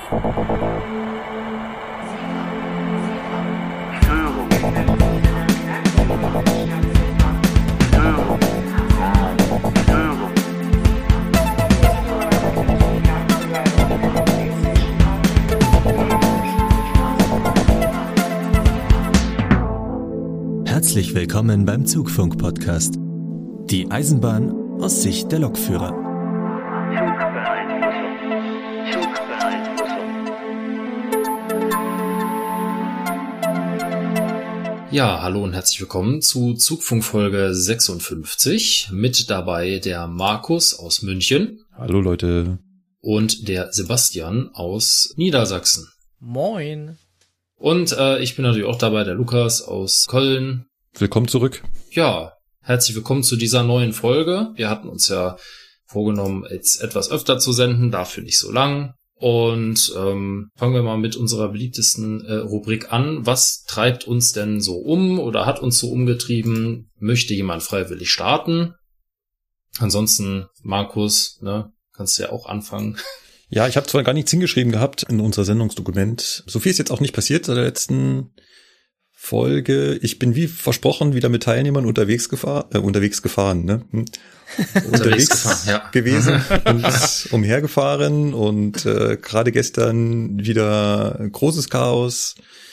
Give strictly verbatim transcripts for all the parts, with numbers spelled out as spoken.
Herzlich willkommen beim Zugfunk-Podcast. Die Eisenbahn aus Sicht der Lokführer. Ja, hallo und herzlich willkommen zu Zugfunk-Folge sechsundfünfzig. Mit dabei der Markus aus München. Hallo Leute. Und der Sebastian aus Niedersachsen. Moin. Und äh, ich bin natürlich auch dabei, der Lukas aus Köln. Willkommen zurück. Ja, herzlich willkommen zu dieser neuen Folge. Wir hatten uns ja vorgenommen, jetzt etwas öfter zu senden, dafür nicht so lang. Und ähm, fangen wir mal mit unserer beliebtesten äh, Rubrik an. Was treibt uns denn so um oder hat uns so umgetrieben? Möchte jemand freiwillig starten? Ansonsten, Markus, ne, kannst du ja auch anfangen. Ja, ich habe zwar gar nichts hingeschrieben gehabt in unser Sendungsdokument. So viel ist jetzt auch nicht passiert seit der letzten Folge. Ich bin wie versprochen wieder mit Teilnehmern unterwegs gefahren, äh, unterwegs gefahren, ne? Hm. unterwegs gefahren, ja. gewesen und umhergefahren und äh, gerade gestern wieder großes Chaos.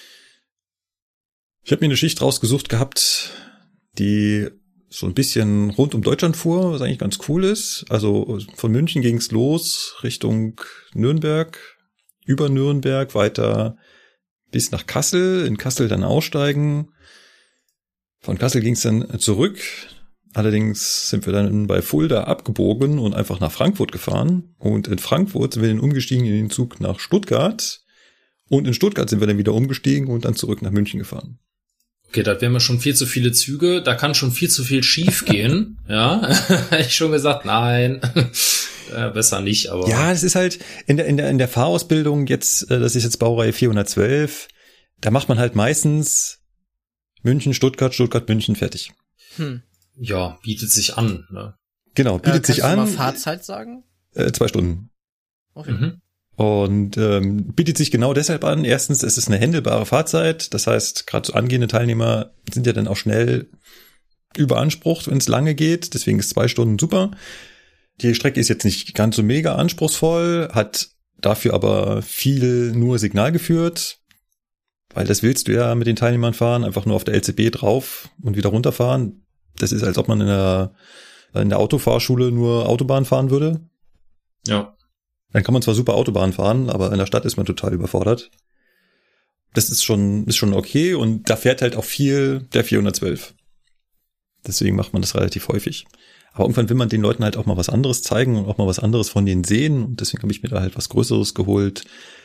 Ich habe mir eine Schicht rausgesucht gehabt, die so ein bisschen rund um Deutschland fuhr, was eigentlich ganz cool ist. Also von München ging's los Richtung Nürnberg, über Nürnberg, weiter bis nach Kassel, in Kassel dann aussteigen. Von Kassel ging's dann zurück. Allerdings sind wir dann bei Fulda abgebogen und einfach nach Frankfurt gefahren. Und in Frankfurt sind wir dann umgestiegen in den Zug nach Stuttgart. Und in Stuttgart sind wir dann wieder umgestiegen und dann zurück nach München gefahren. Okay, da wären wir schon viel zu viele Züge, da kann schon viel zu viel schief gehen, ja, hätte ich schon gesagt, nein, äh, besser nicht, aber. Ja, das ist halt, in der, in der, in der Fahrausbildung jetzt, das ist jetzt Baureihe vierhundertzwölf, da macht man halt meistens München, Stuttgart, Stuttgart, München fertig. Hm. Ja, bietet sich an, ne? Genau, bietet äh, sich an. Kannst du mal Fahrzeit sagen? Äh, zwei Stunden. Okay. Mhm. Und ähm, bietet sich genau deshalb an. Erstens, es ist eine händelbare Fahrzeit. Das heißt, gerade so angehende Teilnehmer sind ja dann auch schnell überansprucht, wenn es lange geht. Deswegen ist zwei Stunden super. Die Strecke ist jetzt nicht ganz so mega anspruchsvoll, hat dafür aber viel nur Signal geführt. Weil das willst du ja mit den Teilnehmern fahren. Einfach nur auf der L C B drauf und wieder runterfahren. Das ist, als ob man in der, in der Autofahrschule nur Autobahn fahren würde. Ja. Dann kann man zwar super Autobahn fahren, aber in der Stadt ist man total überfordert. Das ist schon, ist schon okay und da fährt halt auch viel der vierhundertzwölf. Deswegen macht man das relativ häufig. Aber irgendwann will man den Leuten halt auch mal was anderes zeigen und auch mal was anderes von denen sehen und deswegen habe ich mir da halt was Größeres geholt.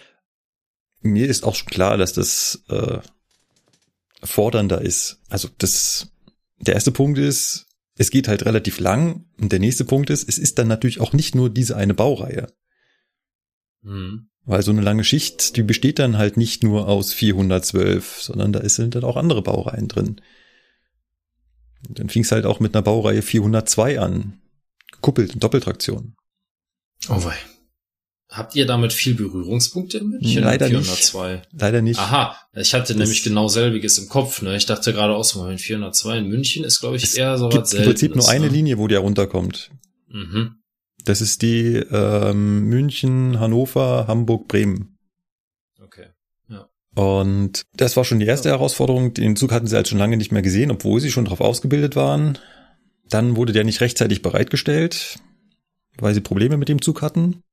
Mir ist auch schon klar, dass das äh, fordernder ist. Also das, der erste Punkt ist, es geht halt relativ lang und der nächste Punkt ist, es ist dann natürlich auch nicht nur diese eine Baureihe. Mhm. Weil so eine lange Schicht, die besteht dann halt nicht nur aus vierhundertzwölf, sondern da sind dann auch andere Baureihen drin. Und dann fing es halt auch mit einer Baureihe vierhundertzwei an, gekuppelt in Doppeltraktion. Oh wei. Habt ihr damit viel Berührungspunkte in München? Leider vierhundertzwei? nicht. Leider nicht. Aha, ich hatte das nämlich genau selbiges im Kopf. Ne? Ich dachte gerade auch so, vierhundertzwei in München ist, glaube ich, es eher so was Seltenes. Im Prinzip nur eine ne? Linie, wo der runterkommt. Mhm. Das ist die ähm, München, Hannover, Hamburg, Bremen. Okay, ja. Und das war schon die erste Herausforderung. Den Zug hatten sie halt schon lange nicht mehr gesehen, obwohl sie schon darauf ausgebildet waren. Dann wurde der nicht rechtzeitig bereitgestellt, weil sie Probleme mit dem Zug hatten.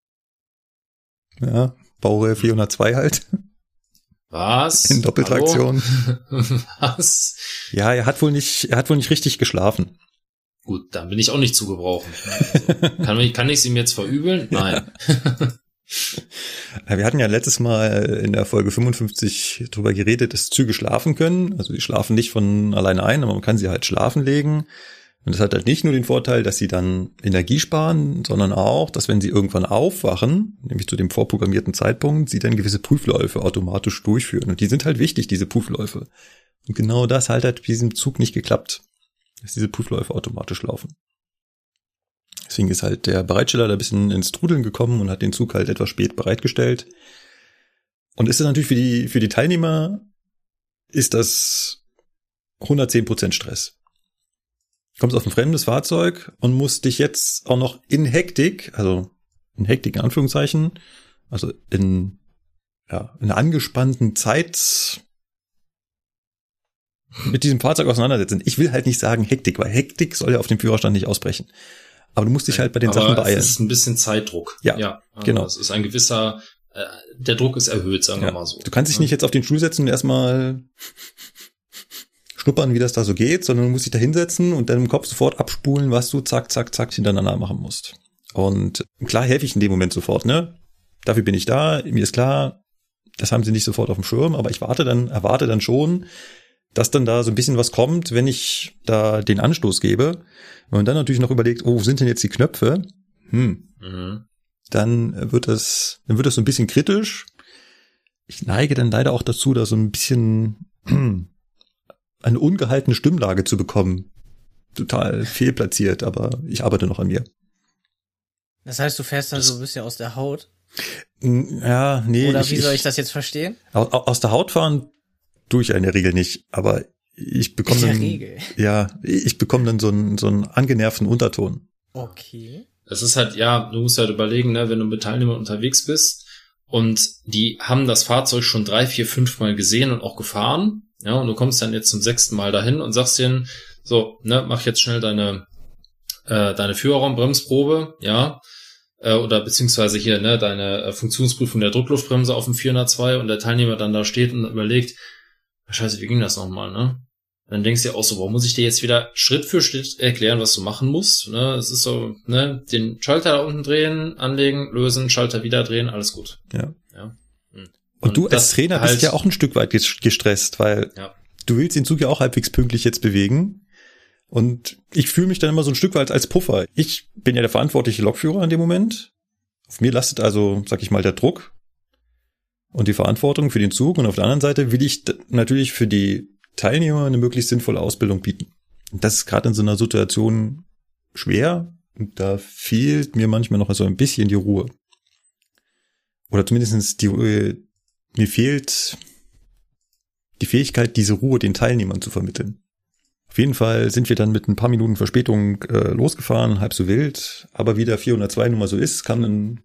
Ja, Baureihe vierhundertzwei halt. Was? In Doppeltraktion. Was? Ja, er hat wohl nicht, er hat wohl nicht richtig geschlafen. Gut, dann bin ich auch nicht zu gebrauchen. Also, kann, ich, kann ich es ihm jetzt verübeln? Nein. Wir hatten ja letztes Mal in der Folge fünfundfünfzig drüber geredet, dass Züge schlafen können. Also die schlafen nicht von alleine ein, aber man kann sie halt schlafen legen. Und das hat halt nicht nur den Vorteil, dass sie dann Energie sparen, sondern auch, dass wenn sie irgendwann aufwachen, nämlich zu dem vorprogrammierten Zeitpunkt, sie dann gewisse Prüfläufe automatisch durchführen. Und die sind halt wichtig, diese Prüfläufe. Und genau das halt hat bei diesem Zug nicht geklappt, dass diese Prüfläufe automatisch laufen. Deswegen ist halt der Bereitsteller da ein bisschen ins Trudeln gekommen und hat den Zug halt etwas spät bereitgestellt. Und ist das natürlich für die, für die Teilnehmer ist das hundertzehn Prozent Stress. Du kommst auf ein fremdes Fahrzeug und musst dich jetzt auch noch in Hektik, also in Hektik in Anführungszeichen, also in, ja, in einer angespannten Zeit mit diesem Fahrzeug auseinandersetzen. Ich will halt nicht sagen Hektik, weil Hektik soll ja auf dem Führerstand nicht ausbrechen. Aber du musst dich halt bei den Aber Sachen beeilen. Es ist ein bisschen Zeitdruck. Ja, ja also genau. Es ist ein gewisser, äh, der Druck ist erhöht, sagen ja. wir mal so. Du kannst dich nicht jetzt auf den Stuhl setzen und erstmal schnuppern, wie das da so geht, sondern du musst dich da hinsetzen und dann im Kopf sofort abspulen, was du zack, zack, zack hintereinander machen musst. Und klar helfe ich in dem Moment sofort, ne? Dafür bin ich da, mir ist klar, das haben sie nicht sofort auf dem Schirm, aber ich warte dann, erwarte dann schon, dass dann da so ein bisschen was kommt, wenn ich da den Anstoß gebe. Wenn man dann natürlich noch überlegt, oh, wo sind denn jetzt die Knöpfe? Hm. Mhm. Dann wird das, dann wird das so ein bisschen kritisch. Ich neige dann leider auch dazu, da so ein bisschen eine ungehaltene Stimmlage zu bekommen. Total fehlplatziert, aber ich arbeite noch an mir. Das heißt, du fährst dann so ein bisschen aus der Haut? Ja, nee. Oder ich, wie soll ich ich das jetzt verstehen? Aus der Haut fahren tue ich ja in der Regel nicht, aber ich bekomme in der dann, Regel? Ja, ich bekomme dann so einen, so einen angenervten Unterton. Okay. Es ist halt, ja, du musst halt überlegen, ne, wenn du mit Teilnehmern unterwegs bist und die haben das Fahrzeug schon drei, vier, fünf Mal gesehen und auch gefahren, ja, und du kommst dann jetzt zum sechsten Mal dahin und sagst denen, so, ne, mach jetzt schnell deine, äh, deine Führerraumbremsprobe, ja, äh, oder beziehungsweise hier, ne, deine äh, Funktionsprüfung der Druckluftbremse auf dem vierhundertzwei und der Teilnehmer dann da steht und überlegt, scheiße, wie ging das nochmal, ne? Dann denkst du dir auch so, warum muss ich dir jetzt wieder Schritt für Schritt erklären, was du machen musst? Ne, es ist so, ne, den Schalter da unten drehen, anlegen, lösen, Schalter wieder drehen, alles gut. Ja. Ja. Und, Und du als Trainer halt, bist ja auch ein Stück weit gestresst, weil ja. du willst den Zug ja auch halbwegs pünktlich jetzt bewegen. Und ich fühle mich dann immer so ein Stück weit als Puffer. Ich bin ja der verantwortliche Lokführer in dem Moment. Auf mir lastet also, sag ich mal, der Druck und die Verantwortung für den Zug. Und auf der anderen Seite will ich natürlich für die Teilnehmer eine möglichst sinnvolle Ausbildung bieten. Und das ist gerade in so einer Situation schwer. Und da fehlt mir manchmal noch so ein bisschen die Ruhe. Oder zumindest die, mir fehlt die Fähigkeit, diese Ruhe den Teilnehmern zu vermitteln. Auf jeden Fall sind wir dann mit ein paar Minuten Verspätung äh, losgefahren, halb so wild. Aber wie der vierhundertzwei nun mal so ist, kam dann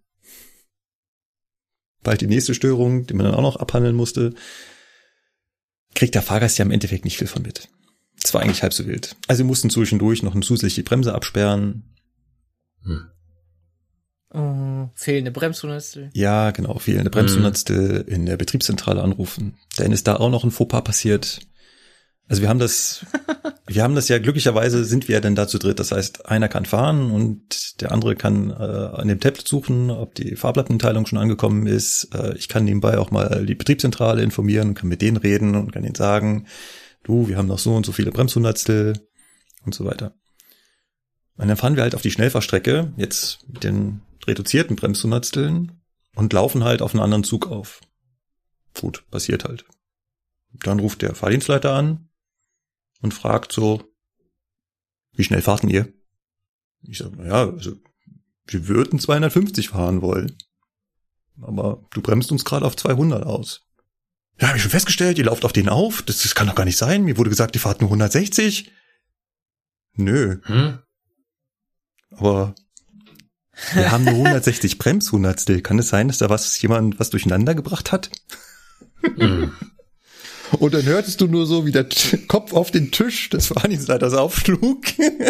bald die nächste Störung, die man dann auch noch abhandeln musste. Kriegt der Fahrgast ja im Endeffekt nicht viel von mit. Es war eigentlich halb so wild. Also wir mussten zwischendurch noch eine zusätzliche Bremse absperren. Hm. Oh, fehlende Bremshundertstel. Ja, genau, fehlende Bremshundertstel in der Betriebszentrale anrufen. Dann ist da auch noch ein Fauxpas passiert. Also wir haben das, wir haben das ja glücklicherweise sind wir ja dann da zu dritt. Das heißt, einer kann fahren und der andere kann äh, an dem Tablet suchen, ob die Fahrplattenmitteilung schon angekommen ist. Äh, ich kann nebenbei auch mal die Betriebszentrale informieren, kann mit denen reden und kann ihnen sagen, du, wir haben noch so und so viele Bremshundertstel und so weiter. Und dann fahren wir halt auf die Schnellfahrstrecke, jetzt mit den reduzierten Bremshundertsteln und laufen halt auf einen anderen Zug auf. Gut, passiert halt. Dann ruft der Fahrdienstleiter an und fragt so, wie schnell fahrt denn ihr? Ich sage, naja, also wir würden zweihundertfünfzig fahren wollen. Aber du bremst uns gerade auf zweihundert aus. Ja, habe ich schon festgestellt, ihr lauft auf den auf. Das, das kann doch gar nicht sein. Mir wurde gesagt, ihr fahrt nur hundertsechzig. Nö. Hm? Aber wir haben nur hundertsechzig Bremshundertstel. Kann es sein, dass da was jemand was durcheinander gebracht hat? Mhm. Und dann hörtest du nur so, wie der T- Kopf auf den Tisch des Fahrdienstleiters aufschlug.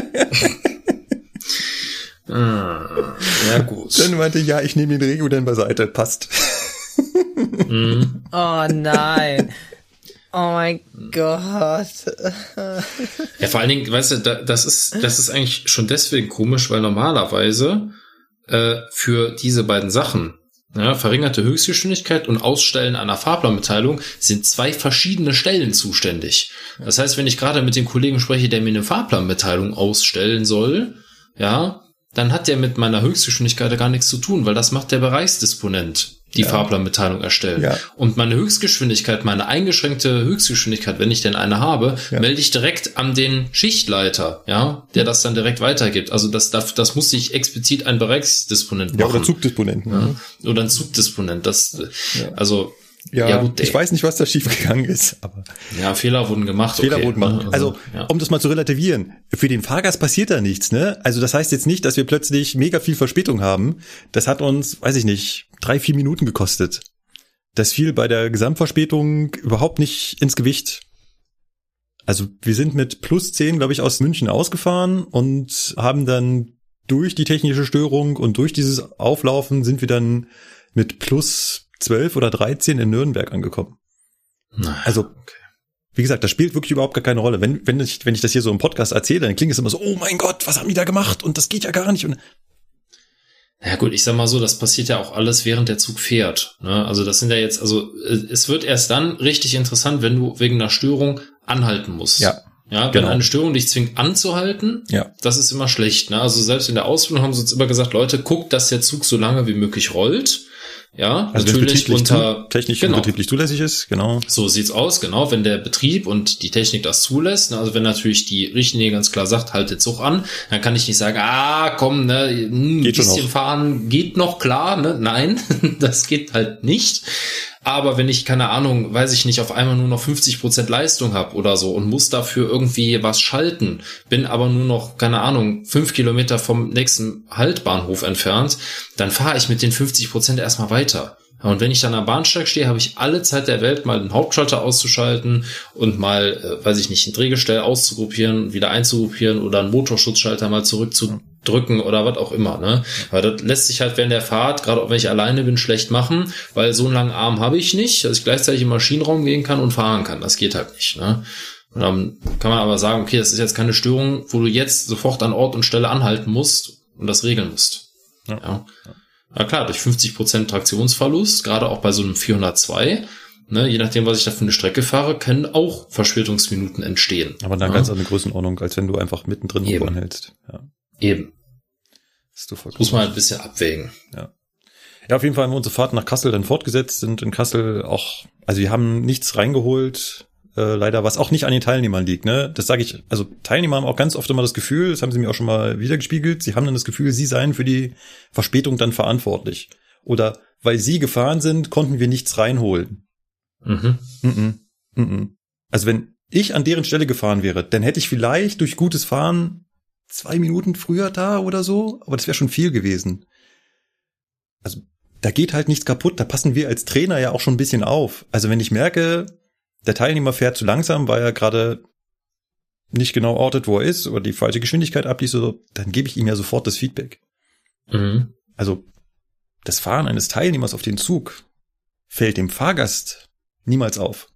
Ah, ja gut. Dann meinte ich, ja, ich nehme den Regio dann beiseite, passt. Mhm. Oh nein. Oh mein Gott. Ja, vor allen Dingen, weißt du, da, das ist, das ist eigentlich schon deswegen komisch, weil normalerweise äh, für diese beiden Sachen, ja, verringerte Höchstgeschwindigkeit und Ausstellen einer Fahrplanmitteilung, sind zwei verschiedene Stellen zuständig. Das heißt, wenn ich gerade mit dem Kollegen spreche, der mir eine Fahrplanmitteilung ausstellen soll, ja, dann hat der mit meiner Höchstgeschwindigkeit gar nichts zu tun, weil das macht der Bereichsdisponent. die ja. Fahrplanmitteilung erstellen. Ja. Und meine Höchstgeschwindigkeit, meine eingeschränkte Höchstgeschwindigkeit, wenn ich denn eine habe, ja. melde ich direkt an den Schichtleiter, ja, der das dann direkt weitergibt. Also das, das, das muss sich explizit ein Bereichsdisponent machen. Ja, oder Zugdisponenten. Ja. Oder ein Zugdisponent. Das, ja. also, Ja, ja gut, ich weiß nicht, was da schiefgegangen ist, aber. Ja, Fehler wurden gemacht. Fehler okay. wurden gemacht. Also, also ja. um das mal zu relativieren, für den Fahrgast passiert da nichts, ne? Also, das heißt jetzt nicht, dass wir plötzlich mega viel Verspätung haben. Das hat uns, weiß ich nicht, drei, vier Minuten gekostet. Das fiel bei der Gesamtverspätung überhaupt nicht ins Gewicht. Also, wir sind mit plus zehn, glaube ich, aus München ausgefahren und haben dann durch die technische Störung und durch dieses Auflaufen sind wir dann mit plus zwölf oder dreizehn in Nürnberg angekommen. Naja, also, okay. Wie gesagt, das spielt wirklich überhaupt gar keine Rolle. Wenn, wenn ich, wenn ich das hier so im Podcast erzähle, dann klingt es immer so, oh mein Gott, was haben die da gemacht? Und das geht ja gar nicht. Und ja gut, ich sag mal so, das passiert ja auch alles, während der Zug fährt. Ne? Also das sind ja jetzt, also es wird erst dann richtig interessant, wenn du wegen einer Störung anhalten musst. Ja. Ja, wenn genau. eine Störung dich zwingt anzuhalten, ja. das ist immer schlecht. Ne? Also selbst in der Ausbildung haben sie uns immer gesagt, Leute, guckt, dass der Zug so lange wie möglich rollt. Ja, also natürlich unter zu, technisch genau. und betrieblich zulässig ist, genau. So sieht's aus, genau, wenn der Betrieb und die Technik das zulässt, ne, also wenn natürlich die Richtlinie ganz klar sagt, halt den Zug an, dann kann ich nicht sagen, ah, komm, ne, ein geht bisschen fahren geht noch klar, ne, nein, das geht halt nicht. Aber wenn ich, keine Ahnung, weiß ich nicht, auf einmal nur noch fünfzig Prozent Leistung habe oder so und muss dafür irgendwie was schalten, bin aber nur noch, keine Ahnung, fünf Kilometer vom nächsten Haltbahnhof entfernt, dann fahre ich mit den fünfzig Prozent erstmal weiter. Und wenn ich dann am Bahnsteig stehe, habe ich alle Zeit der Welt, mal den Hauptschalter auszuschalten und mal, äh, weiß ich nicht, ein Drehgestell auszugruppieren, wieder einzugruppieren oder einen Motorschutzschalter mal zurückzudrücken oder was auch immer, ne? Weil das lässt sich halt während der Fahrt, gerade auch wenn ich alleine bin, schlecht machen, weil so einen langen Arm habe ich nicht, dass ich gleichzeitig im Maschinenraum gehen kann und fahren kann. Das geht halt nicht, ne? Und dann kann man aber sagen, okay, das ist jetzt keine Störung, wo du jetzt sofort an Ort und Stelle anhalten musst und das regeln musst. Ja. ja. Na klar, durch fünfzig Prozent Traktionsverlust, gerade auch bei so einem vierhundertzwei, ne, je nachdem, was ich da für eine Strecke fahre, können auch Verspätungsminuten entstehen. Aber dann ja. ganz andere Größenordnung, als wenn du einfach mittendrin irgendwo anhältst. Ja. Eben. Das muss man halt ein bisschen abwägen. Ja. Ja, auf jeden Fall haben wir unsere Fahrt nach Kassel dann fortgesetzt, sind in Kassel auch, also wir haben nichts reingeholt, äh, leider, was auch nicht an den Teilnehmern liegt, ne? Das sage ich, also Teilnehmer haben auch ganz oft immer das Gefühl, das haben sie mir auch schon mal wiedergespiegelt, sie haben dann das Gefühl, sie seien für die Verspätung dann verantwortlich. Oder weil sie gefahren sind, konnten wir nichts reinholen. Mhm. Mhm. Mhm. Also wenn ich an deren Stelle gefahren wäre, dann hätte ich vielleicht durch gutes Fahren zwei Minuten früher da oder so, aber das wäre schon viel gewesen. Also da geht halt nichts kaputt, da passen wir als Trainer ja auch schon ein bisschen auf. Also wenn ich merke, der Teilnehmer fährt zu langsam, weil er gerade nicht genau ortet, wo er ist, oder die falsche Geschwindigkeit abliest, oder so, dann gebe ich ihm ja sofort das Feedback. Mhm. Also das Fahren eines Teilnehmers auf den Zug fällt dem Fahrgast niemals auf.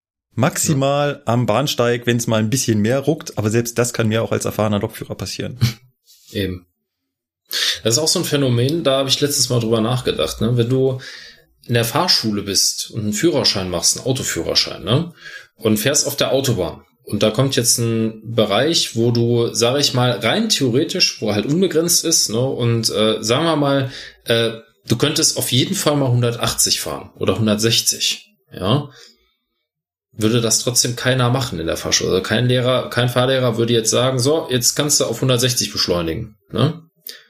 Maximal ja. am Bahnsteig, wenn es mal ein bisschen mehr ruckt, aber selbst das kann mir auch als erfahrener Lokführer passieren. Eben. Das ist auch so ein Phänomen, da habe ich letztes Mal drüber nachgedacht, ne? Wenn du in der Fahrschule bist und einen Führerschein machst, einen Autoführerschein, ne? Und fährst auf der Autobahn. Und da kommt jetzt ein Bereich, wo du, sage ich mal, rein theoretisch, wo halt unbegrenzt ist, ne? Und äh, sagen wir mal, äh, du könntest auf jeden Fall mal hundertachtzig fahren oder hundertsechzig, ja? Würde das trotzdem keiner machen in der Fahrschule. Also kein Lehrer, kein Fahrlehrer würde jetzt sagen, so, jetzt kannst du auf hundertsechzig beschleunigen, ne?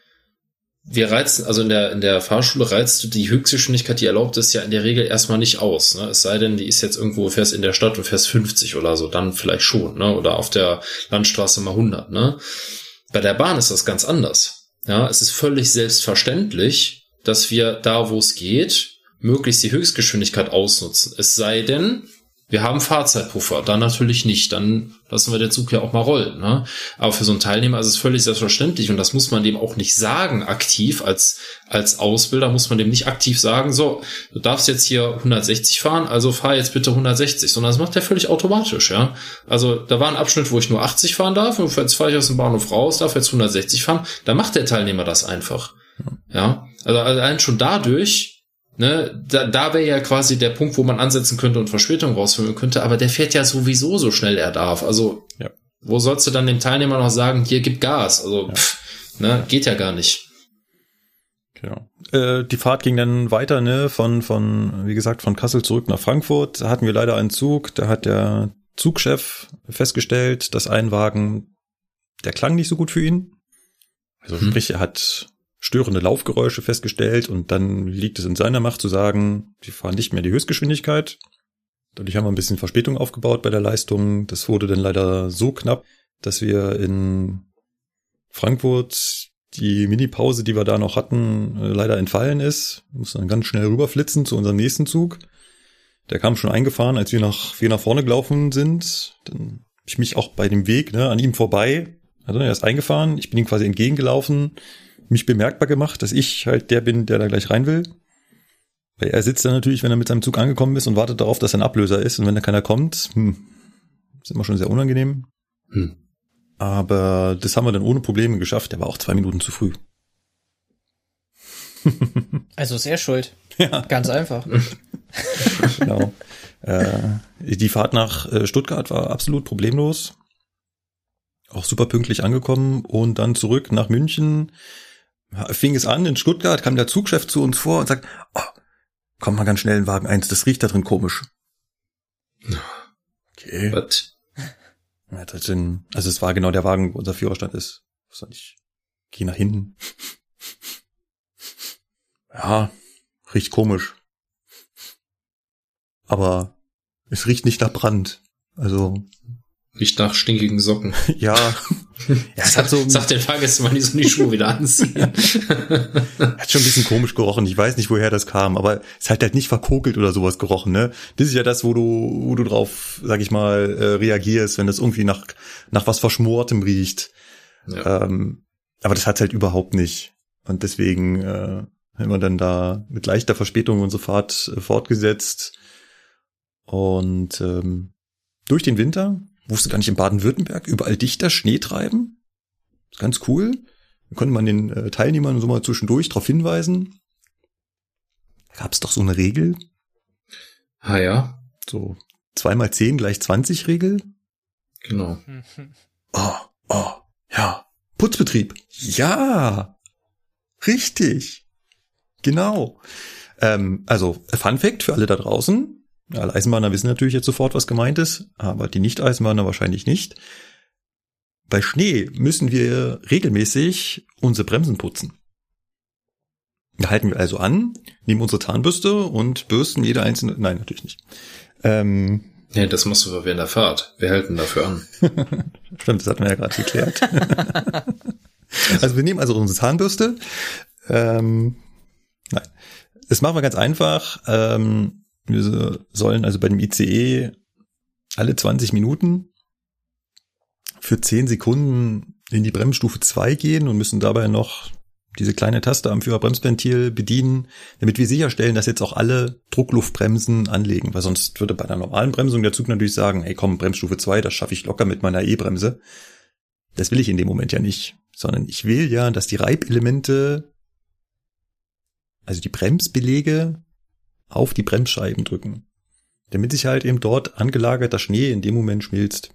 Wir reizen, also in der in der Fahrschule reizt du die Höchstgeschwindigkeit, die erlaubt ist, ja in der Regel erstmal nicht aus. Ne? Es sei denn, die ist jetzt irgendwo, fährst in der Stadt und fährst fünfzig oder so, dann vielleicht schon, ne? Oder auf der Landstraße mal hundert. Ne? Bei der Bahn ist das ganz anders. Ja, es ist völlig selbstverständlich, dass wir da, wo es geht, möglichst die Höchstgeschwindigkeit ausnutzen. Es sei denn, wir haben Fahrzeitpuffer, dann natürlich nicht, dann lassen wir den Zug ja auch mal rollen. Ne? Aber für so einen Teilnehmer ist es völlig selbstverständlich und das muss man dem auch nicht sagen aktiv, als als Ausbilder muss man dem nicht aktiv sagen, so, du darfst jetzt hier hundertsechzig fahren, also fahr jetzt bitte hundertsechzig, sondern das macht er völlig automatisch. Ja. Also da war ein Abschnitt, wo ich nur achtzig fahren darf und jetzt fahre ich aus dem Bahnhof raus, darf jetzt hundertsechzig fahren, dann macht der Teilnehmer das einfach. Ja, also allein schon dadurch, ne, da, da wäre ja quasi der Punkt, wo man ansetzen könnte und Verspätung rausholen könnte, aber der fährt ja sowieso so schnell er darf. Also, ja. Wo sollst du dann dem Teilnehmer noch sagen, hier, gib Gas? Also, ja. pff, ne, geht ja gar nicht. Genau. Äh, die Fahrt ging dann weiter, ne, von, von, wie gesagt, von Kassel zurück nach Frankfurt. Da hatten wir leider einen Zug, da hat der Zugchef festgestellt, dass ein Wagen, der klang nicht so gut für ihn. Also mhm. sprich, er hat störende Laufgeräusche festgestellt und dann liegt es in seiner Macht zu sagen, wir fahren nicht mehr die Höchstgeschwindigkeit. Dadurch haben wir ein bisschen Verspätung aufgebaut bei der Leistung. Das wurde dann leider so knapp, dass wir in Frankfurt die Mini-Pause, die wir da noch hatten, leider entfallen ist. Wir mussten dann ganz schnell rüberflitzen zu unserem nächsten Zug. Der kam schon eingefahren, als wir nach, wir nach vorne gelaufen sind. Dann habe ich mich auch bei dem Weg, ne, an ihm vorbei, also er ist eingefahren, ich bin ihm quasi entgegengelaufen, mich bemerkbar gemacht, dass ich halt der bin, der da gleich rein will. Weil er sitzt dann natürlich, wenn er mit seinem Zug angekommen ist und wartet darauf, dass er ein Ablöser ist. Und wenn da keiner kommt, hm, ist immer schon sehr unangenehm. Hm. Aber das haben wir dann ohne Probleme geschafft. Der war auch zwei Minuten zu früh. Also ist er schuld. Ja. Ganz einfach. Genau. Äh, die Fahrt nach äh, Stuttgart war absolut problemlos. Auch super pünktlich angekommen. Und dann zurück nach München. Fing es an, in Stuttgart kam der Zugchef zu uns vor und sagt, oh, komm mal ganz schnell in Wagen eins, das riecht da drin komisch. Okay. What? Also es war genau der Wagen, wo unser Führerstand ist. Was soll ich? Geh nach hinten. Ja, riecht komisch. Aber es riecht nicht nach Brand. Also riecht nach stinkigen Socken. Ja. Ja, es hat so sagt den Fahrgästen mal, die so die Schuhe wieder anziehen. Hat schon ein bisschen komisch gerochen. Ich weiß nicht, woher das kam, aber es hat halt nicht verkokelt oder sowas gerochen, ne? Das ist ja das, wo du, wo du drauf, sag ich mal, äh, reagierst, wenn das irgendwie nach, nach was Verschmortem riecht. Ja. Ähm, aber das hat's halt überhaupt nicht. Und deswegen, äh, haben wir dann da mit leichter Verspätung unsere Fahrt äh, fortgesetzt. Und, ähm, durch den Winter, wusste gar nicht, in Baden-Württemberg überall dichter Schnee treiben. Ist ganz cool. Da konnte man den äh, Teilnehmern so mal zwischendurch darauf hinweisen. Gab es doch so eine Regel. Ah ja. So zwei mal zehn gleich zwanzig Regel. Genau. Oh, oh, ja. Putzbetrieb. Ja. Richtig. Genau. Ähm, also, Fun Fact für alle da draußen. Alle Eisenbahner wissen natürlich jetzt sofort, was gemeint ist, aber die Nicht-Eisenbahner wahrscheinlich nicht. Bei Schnee müssen wir regelmäßig unsere Bremsen putzen. Da halten wir also an, nehmen unsere Zahnbürste und bürsten jede einzelne... Nein, natürlich nicht. Ähm, ja, das machst du während der Fahrt. Wir halten dafür an. Stimmt, das hatten wir ja gerade geklärt. Also wir nehmen also unsere Zahnbürste. Ähm, nein, das machen wir ganz einfach. Ähm, Wir sollen also bei dem I C E alle zwanzig Minuten für zehn Sekunden in die Bremsstufe zwei gehen und müssen dabei noch diese kleine Taste am Führerbremsventil bedienen, damit wir sicherstellen, dass jetzt auch alle Druckluftbremsen anlegen, weil sonst würde bei einer normalen Bremsung der Zug natürlich sagen, hey komm, Bremsstufe zwei, das schaffe ich locker mit meiner E-Bremse. Das will ich in dem Moment ja nicht, sondern ich will ja, dass die Reibelemente, also die Bremsbeläge, auf die Bremsscheiben drücken, damit sich halt eben dort angelagerter Schnee in dem Moment schmilzt.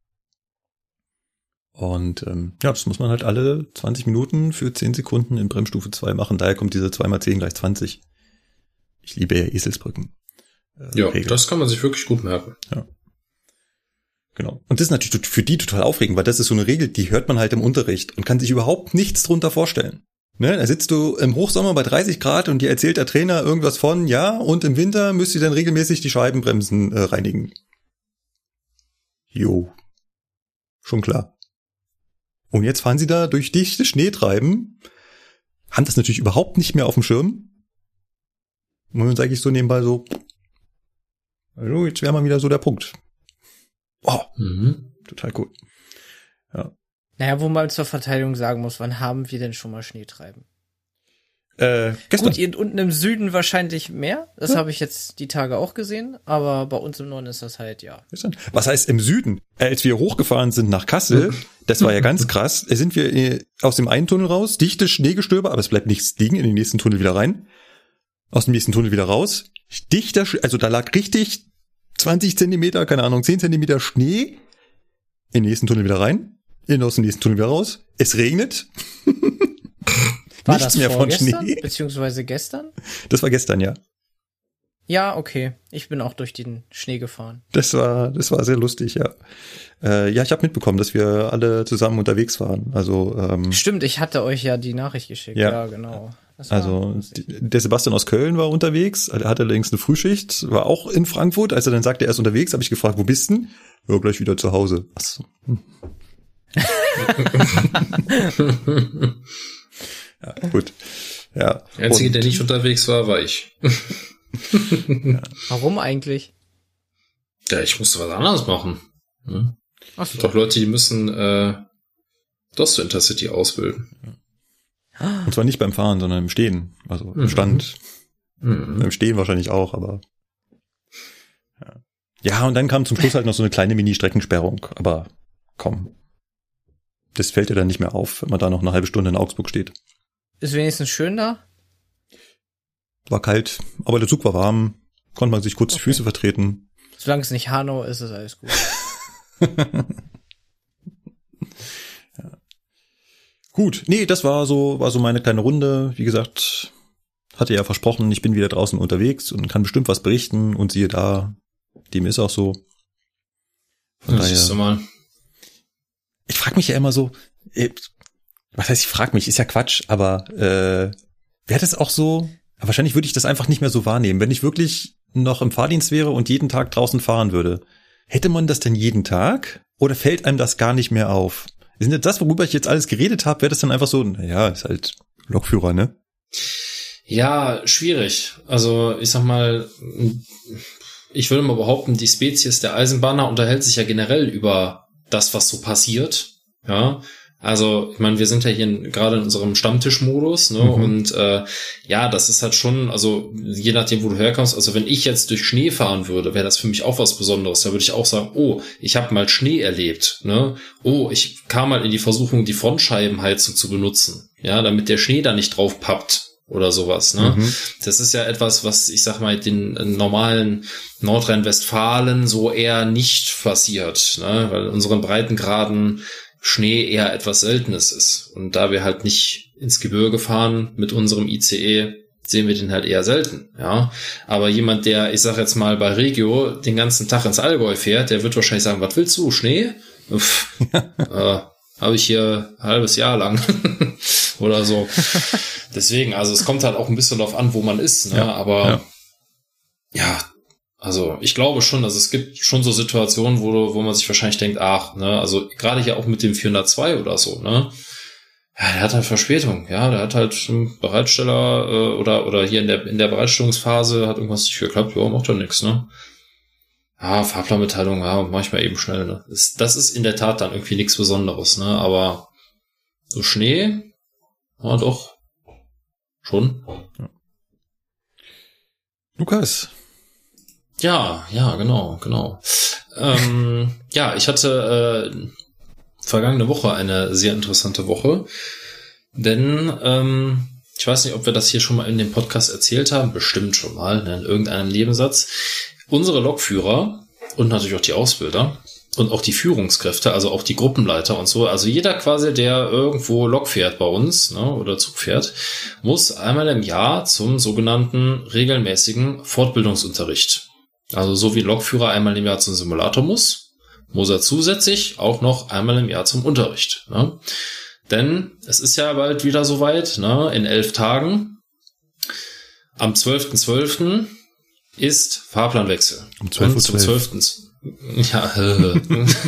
Und ähm, ja, das muss man halt alle zwanzig Minuten für zehn Sekunden in Bremsstufe zwei machen. Daher kommt diese zwei mal zehn gleich zwanzig. Ich liebe ja Eselsbrücken. Äh, ja, Regel. Das kann man sich wirklich gut merken. Ja. Genau. Und das ist natürlich für die total aufregend, weil das ist so eine Regel, die hört man halt im Unterricht und kann sich überhaupt nichts drunter vorstellen. Ne, da sitzt du im Hochsommer bei dreißig Grad und dir erzählt der Trainer irgendwas von, ja, und im Winter müsst ihr dann regelmäßig die Scheibenbremsen äh, reinigen. Jo. Schon klar. Und jetzt fahren sie da durch dichtes Schneetreiben, haben das natürlich überhaupt nicht mehr auf dem Schirm. Und dann sage ich so nebenbei so, also jetzt wäre mal wieder so der Punkt. Oh, mhm. Total cool. Ja. Naja, wo man zur Verteidigung sagen muss, wann haben wir denn schon mal Schneetreiben? Äh, gestern. Gut, ihr unten im Süden wahrscheinlich mehr. Das ja. habe ich jetzt die Tage auch gesehen. Aber bei uns im Norden ist das halt, ja. Gestern. Was heißt im Süden? Als wir hochgefahren sind nach Kassel, das war ja ganz krass, sind wir aus dem einen Tunnel raus, dichtes Schneegestöber, aber es bleibt nichts liegen, in den nächsten Tunnel wieder rein. Aus dem nächsten Tunnel wieder raus. Dichter, also da lag richtig zwanzig Zentimeter, keine Ahnung, zehn Zentimeter Schnee. In den nächsten Tunnel wieder rein. In aus dem nächsten Tunnel wieder raus. Es regnet. War Nichts das mehr von vorgestern, Schnee. beziehungsweise gestern? Das war gestern, ja. Ja, okay. Ich bin auch durch den Schnee gefahren. Das war, das war sehr lustig, ja. Äh, ja, ich habe mitbekommen, dass wir alle zusammen unterwegs waren. Also, ähm, Stimmt, ich hatte euch ja die Nachricht geschickt. Ja. Ja, genau. Das war also lustig. die- der Sebastian aus Köln war unterwegs, er hatte allerdings eine Frühschicht, war auch in Frankfurt. Als er dann sagte, er ist unterwegs, habe ich gefragt, wo bist du denn? Ja, gleich wieder zu Hause. Achso. Hm. Ja, gut. Ja. Der Einzige, Und- der nicht unterwegs war, war ich. Warum eigentlich? Ja, ich musste was anderes machen. Hm? Ach so. Doch Leute, die müssen äh, das zu Intercity ausbilden. Und zwar nicht beim Fahren, sondern im Stehen. Also im Mhm. Stand. Mhm. Beim Stehen wahrscheinlich auch, aber ja. Ja, und dann kam zum Schluss halt noch so eine kleine Mini-Streckensperrung. Aber komm. Das fällt dir dann nicht mehr auf, wenn man da noch eine halbe Stunde in Augsburg steht. Ist wenigstens schön da? War kalt, aber der Zug war warm. Konnte man sich kurz die Okay. Füße vertreten. Solange es nicht Hanau ist, ist alles gut. Ja. Gut, nee, das war so, war so meine kleine Runde. Wie gesagt, hatte ja versprochen, ich bin wieder draußen unterwegs und kann bestimmt was berichten. Und siehe da, dem ist auch so. Von Das siehst du daher, mal. ich frage mich ja immer so, äh, was heißt, ich frage mich, ist ja Quatsch, aber äh, wäre das auch so? Aber wahrscheinlich würde ich das einfach nicht mehr so wahrnehmen. Wenn ich wirklich noch im Fahrdienst wäre und jeden Tag draußen fahren würde, hätte man das denn jeden Tag? Oder fällt einem das gar nicht mehr auf? Sind jetzt das, worüber ich jetzt alles geredet habe, wäre das dann einfach so, naja, ist halt Lokführer, ne? Ja, schwierig. Also ich sag mal, ich würde mal behaupten, die Spezies der Eisenbahner unterhält sich ja generell über das, was so passiert. Ja, also ich meine, wir sind ja hier in, gerade in unserem Stammtischmodus, ne? Mhm. Und äh, ja, das ist halt schon, also je nachdem, wo du herkommst. Also wenn ich jetzt durch Schnee fahren würde, wäre das für mich auch was Besonderes. Da würde ich auch sagen, oh, ich habe mal Schnee erlebt, ne? Oh, ich kam mal in die Versuchung, die Frontscheibenheizung zu benutzen, ja, damit der Schnee da nicht drauf pappt oder sowas, ne? Mhm. Das ist ja etwas, was, ich sag mal, den äh, normalen Nordrhein-Westfalen so eher nicht passiert, ne? Weil in unseren Breitengraden Schnee eher etwas Seltenes ist. Und da wir halt nicht ins Gebirge fahren mit unserem I C E, sehen wir den halt eher selten, ja. Aber jemand, der, ich sag jetzt mal, bei Regio den ganzen Tag ins Allgäu fährt, der wird wahrscheinlich sagen, was willst du, Schnee? Uff, äh, habe ich hier ein halbes Jahr lang oder so. Deswegen, also es kommt halt auch ein bisschen darauf an, wo man ist, ne? Ja, Aber ja. ja, also ich glaube schon, also es gibt schon so Situationen, wo, wo man sich wahrscheinlich denkt, ach, ne, also gerade hier auch mit dem vierhundertzwei oder so, ne, ja, der hat halt Verspätung, ja, der hat halt einen Bereitsteller äh, oder oder hier in der in der Bereitstellungsphase hat irgendwas nicht geklappt, ja, macht doch nichts, ne. Ja, Fahrplanmitteilung, ja, mach ich mal eben schnell, ne. Das, das ist in der Tat dann irgendwie nichts Besonderes, ne, aber so Schnee, ja doch, schon. Lukas. Ja, ja, genau, genau. Ähm, ja, ich hatte äh, vergangene Woche eine sehr interessante Woche, denn ähm, ich weiß nicht, ob wir das hier schon mal in dem Podcast erzählt haben, bestimmt schon mal, ne, in irgendeinem Nebensatz. Unsere Lokführer und natürlich auch die Ausbilder und auch die Führungskräfte, also auch die Gruppenleiter und so, also jeder quasi, der irgendwo Lok fährt bei uns, ne, oder Zug fährt, muss einmal im Jahr zum sogenannten regelmäßigen Fortbildungsunterricht. Also so wie ein Lokführer einmal im Jahr zum Simulator muss, muss er zusätzlich auch noch einmal im Jahr zum Unterricht. Ne? Denn es ist ja bald wieder soweit, ne? In elf Tagen. Am zwölften zwölften ist Fahrplanwechsel. Um zwölf Uhr Und zum zwölf. zwölften Ja, äh.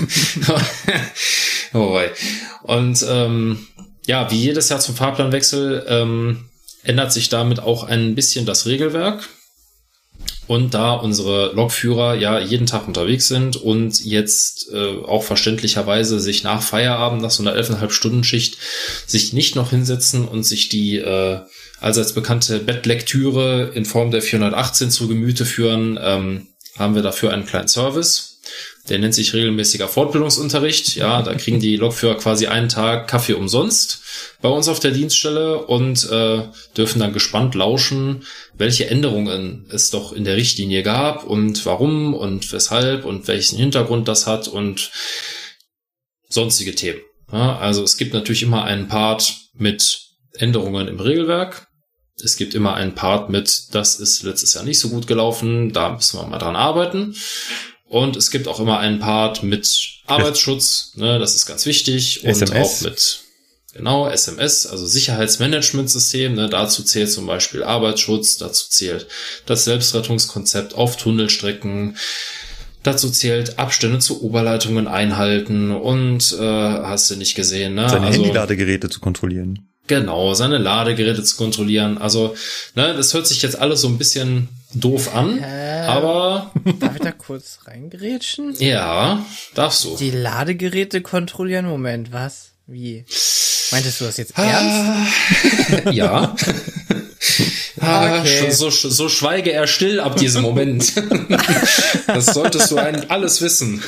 Wobei. Und ähm, ja, wie jedes Jahr zum Fahrplanwechsel ähm, ändert sich damit auch ein bisschen das Regelwerk. Und da unsere Lokführer ja jeden Tag unterwegs sind und jetzt äh, auch verständlicherweise sich nach Feierabend, nach so einer elfeinhalb Stunden Schicht, sich nicht noch hinsetzen und sich die äh, allseits bekannte Bettlektüre in Form der vierhundertachtzehn zu Gemüte führen, ähm, haben wir dafür einen kleinen Service. Der nennt sich regelmäßiger Fortbildungsunterricht. Ja, da kriegen die Lokführer quasi einen Tag Kaffee umsonst bei uns auf der Dienststelle und äh, dürfen dann gespannt lauschen, welche Änderungen es doch in der Richtlinie gab und warum und weshalb und welchen Hintergrund das hat und sonstige Themen. Ja, also es gibt natürlich immer einen Part mit Änderungen im Regelwerk. Es gibt immer einen Part mit, das ist letztes Jahr nicht so gut gelaufen, da müssen wir mal dran arbeiten. Und es gibt auch immer einen Part mit Arbeitsschutz, ne, das ist ganz wichtig. Und S M S. auch mit, genau, S M S, also Sicherheitsmanagementsystem, ne, dazu zählt zum Beispiel Arbeitsschutz, dazu zählt das Selbstrettungskonzept auf Tunnelstrecken, dazu zählt Abstände zu Oberleitungen einhalten und, äh, hast du nicht gesehen, ne? Seine also, Handyladegeräte zu kontrollieren. Genau, seine Ladegeräte zu kontrollieren. Also, ne, das hört sich jetzt alles so ein bisschen doof an, äh, aber... Darf ich da kurz reingrätschen? Ja, darfst du. Die Ladegeräte kontrollieren? Moment, was? Wie? Meintest du das jetzt ernst? Ja. Ah, Okay. so, so schweige er still ab diesem Moment. Das solltest du ein, alles wissen.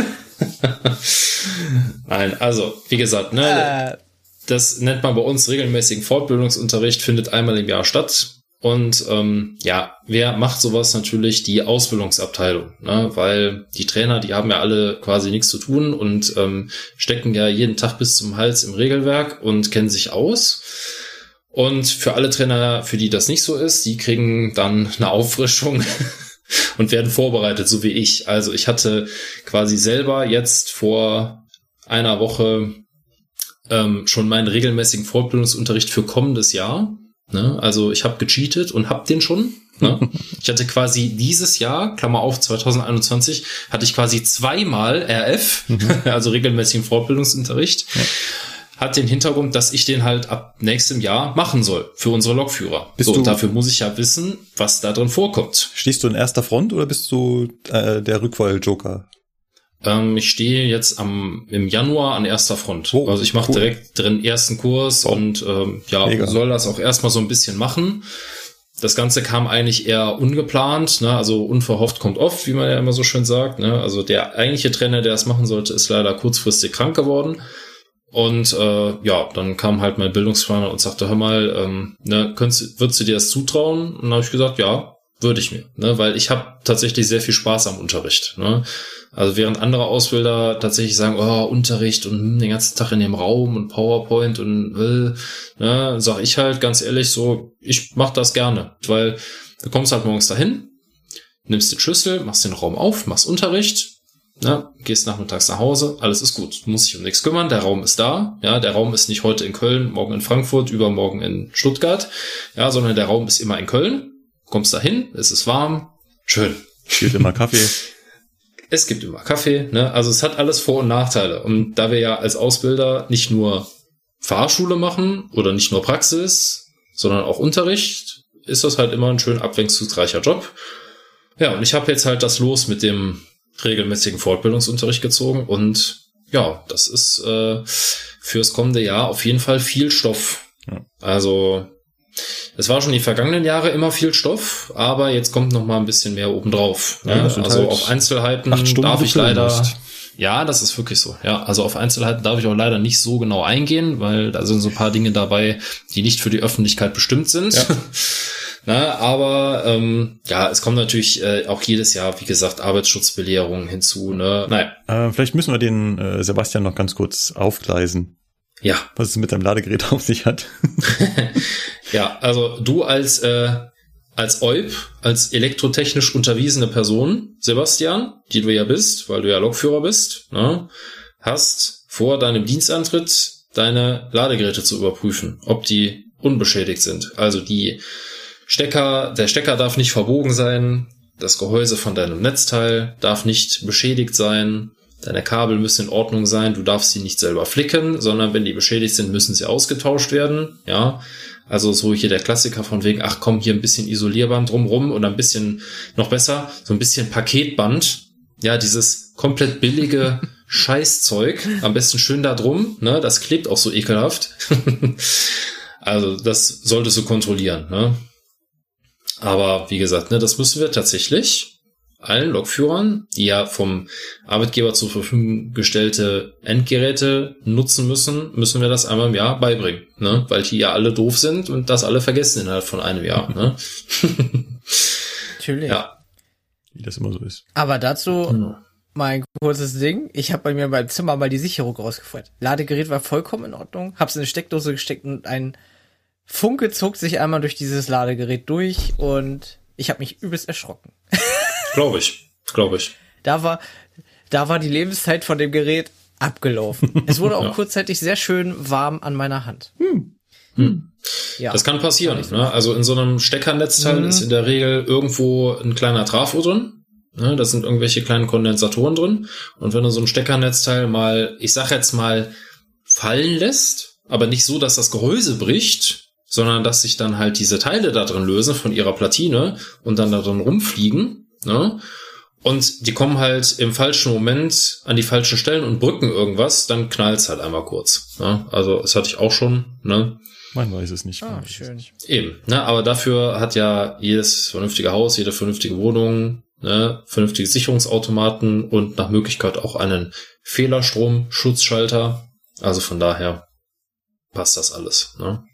Nein, also, wie gesagt, ne, Äh, das nennt man bei uns regelmäßigen Fortbildungsunterricht, findet einmal im Jahr statt. Und ähm, ja, wer macht sowas? Natürlich die Ausbildungsabteilung, ne? Weil die Trainer, die haben ja alle quasi nichts zu tun und ähm, stecken ja jeden Tag bis zum Hals im Regelwerk und kennen sich aus. Und für alle Trainer, für die das nicht so ist, die kriegen dann eine Auffrischung und werden vorbereitet, so wie ich. Also ich hatte quasi selber jetzt vor einer Woche ähm, schon meinen regelmäßigen Fortbildungsunterricht für kommendes Jahr. Ne? Also ich habe gecheatet und habe den schon. Ne? Ich hatte quasi dieses Jahr, Klammer auf, zwanzig einundzwanzig, hatte ich quasi zweimal R F, mhm. also regelmäßigen Fortbildungsunterricht. Ja. Hat den Hintergrund, dass ich den halt ab nächstem Jahr machen soll für unsere Lokführer. Bist so, du, und dafür muss ich ja wissen, was da drin vorkommt. Stehst du in erster Front oder bist du äh, der Rückfall-Joker? Ähm, ich stehe jetzt am im Januar an erster Front. Oh, also ich mache cool. direkt drin ersten Kurs oh. und ähm, ja, Mega. soll das auch erstmal so ein bisschen machen. Das Ganze kam eigentlich eher ungeplant, ne? Also unverhofft kommt oft, wie man ja immer so schön sagt. Ne? Also der eigentliche Trainer, der es machen sollte, ist leider kurzfristig krank geworden. Und äh, ja, dann kam halt mein Bildungsplaner und sagte, hör mal, ähm, ne, könntest, würdest du dir das zutrauen? Und dann habe ich gesagt, ja, würde ich mir, ne, weil ich habe tatsächlich sehr viel Spaß am Unterricht. Ne? Also während andere Ausbilder tatsächlich sagen, oh, Unterricht und hm, den ganzen Tag in dem Raum und PowerPoint und will, ne, sag ich halt ganz ehrlich so, ich mach das gerne, weil du kommst halt morgens dahin, nimmst den Schlüssel, machst den Raum auf, machst Unterricht, ne, gehst nachmittags nach Hause, alles ist gut. Du musst dich um nichts kümmern, der Raum ist da. Ja, der Raum ist nicht heute in Köln, morgen in Frankfurt, übermorgen in Stuttgart, ja, sondern der Raum ist immer in Köln. Kommst dahin, es ist warm, schön. Es gibt immer Kaffee. Es gibt immer Kaffee, ne? Also es hat alles Vor- und Nachteile. Und da wir ja als Ausbilder nicht nur Fahrschule machen oder nicht nur Praxis, sondern auch Unterricht, ist das halt immer ein schön abwechslungsreicher Job. Ja, und ich habe jetzt halt das Los mit dem regelmäßigen Fortbildungsunterricht gezogen und ja, das ist äh, fürs kommende Jahr auf jeden Fall viel Stoff. Ja. Also es war schon die vergangenen Jahre immer viel Stoff, aber jetzt kommt noch mal ein bisschen mehr obendrauf. Ja, ne? Also halt auf Einzelheiten darf ich leider... Musst. Ja, das ist wirklich so. Ja, also auf Einzelheiten darf ich auch leider nicht so genau eingehen, weil da sind so ein paar Dinge dabei, die nicht für die Öffentlichkeit bestimmt sind. Ja. Na, aber ähm, ja, es kommt natürlich äh, auch jedes Jahr, wie gesagt, Arbeitsschutzbelehrungen hinzu. Ne? Naja. Äh, vielleicht müssen wir den äh, Sebastian noch ganz kurz aufgleisen. Ja. Was es mit deinem Ladegerät auf sich hat. Ja, also du als äh, als E U P, als elektrotechnisch unterwiesene Person, Sebastian, die du ja bist, weil du ja Lokführer bist, ne, hast vor deinem Dienstantritt deine Ladegeräte zu überprüfen, ob die unbeschädigt sind. Also die Stecker, der Stecker darf nicht verbogen sein, das Gehäuse von deinem Netzteil darf nicht beschädigt sein, deine Kabel müssen in Ordnung sein, du darfst sie nicht selber flicken, sondern wenn die beschädigt sind, müssen sie ausgetauscht werden, ja. Also so hier der Klassiker von wegen, ach komm, hier ein bisschen Isolierband drumrum und ein bisschen, noch besser, so ein bisschen Paketband, ja, dieses komplett billige Scheißzeug, am besten schön da drum, ne, das klebt auch so ekelhaft. Also das solltest du kontrollieren, ne. Aber wie gesagt, ne, das müssen wir tatsächlich allen Lokführern, die ja vom Arbeitgeber zur Verfügung gestellte Endgeräte nutzen müssen, müssen wir das einmal im Jahr beibringen, ne? Weil die ja alle doof sind und das alle vergessen innerhalb von einem Jahr, ne? Natürlich. Ja. Wie das immer so ist. Aber dazu hm. mal ein kurzes Ding. Ich habe bei mir beim Zimmer mal die Sicherung rausgefeuert. Ladegerät war vollkommen in Ordnung, hab's in eine Steckdose gesteckt und ein Funke zog sich einmal durch dieses Ladegerät durch und ich habe mich übelst erschrocken. Glaube ich, glaube ich. Da war, da war die Lebenszeit von dem Gerät abgelaufen. Es wurde auch ja. kurzzeitig sehr schön warm an meiner Hand. Hm. Hm. Ja. Das kann passieren. So. Ne? Also in so einem Steckernetzteil mhm. ist in der Regel irgendwo ein kleiner Trafo drin. Ne? Da sind irgendwelche kleinen Kondensatoren drin. Und wenn du so ein Steckernetzteil mal, ich sag jetzt mal, fallen lässt, aber nicht so, dass das Gehäuse bricht, sondern dass sich dann halt diese Teile da drin lösen von ihrer Platine und dann da drin rumfliegen, ne? Und die kommen halt im falschen Moment an die falschen Stellen und brücken irgendwas, dann knallt's halt einmal kurz. Ne? Also das hatte ich auch schon, ne? Man weiß es nicht. Ah, schön. Nicht. Eben, ne? Aber dafür hat ja jedes vernünftige Haus, jede vernünftige Wohnung, ne, vernünftige Sicherungsautomaten und nach Möglichkeit auch einen Fehlerstrom-Schutzschalter. Also von daher passt das alles, ne?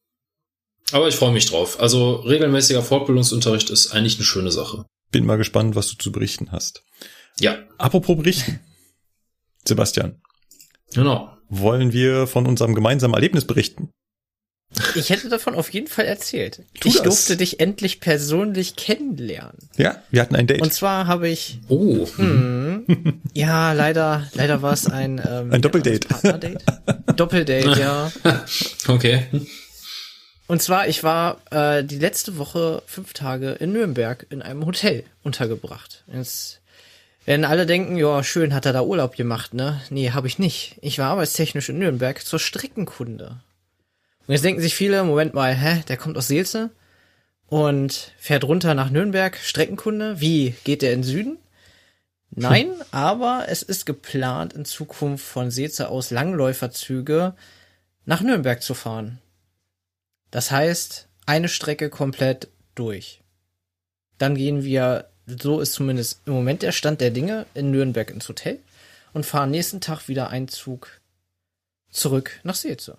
Aber ich freue mich drauf. Also regelmäßiger Fortbildungsunterricht ist eigentlich eine schöne Sache. Bin mal gespannt, was du zu berichten hast. Ja. Apropos berichten. Sebastian. Genau. Wollen wir von unserem gemeinsamen Erlebnis berichten? Ich hätte davon auf jeden Fall erzählt. Tu ich das. durfte dich endlich persönlich kennenlernen. Ja, wir hatten ein Date. Und zwar habe ich... Oh. Hm, ja, leider, leider war es ein... Ähm, ein Doppeldate. Partnerdate. Doppeldate, ja. Okay. Und zwar, ich war äh, die letzte Woche fünf Tage in Nürnberg in einem Hotel untergebracht. Jetzt werden alle denken, ja, schön, hat er da Urlaub gemacht, ne? Nee, habe ich nicht. Ich war arbeitstechnisch in Nürnberg zur Streckenkunde. Und jetzt denken sich viele, Moment mal, hä, der kommt aus Seelze und fährt runter nach Nürnberg, Streckenkunde. Wie, geht der in den Süden? Nein, aber es ist geplant, in Zukunft von Seelze aus Langläuferzüge nach Nürnberg zu fahren. Das heißt, eine Strecke komplett durch. Dann gehen wir, so ist zumindest im Moment der Stand der Dinge, in Nürnberg ins Hotel und fahren nächsten Tag wieder einen Zug zurück nach Seelze.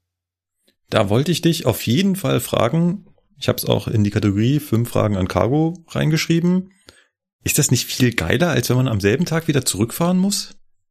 Da wollte ich dich auf jeden Fall fragen, ich habe es auch in die Kategorie fünf Fragen an Cargo reingeschrieben, ist das nicht viel geiler, als wenn man am selben Tag wieder zurückfahren muss?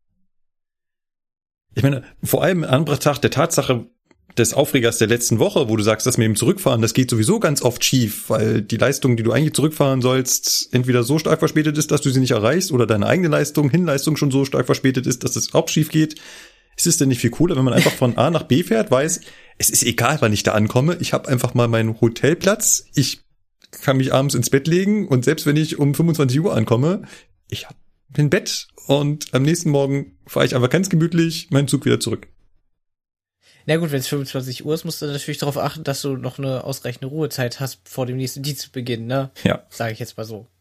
Ich meine, vor allem in Anbetracht der Tatsache, des Aufregers der letzten Woche, wo du sagst, das mit dem Zurückfahren, das geht sowieso ganz oft schief, weil die Leistung, die du eigentlich zurückfahren sollst, entweder so stark verspätet ist, dass du sie nicht erreichst, oder deine eigene Leistung, Hinleistung schon so stark verspätet ist, dass es auch schief geht. Ist es denn nicht viel cooler, wenn man einfach von A nach B fährt, weiß, es ist egal, wann ich da ankomme, ich habe einfach mal meinen Hotelplatz, ich kann mich abends ins Bett legen und selbst wenn ich um fünfundzwanzig Uhr ankomme, ich habe ein Bett und am nächsten Morgen fahre ich einfach ganz gemütlich meinen Zug wieder zurück. Na gut, wenn es fünfundzwanzig Uhr ist, musst du natürlich darauf achten, dass du noch eine ausreichende Ruhezeit hast vor dem nächsten Dienstbeginn, ne? Ja. Sage ich jetzt mal so.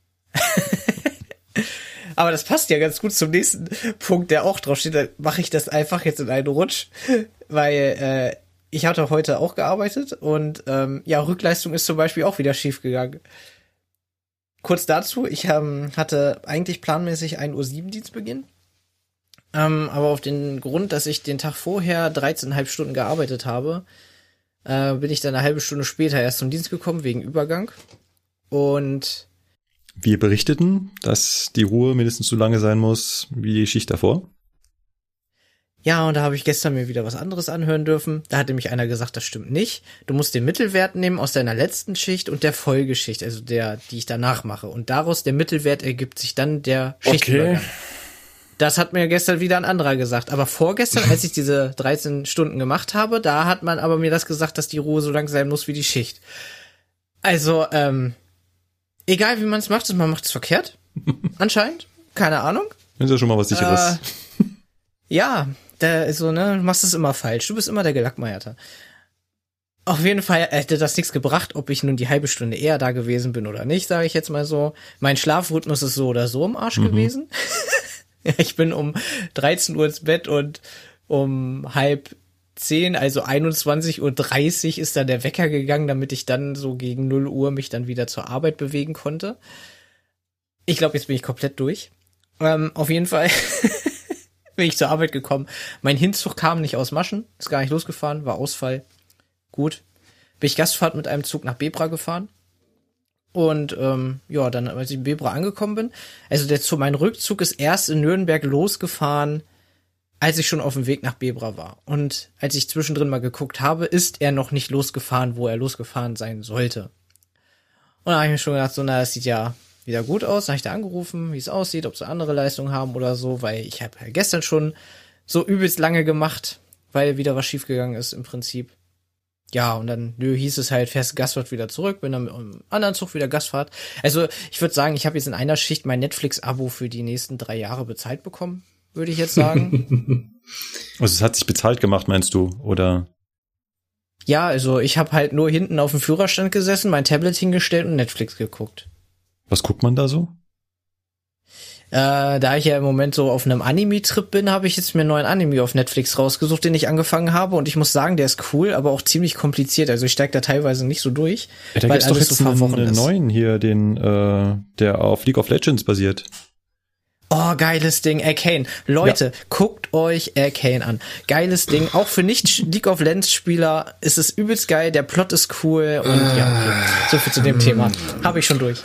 Aber das passt ja ganz gut zum nächsten Punkt, der auch drauf steht. Da mache ich das einfach jetzt in einen Rutsch, weil äh, ich hatte heute auch gearbeitet und ähm, ja, Rückleistung ist zum Beispiel auch wieder schief gegangen. Kurz dazu, ich ähm, hatte eigentlich planmäßig ein Uhr sieben Dienstbeginn. Ähm, aber auf den Grund, dass ich den Tag vorher dreizehn Komma fünf Stunden gearbeitet habe, äh, bin ich dann eine halbe Stunde später erst zum Dienst gekommen, wegen Übergang. Und wir berichteten, dass die Ruhe mindestens so lange sein muss wie die Schicht davor. Ja, und da habe ich gestern mir wieder was anderes anhören dürfen. Da hat nämlich einer gesagt, das stimmt nicht. Du musst den Mittelwert nehmen aus deiner letzten Schicht und der Folgeschicht, also der, die ich danach mache. Und daraus der Mittelwert ergibt sich dann der Schichtübergang. Okay. Das hat mir gestern wieder ein anderer gesagt. Aber vorgestern, als ich diese dreizehn Stunden gemacht habe, da hat man aber mir das gesagt, dass die Ruhe so lang sein muss wie die Schicht. Also, ähm, egal wie man es macht, man macht es verkehrt. Anscheinend. Keine Ahnung. Das ist ja schon mal was Sicheres. Äh, ja, da, so, ne, du machst es immer falsch. Du bist immer der Gelackmeierter. Auf jeden Fall hätte das nichts gebracht, ob ich nun die halbe Stunde eher da gewesen bin oder nicht, sage ich jetzt mal so. Mein Schlafrhythmus ist so oder so im Arsch mhm. gewesen. Ich bin um dreizehn Uhr ins Bett und um halb zehn, also einundzwanzig Uhr dreißig ist dann der Wecker gegangen, damit ich dann so gegen null Uhr mich dann wieder zur Arbeit bewegen konnte. Ich glaube, jetzt bin ich komplett durch. Ähm, auf jeden Fall bin ich zur Arbeit gekommen. Mein Hinzug kam nicht aus Maschen, ist gar nicht losgefahren, war Ausfall. Gut. Bin ich Gastfahrt mit einem Zug nach Bebra gefahren. Und ähm, ja, dann, als ich in Bebra angekommen bin, also der zu mein Rückzug ist erst in Nürnberg losgefahren, als ich schon auf dem Weg nach Bebra war. Und als ich zwischendrin mal geguckt habe, ist er noch nicht losgefahren, wo er losgefahren sein sollte. Und da habe ich mir schon gedacht, so, na, das sieht ja wieder gut aus. Dann habe ich da angerufen, wie es aussieht, ob sie andere Leistungen haben oder so, weil ich habe ja gestern schon so übelst lange gemacht, weil wieder was schiefgegangen ist im Prinzip. Ja, und dann nö, hieß es halt, fährst Gastfahrt wieder zurück, bin dann mit einem anderen Zug wieder Gastfahrt. Also ich würde sagen, ich habe jetzt in einer Schicht mein Netflix-Abo für die nächsten drei Jahre bezahlt bekommen, würde ich jetzt sagen. Also es hat sich bezahlt gemacht, meinst du, oder? Ja, also ich habe halt nur hinten auf dem Führerstand gesessen, mein Tablet hingestellt und Netflix geguckt. Was guckt man da so? Äh, da ich ja im Moment so auf einem Anime-Trip bin, habe ich jetzt mir einen neuen Anime auf Netflix rausgesucht, den ich angefangen habe. Und ich muss sagen, der ist cool, aber auch ziemlich kompliziert. Also ich steige da teilweise nicht so durch, ja, da weil gibt's doch alles jetzt so verworren einen ist. neuen hier, den, äh, der auf League of Legends basiert. Oh, geiles Ding, Arcane. Leute, ja. Guckt euch Arcane an. Geiles Ding. Auch für Nicht-League of Legends-Spieler ist es übelst geil. Der Plot ist cool. Und uh, ja, okay. So viel zu dem Thema. Habe ich schon durch.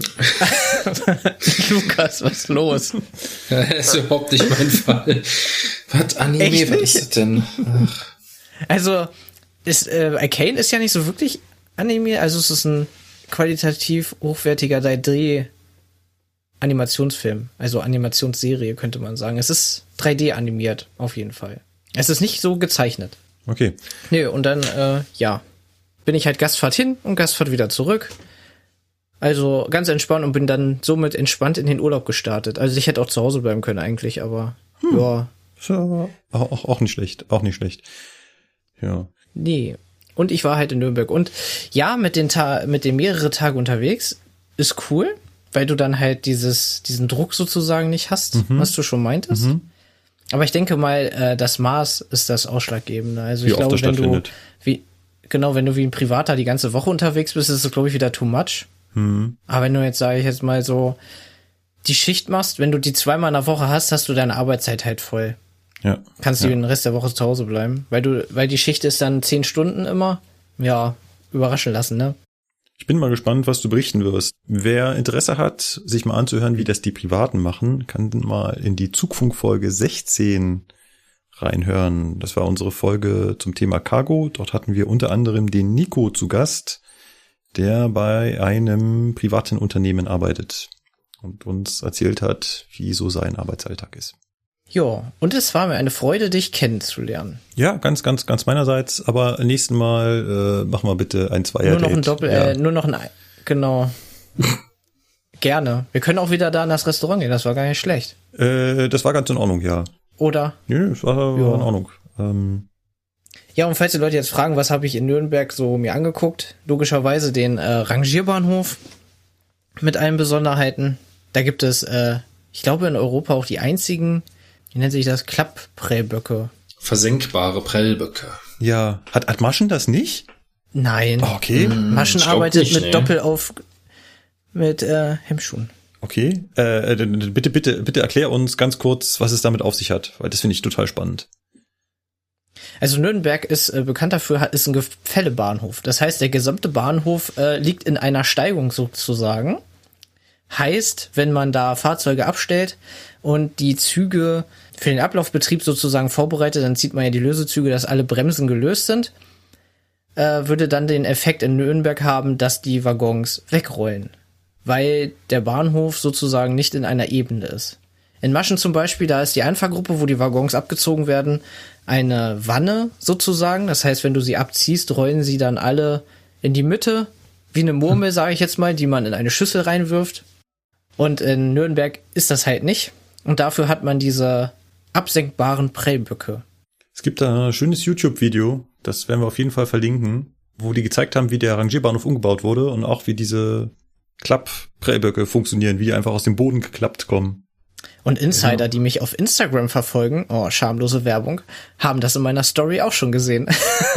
Lukas, was ist los? Das ist überhaupt nicht mein Fall. Was, Anime, Echt was ist das denn? Ach. Also, ist, äh, Arcane ist ja nicht so wirklich Anime. Also es ist ein qualitativ hochwertiger drei D Animationsfilm, also Animationsserie könnte man sagen. Es ist drei D animiert, auf jeden Fall. Es ist nicht so gezeichnet. Okay. Nee, und dann, äh, ja, bin ich halt Gastfahrt hin und Gastfahrt wieder zurück. Also ganz entspannt und bin dann somit entspannt in den Urlaub gestartet. Also ich hätte auch zu Hause bleiben können eigentlich, aber hm. ja. So, auch, auch nicht schlecht, auch nicht schlecht. Ja. Nee. Und ich war halt in Nürnberg. Und ja, mit den Ta- mit den mehrere Tage unterwegs ist cool, weil du dann halt dieses, diesen Druck sozusagen nicht hast, mhm. was du schon meintest. Mhm. Aber ich denke mal, äh, das Maß ist das Ausschlaggebende. Also wie ich glaube, wenn du, findet. wie, genau, wenn du wie ein Privater die ganze Woche unterwegs bist, ist es, glaube ich, wieder too much. Mhm. Aber wenn du jetzt, sage ich jetzt mal so, die Schicht machst, wenn du die zweimal in der Woche hast, hast du deine Arbeitszeit halt voll. Ja. Kannst du ja. den Rest der Woche zu Hause bleiben. Weil du, weil die Schicht ist dann zehn Stunden immer. Ja, überraschen lassen, ne? Ich bin mal gespannt, was du berichten wirst. Wer Interesse hat, sich mal anzuhören, wie das die Privaten machen, kann mal in die Zugfunkfolge sechzehn reinhören. Das war unsere Folge zum Thema Cargo. Dort hatten wir unter anderem den Nico zu Gast, der bei einem privaten Unternehmen arbeitet und uns erzählt hat, wie so sein Arbeitsalltag ist. Ja, und es war mir eine Freude, dich kennenzulernen. Ja, ganz, ganz, ganz meinerseits. Aber nächsten Mal äh, machen wir bitte ein Zweier-Date. Nur noch ein Doppel, ja. äh, nur noch ein, genau. Gerne. Wir können auch wieder da in das Restaurant gehen, das war gar nicht schlecht. Äh, das war ganz in Ordnung, ja. Oder? Nö, das war, war in Ordnung. Ähm. Ja, und falls die Leute jetzt fragen, was habe ich in Nürnberg so mir angeguckt, logischerweise den äh, Rangierbahnhof mit allen Besonderheiten. Da gibt es, äh, ich glaube, in Europa auch die einzigen, wie nennt sich das, Klappprellböcke. Versenkbare Prellböcke. Ja, hat, hat Maschen das nicht? Nein. Oh, okay. Hm, Maschen arbeitet nicht, mit nee. Doppelauf, mit äh, Hemmschuhen. Okay, äh, bitte, bitte, bitte erklär uns ganz kurz, was es damit auf sich hat, weil das finde ich total spannend. Also Nürnberg ist äh, bekannt dafür, ist ein Gefällebahnhof. Das heißt, der gesamte Bahnhof äh, liegt in einer Steigung sozusagen. Heißt, wenn man da Fahrzeuge abstellt und die Züge für den Ablaufbetrieb sozusagen vorbereitet, dann sieht man ja die Lösezüge, dass alle Bremsen gelöst sind, äh, würde dann den Effekt in Nürnberg haben, dass die Waggons wegrollen, weil der Bahnhof sozusagen nicht in einer Ebene ist. In Maschen zum Beispiel, da ist die Einfahrgruppe, wo die Waggons abgezogen werden, eine Wanne sozusagen. Das heißt, wenn du sie abziehst, rollen sie dann alle in die Mitte, wie eine Murmel, sage ich jetzt mal, die man in eine Schüssel reinwirft. Und in Nürnberg ist das halt nicht. Und dafür hat man diese absenkbaren Prellböcke. Es gibt da ein schönes YouTube-Video, das werden wir auf jeden Fall verlinken, wo die gezeigt haben, wie der Rangierbahnhof umgebaut wurde und auch wie diese Klapp-Prellböcke funktionieren, wie die einfach aus dem Boden geklappt kommen. Und Insider, die mich auf Instagram verfolgen, oh, schamlose Werbung, haben das in meiner Story auch schon gesehen.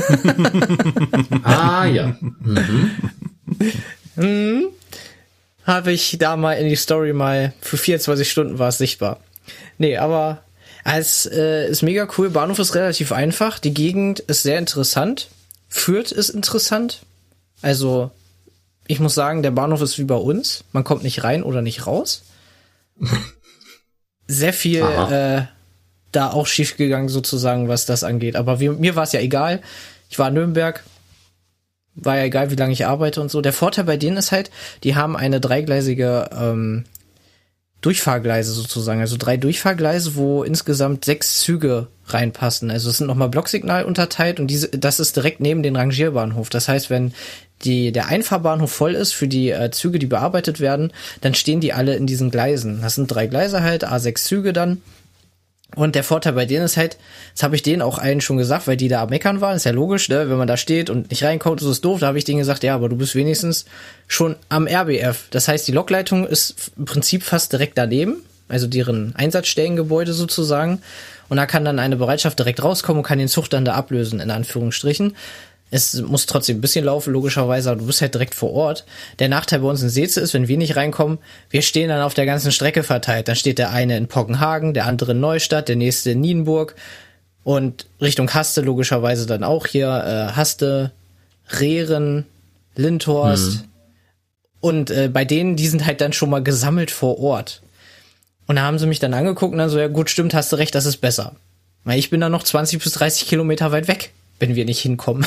Ah, ja. Mhm. Hm, habe ich da mal in die Story mal, für vierundzwanzig Stunden war es sichtbar. Nee, aber es äh, ist mega cool. Bahnhof ist relativ einfach. Die Gegend ist sehr interessant. Fürth ist interessant. Also, ich muss sagen, der Bahnhof ist wie bei uns. Man kommt nicht rein oder nicht raus. Sehr viel äh, da auch schief gegangen sozusagen, was das angeht. Aber wir, mir war es ja egal. Ich war in Nürnberg. War ja egal, wie lange ich arbeite und so. Der Vorteil bei denen ist halt, die haben eine dreigleisige ähm, Durchfahrgleise sozusagen. Also drei Durchfahrgleise, wo insgesamt sechs Züge reinpassen. Also es sind nochmal Blocksignal unterteilt und diese, das ist direkt neben den Rangierbahnhof. Das heißt, wenn die der Einfahrbahnhof voll ist für die äh, Züge, die bearbeitet werden, dann stehen die alle in diesen Gleisen. Das sind drei Gleise halt, A sechs Züge dann. Und der Vorteil bei denen ist halt, das habe ich denen auch allen schon gesagt, weil die da am Meckern waren, ist ja logisch, ne? Wenn man da steht und nicht reinkommt, ist es doof. Da habe ich denen gesagt, ja, aber du bist wenigstens schon am R B F. Das heißt, die Lokleitung ist im Prinzip fast direkt daneben, also deren Einsatzstellengebäude sozusagen. Und da kann dann eine Bereitschaft direkt rauskommen und kann den Zug dann da ablösen, in Anführungsstrichen. Es muss trotzdem ein bisschen laufen, logischerweise, aber du bist halt direkt vor Ort. Der Nachteil bei uns in Seetze ist, wenn wir nicht reinkommen, wir stehen dann auf der ganzen Strecke verteilt. Dann steht der eine in Poggenhagen, der andere in Neustadt, der nächste in Nienburg und Richtung Haste logischerweise dann auch hier äh, Haste, Rehren, Lindhorst. Mhm. Und äh, bei denen, die sind halt dann schon mal gesammelt vor Ort. Und da haben sie mich dann angeguckt und dann so, ja gut, stimmt, hast du recht, das ist besser. Weil ich bin dann noch zwanzig bis dreißig Kilometer weit weg, wenn wir nicht hinkommen.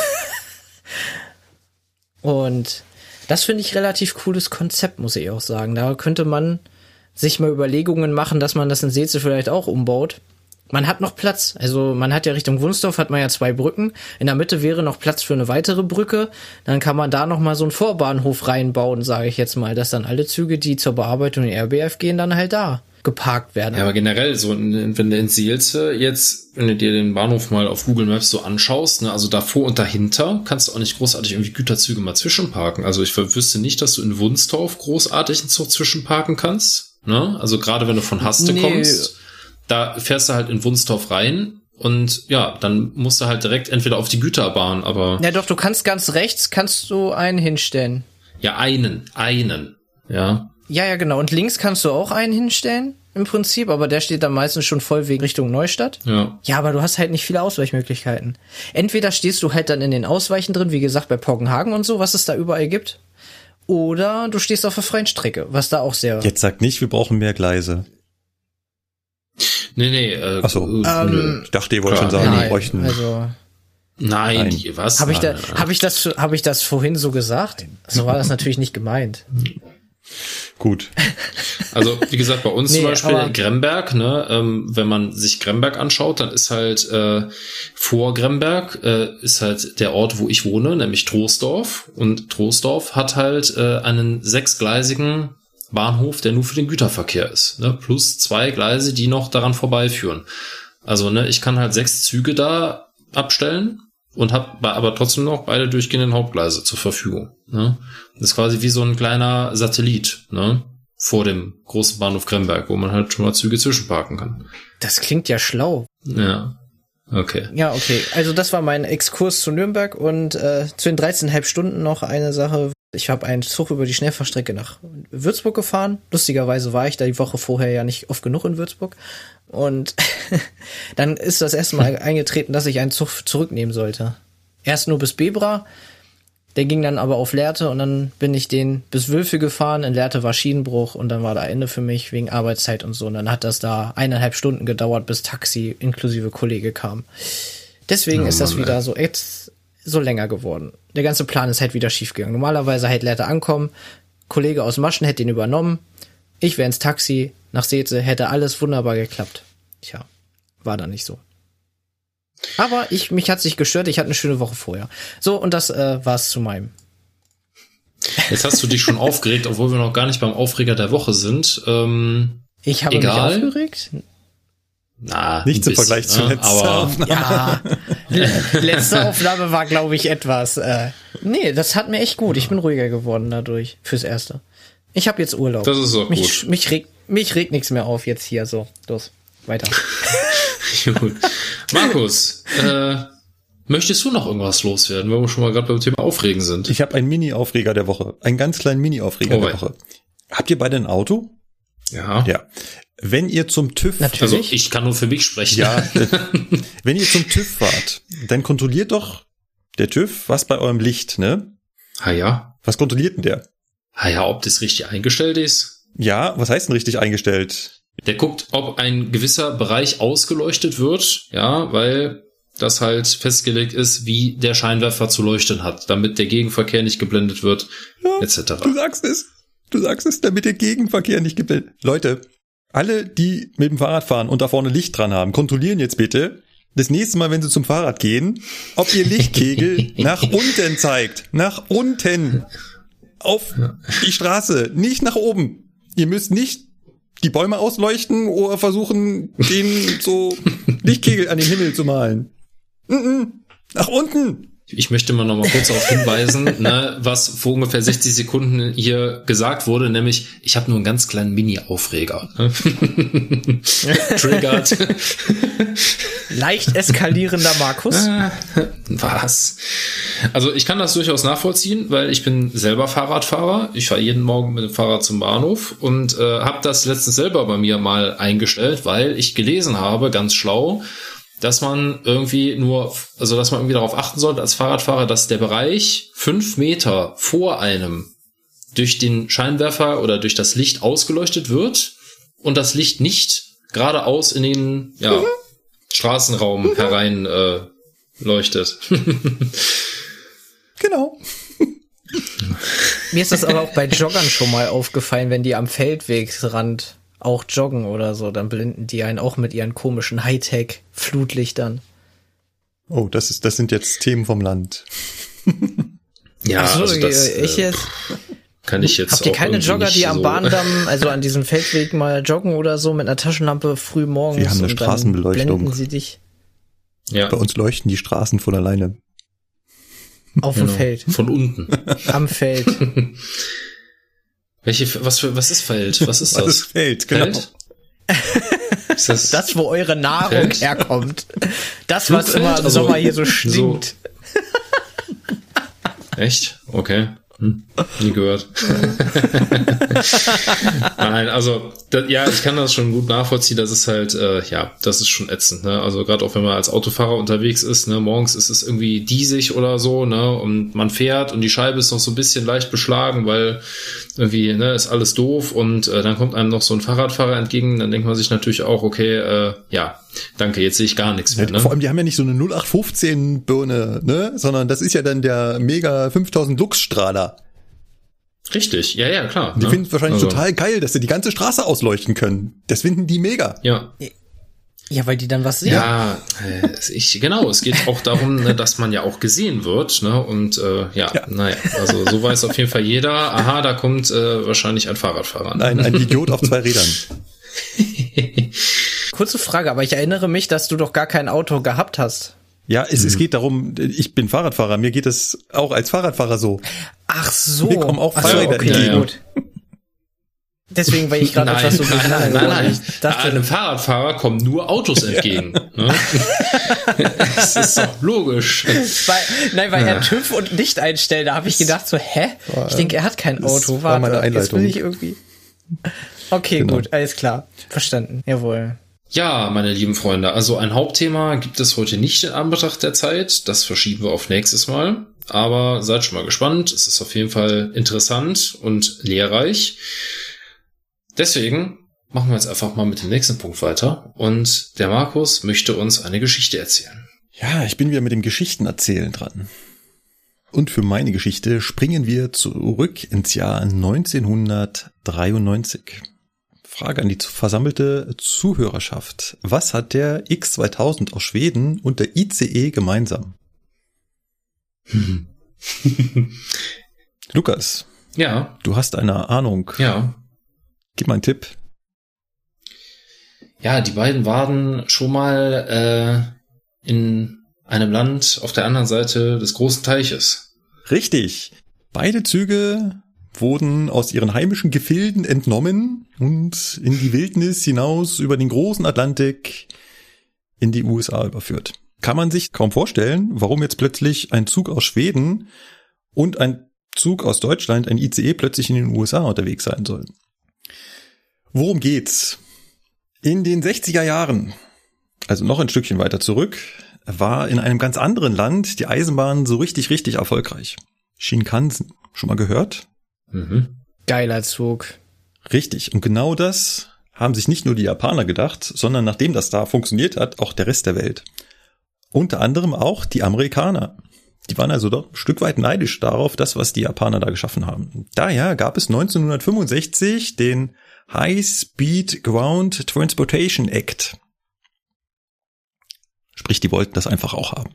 Und das finde ich relativ cooles Konzept, muss ich auch sagen. Da könnte man sich mal Überlegungen machen, dass man das in Seetze vielleicht auch umbaut. Man hat noch Platz. Also man hat ja Richtung Wunsdorf hat man ja zwei Brücken. In der Mitte wäre noch Platz für eine weitere Brücke. Dann kann man da noch mal so einen Vorbahnhof reinbauen, sage ich jetzt mal, dass dann alle Züge, die zur Bearbeitung in R B F gehen, dann halt da geparkt werden. Ja, aber generell, so wenn du in Seelze jetzt, wenn du dir den Bahnhof mal auf Google Maps so anschaust, ne, also davor und dahinter kannst du auch nicht großartig irgendwie Güterzüge mal zwischenparken. Also ich wüsste nicht, dass du in Wunsdorf großartig einen Zug zwischenparken kannst. Ne? Also gerade wenn du von Haste nee. kommst, da fährst du halt in Wunsdorf rein und ja, dann musst du halt direkt entweder auf die Güterbahn, aber... Ja doch, du kannst ganz rechts, kannst du einen hinstellen. Ja, einen, einen, ja. Ja, ja, genau. Und links kannst du auch einen hinstellen, im Prinzip, aber der steht dann meistens schon voll wegen Richtung Neustadt. Ja. Ja, aber du hast halt nicht viele Ausweichmöglichkeiten. Entweder stehst du halt dann in den Ausweichen drin, wie gesagt, bei Poggenhagen und so, was es da überall gibt. Oder du stehst auf der freien Strecke, was da auch sehr... Jetzt sag nicht, wir brauchen mehr Gleise. Nee, nee. Äh, Ach so. Ähm, ich dachte, ihr wollt schon sagen, nein, wir bräuchten... Also nein, nein. Die, was? Habe ich, da, hab ich, das, hab ich das vorhin so gesagt? So war das natürlich nicht gemeint. Gut. Also, wie gesagt, bei uns nee, zum Beispiel Gremberg, ne, ähm, wenn man sich Gremberg anschaut, dann ist halt äh, vor Gremberg äh, ist halt der Ort, wo ich wohne, nämlich Troisdorf. Und Troisdorf hat halt äh, einen sechsgleisigen Bahnhof, der nur für den Güterverkehr ist, ne, plus zwei Gleise, die noch daran vorbeiführen. Also, ne, ich kann halt sechs Züge da abstellen und habe aber trotzdem noch beide durchgehenden Hauptgleise zur Verfügung. Ne? Das ist quasi wie so ein kleiner Satellit, ne, vor dem großen Bahnhof Gremberg, wo man halt schon mal Züge zwischenparken kann. Das klingt ja schlau. Ja, okay. Ja, okay. Also das war mein Exkurs zu Nürnberg und äh, zu den dreizehn Komma fünf Stunden noch eine Sache. Ich habe einen Zug über die Schnellfahrstrecke nach Würzburg gefahren. Lustigerweise war ich da die Woche vorher ja nicht oft genug in Würzburg. Und dann ist das erste Mal eingetreten, dass ich einen Zug zurücknehmen sollte. Erst nur bis Bebra, der ging dann aber auf Lehrte und dann bin ich den bis Wülfe gefahren. In Lehrte war Schienenbruch und dann war da Ende für mich wegen Arbeitszeit und so. Und dann hat das da eineinhalb Stunden gedauert, bis Taxi inklusive Kollege kam. Deswegen oh, ist das Mann, wieder ey. so jetzt so länger geworden. Der ganze Plan ist halt wieder schief gegangen. Normalerweise hätte Lehrte ankommen, Kollege aus Maschen hätte ihn übernommen, ich wäre ins Taxi nach Seetze, hätte alles wunderbar geklappt. Tja, war da nicht so. Aber ich, mich hat's nicht gestört, ich hatte eine schöne Woche vorher. So, und das äh, war's zu meinem. Jetzt hast du dich schon aufgeregt, obwohl wir noch gar nicht beim Aufreger der Woche sind. Ähm, ich habe egal. mich aufgeregt? Na, nicht im Vergleich zur letzten Aufnahme. Ja, letzte Aufnahme war, glaube ich, etwas... Äh, nee, das hat mir echt gut. Ich bin ruhiger geworden dadurch, fürs Erste. Ich habe jetzt Urlaub. Das ist auch mich, gut. Mich regt, mich regt nichts mehr auf jetzt hier. So, los, weiter. Gut. Markus, äh, möchtest du noch irgendwas loswerden, wenn wir schon mal gerade beim Thema Aufregen sind? Ich habe einen Mini-Aufreger der Woche. Einen ganz kleinen Mini-Aufreger oh, der Woche. Habt ihr beide ein Auto? Ja. Ja. Wenn ihr zum TÜV... Natürlich. Also ich kann nur für mich sprechen. Ja. Wenn ihr zum TÜV fahrt, dann kontrolliert doch der TÜV was bei eurem Licht, ne? Ah ja. Was kontrolliert denn der? Ah ja, ob das richtig eingestellt ist? Ja, was heißt denn richtig eingestellt? Der guckt, ob ein gewisser Bereich ausgeleuchtet wird, ja, weil das halt festgelegt ist, wie der Scheinwerfer zu leuchten hat, damit der Gegenverkehr nicht geblendet wird, ja, et cetera. Du sagst es. Du sagst es, damit der Gegenverkehr nicht geblendet. Leute, alle, die mit dem Fahrrad fahren und da vorne Licht dran haben, kontrollieren jetzt bitte das nächste Mal, wenn sie zum Fahrrad gehen, ob ihr Lichtkegel nach unten zeigt. Nach unten. Auf die Straße. Nicht nach oben. Ihr müsst nicht die Bäume ausleuchten oder versuchen, den so Lichtkegel an den Himmel zu malen. Mm-mm. Nach unten. Ich möchte mal noch mal kurz darauf hinweisen, ne, was vor ungefähr sechzig Sekunden hier gesagt wurde, nämlich, ich habe nur einen ganz kleinen Mini-Aufreger. Triggert. Leicht eskalierender Markus. Was? Also ich kann das durchaus nachvollziehen, weil ich bin selber Fahrradfahrer. Ich fahre jeden Morgen mit dem Fahrrad zum Bahnhof und äh, habe das letztens selber bei mir mal eingestellt, weil ich gelesen habe, ganz schlau, dass man irgendwie nur, also dass man irgendwie darauf achten sollte als Fahrradfahrer, dass der Bereich fünf Meter vor einem durch den Scheinwerfer oder durch das Licht ausgeleuchtet wird und das Licht nicht geradeaus in den ja, mhm. Straßenraum mhm. herein äh, leuchtet. Genau. Mir ist das aber auch bei Joggern schon mal aufgefallen, wenn die am Feldwegsrand auch joggen oder so, dann blenden die einen auch mit ihren komischen Hightech-Flutlichtern. Oh, das ist, das sind jetzt Themen vom Land. Ja, Ach so, also das ich äh, jetzt, kann ich jetzt habt ihr auch keine Jogger, die am so Bahndamm, also an diesem Feldweg mal joggen oder so mit einer Taschenlampe früh morgens? Wir haben eine und Straßenbeleuchtung. Dann blenden sie dich ja. Bei uns leuchten die Straßen von alleine. auf genau. dem Feld. Von unten. Am Feld. Welche, was für, was ist Feld? Was ist das? Was ist Feld, genau. Feld? Ist das, Das, wo eure Nahrung Feld? herkommt. Das, was Flugfeld? immer im Also, Sommer hier so stinkt. So. Echt? Okay. Hm. Nie gehört. Nein, also das, ja, ich kann das schon gut nachvollziehen. Das ist halt, äh, ja, das ist schon ätzend. Ne? Also gerade auch wenn man als Autofahrer unterwegs ist, ne, morgens ist es irgendwie diesig oder so, ne, und man fährt und die Scheibe ist noch so ein bisschen leicht beschlagen, weil irgendwie, ne, ist alles doof und äh, dann kommt einem noch so ein Fahrradfahrer entgegen. Dann denkt man sich natürlich auch, okay, äh, ja, danke, jetzt sehe ich gar nichts mehr. Ne? Vor allem, die haben ja nicht so eine null acht fünfzehn Birne, ne, sondern das ist ja dann der Mega fünftausend Lux Strahler. Richtig, ja, ja, klar. Die ne? finden es wahrscheinlich also. total geil, dass sie die ganze Straße ausleuchten können. Das finden die mega. Ja. Ja, weil die dann was sehen. Ja, äh, ich, genau, es geht auch darum, ne, dass man ja auch gesehen wird, ne, und äh, ja, ja, naja, also so weiß auf jeden Fall jeder, aha, da kommt äh, wahrscheinlich ein Fahrradfahrer. Nein, ein Idiot auf zwei Rädern. Kurze Frage, aber ich erinnere mich, dass du doch gar kein Auto gehabt hast. Ja, es, mhm. es geht darum, ich bin Fahrradfahrer, mir geht es auch als Fahrradfahrer so. Ach so. Mir kommen auch Ach so, Fahrräder okay, entgegen. Gut. Deswegen, weil ich gerade etwas so nein, nein, nein, nein. Ich dachte, einem Fahrradfahrer kommen nur Autos entgegen. Ne? Das ist doch logisch. Weil, nein, weil ja. er TÜV und Licht einstellt, da habe ich gedacht so, hä? Ich denke, er hat kein Auto. Das war meine Warte, Einleitung. jetzt bin ich irgendwie. Okay, genau. Gut, alles klar. Verstanden. Jawohl. Ja, meine lieben Freunde, also ein Hauptthema gibt es heute nicht in Anbetracht der Zeit. Das verschieben wir auf nächstes Mal. Aber seid schon mal gespannt. Es ist auf jeden Fall interessant und lehrreich. Deswegen machen wir jetzt einfach mal mit dem nächsten Punkt weiter. Und der Markus möchte uns eine Geschichte erzählen. Ja, ich bin wieder mit dem Geschichtenerzählen dran. Und für meine Geschichte springen wir zurück ins Jahr neunzehnhundertdreiundneunzig. Frage an die versammelte Zuhörerschaft. Was hat der X zweitausend aus Schweden und der I C E gemeinsam? Hm. Lukas. Ja. Du hast eine Ahnung. Ja. Gib mal einen Tipp. Ja, die beiden waren schon mal äh, in einem Land auf der anderen Seite des großen Teiches. Richtig. Beide Züge wurden aus ihren heimischen Gefilden entnommen und in die Wildnis hinaus über den großen Atlantik in die U S A überführt. Kann man sich kaum vorstellen, warum jetzt plötzlich ein Zug aus Schweden und ein Zug aus Deutschland, ein I C E, plötzlich in den U S A unterwegs sein sollen. Worum geht's? In den sechziger Jahren, also noch ein Stückchen weiter zurück, war in einem ganz anderen Land die Eisenbahn so richtig, richtig erfolgreich. Shinkansen. Schon mal gehört? Mhm. Geiler Zug. Richtig. Und genau das haben sich nicht nur die Japaner gedacht, sondern nachdem das da funktioniert hat, auch der Rest der Welt. Unter anderem auch die Amerikaner. Die waren also doch ein Stück weit neidisch darauf, das, was die Japaner da geschaffen haben. Daher gab es neunzehnhundertfünfundsechzig den High Speed Ground Transportation Act. Sprich, die wollten das einfach auch haben.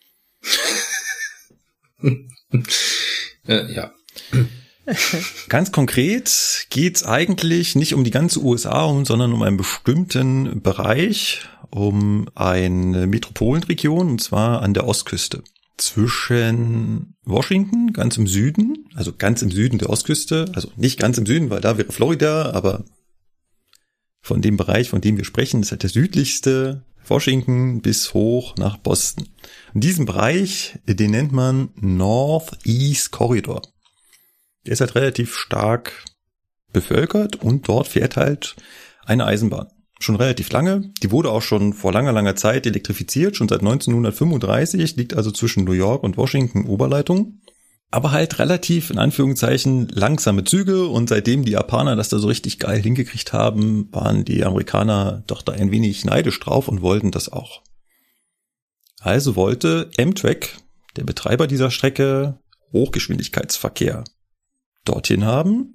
äh, ja. Ganz konkret geht's eigentlich nicht um die ganze U S A, sondern um einen bestimmten Bereich, um eine Metropolenregion, und zwar an der Ostküste. Zwischen Washington, ganz im Süden, also ganz im Süden der Ostküste, also nicht ganz im Süden, weil da wäre Florida, aber von dem Bereich, von dem wir sprechen, ist halt der südlichste, Washington bis hoch nach Boston. Und diesen Bereich, den nennt man Northeast Corridor. Der ist halt relativ stark bevölkert und dort fährt halt eine Eisenbahn. Schon relativ lange. Die wurde auch schon vor langer, langer Zeit elektrifiziert. Schon seit neunzehnhundertfünfunddreißig, liegt also zwischen New York und Washington Oberleitung. Aber halt relativ, in Anführungszeichen, langsame Züge. Und seitdem die Japaner das da so richtig geil hingekriegt haben, waren die Amerikaner doch da ein wenig neidisch drauf und wollten das auch. Also wollte Amtrak, der Betreiber dieser Strecke, Hochgeschwindigkeitsverkehr dorthin haben.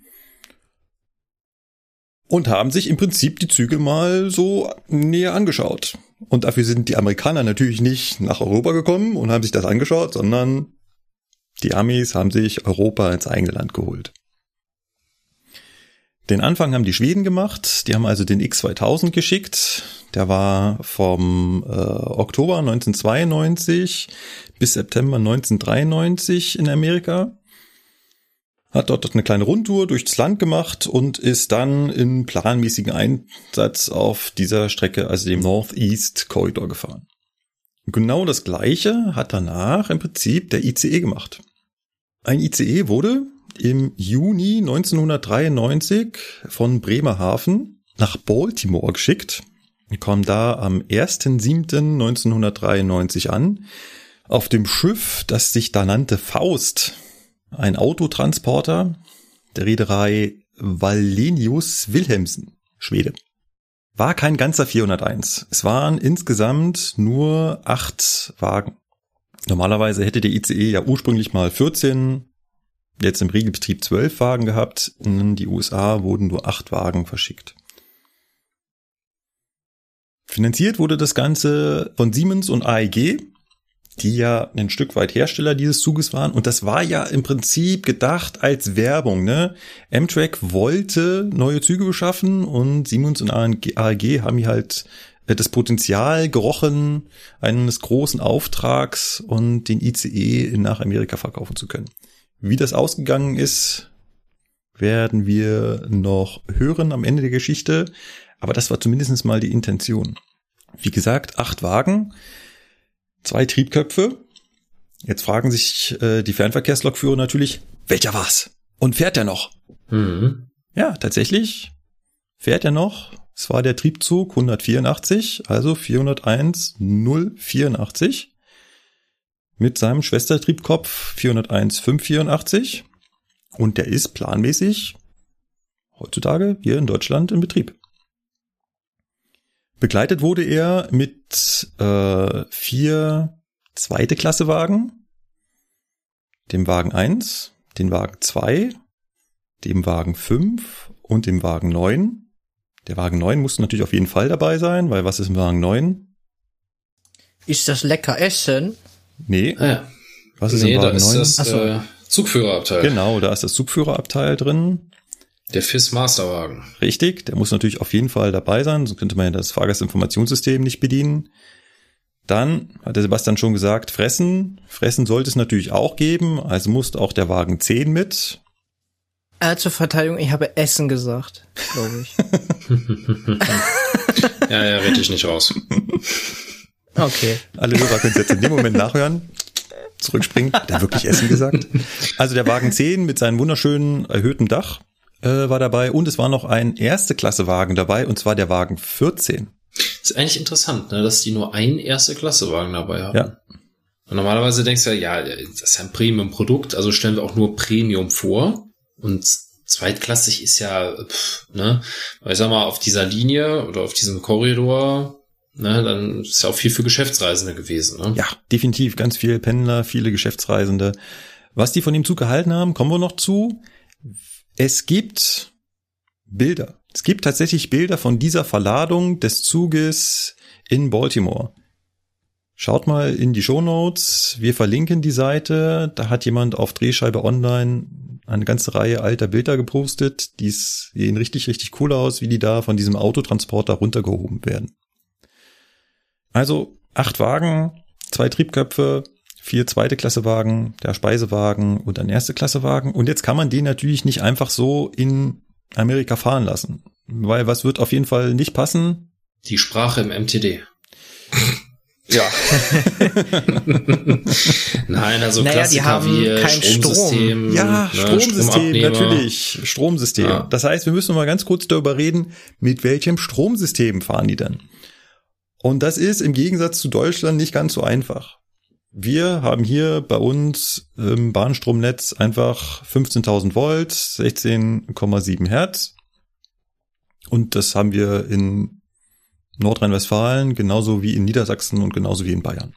Und haben sich im Prinzip die Züge mal so näher angeschaut. Und dafür sind die Amerikaner natürlich nicht nach Europa gekommen und haben sich das angeschaut, sondern die Amis haben sich Europa ins eigene Land geholt. Den Anfang haben die Schweden gemacht. Die haben also den X zweitausend geschickt. Der war vom äh, Oktober neunzehnhundertzweiundneunzig bis September neunzehnhundertdreiundneunzig in Amerika. Hat dort eine kleine Rundtour durchs Land gemacht und ist dann in planmäßigen Einsatz auf dieser Strecke, also dem Northeast Corridor, gefahren. Genau das Gleiche hat danach im Prinzip der I C E gemacht. Ein I C E wurde im Juni neunzehnhundertdreiundneunzig von Bremerhaven nach Baltimore geschickt. Wir kommen da am ersten siebten neunzehnhundertdreiundneunzig an, auf dem Schiff, das sich da nannte Faust. Ein Autotransporter der Reederei Wallenius Wilhelmsen, Schwede. War kein ganzer vierhunderteins. Es waren insgesamt nur acht Wagen. Normalerweise hätte der I C E ja ursprünglich mal vierzehn, jetzt im Regelbetrieb zwölf Wagen gehabt. In die U S A wurden nur acht Wagen verschickt. Finanziert wurde das Ganze von Siemens und A E G, die ja ein Stück weit Hersteller dieses Zuges waren. Und das war ja im Prinzip gedacht als Werbung, ne? Amtrak wollte neue Züge beschaffen und Siemens und A E G haben hier halt das Potenzial gerochen, eines großen Auftrags und den I C E nach Amerika verkaufen zu können. Wie das ausgegangen ist, werden wir noch hören am Ende der Geschichte. Aber das war zumindest mal die Intention. Wie gesagt, acht Wagen, zwei Triebköpfe. Jetzt fragen sich äh, die Fernverkehrslokführer natürlich, welcher war's? Und fährt der noch? Mhm. Ja, tatsächlich fährt er noch. Es war der Triebzug hundertvierundachtzig, also vierhunderteins null vierundachtzig. Mit seinem Schwestertriebkopf vierhunderteins fünf vierundachtzig. Und der ist planmäßig heutzutage hier in Deutschland in Betrieb. Begleitet wurde er mit äh, vier zweite Klasse Wagen, dem Wagen eins, dem Wagen zwei, dem Wagen fünf und dem Wagen neun. Der Wagen neun musste natürlich auf jeden Fall dabei sein, weil was ist im Wagen neun? Ist das lecker Essen? Nee. Ah, ja. Was ist nee, im Wagen da ist neun? das äh, Zugführerabteil. Genau, da ist das Zugführerabteil drin. Der F I S Masterwagen. Richtig, der muss natürlich auf jeden Fall dabei sein, sonst könnte man ja das Fahrgastinformationssystem nicht bedienen. Dann hat der Sebastian schon gesagt, Fressen. Fressen sollte es natürlich auch geben, also musste auch der Wagen zehn mit. Äh, zur Verteidigung, ich habe Essen gesagt, glaube ich. ja, ja, rette ich nicht raus. Okay. Alle Hörer können es jetzt in dem Moment nachhören. Zurückspringen. Hat er wirklich Essen gesagt? Also der Wagen zehn mit seinem wunderschönen erhöhten Dach äh, war dabei und es war noch ein Erste-Klasse-Wagen dabei und zwar der Wagen vierzehn. Das ist eigentlich interessant, ne, dass die nur einen Erste-Klasse-Wagen dabei haben. Ja. Und normalerweise denkst du ja, ja, das ist ja ein Premium-Produkt, also stellen wir auch nur Premium vor. Und zweitklassig ist ja, pff, ne, weil ich sag mal, auf dieser Linie oder auf diesem Korridor, ne, dann ist ja auch viel für Geschäftsreisende gewesen, ne? Ja, definitiv. Ganz viele Pendler, viele Geschäftsreisende. Was die von dem Zug gehalten haben, kommen wir noch zu. Es gibt Bilder. Es gibt tatsächlich Bilder von dieser Verladung des Zuges in Baltimore. Schaut mal in die Shownotes. Wir verlinken die Seite. Da hat jemand auf Drehscheibe Online eine ganze Reihe alter Bilder gepostet. Die sehen richtig, richtig cool aus, wie die da von diesem Autotransporter runtergehoben werden. Also acht Wagen, zwei Triebköpfe, vier zweite Klasse Wagen, der Speisewagen und ein erste Klasse Wagen. Und jetzt kann man den natürlich nicht einfach so in Amerika fahren lassen. Weil was wird auf jeden Fall nicht passen? Die Sprache im M T D. Ja. Nein, also naja, Klassiker wie Stromsystem. Strom. Ja, ne, Stromsystem, natürlich. Stromsystem. Ja. Das heißt, wir müssen mal ganz kurz darüber reden, mit welchem Stromsystem fahren die denn? Und das ist im Gegensatz zu Deutschland nicht ganz so einfach. Wir haben hier bei uns im Bahnstromnetz einfach fünfzehntausend Volt, sechzehn Komma sieben Hertz. Und das haben wir in Nordrhein-Westfalen genauso wie in Niedersachsen und genauso wie in Bayern.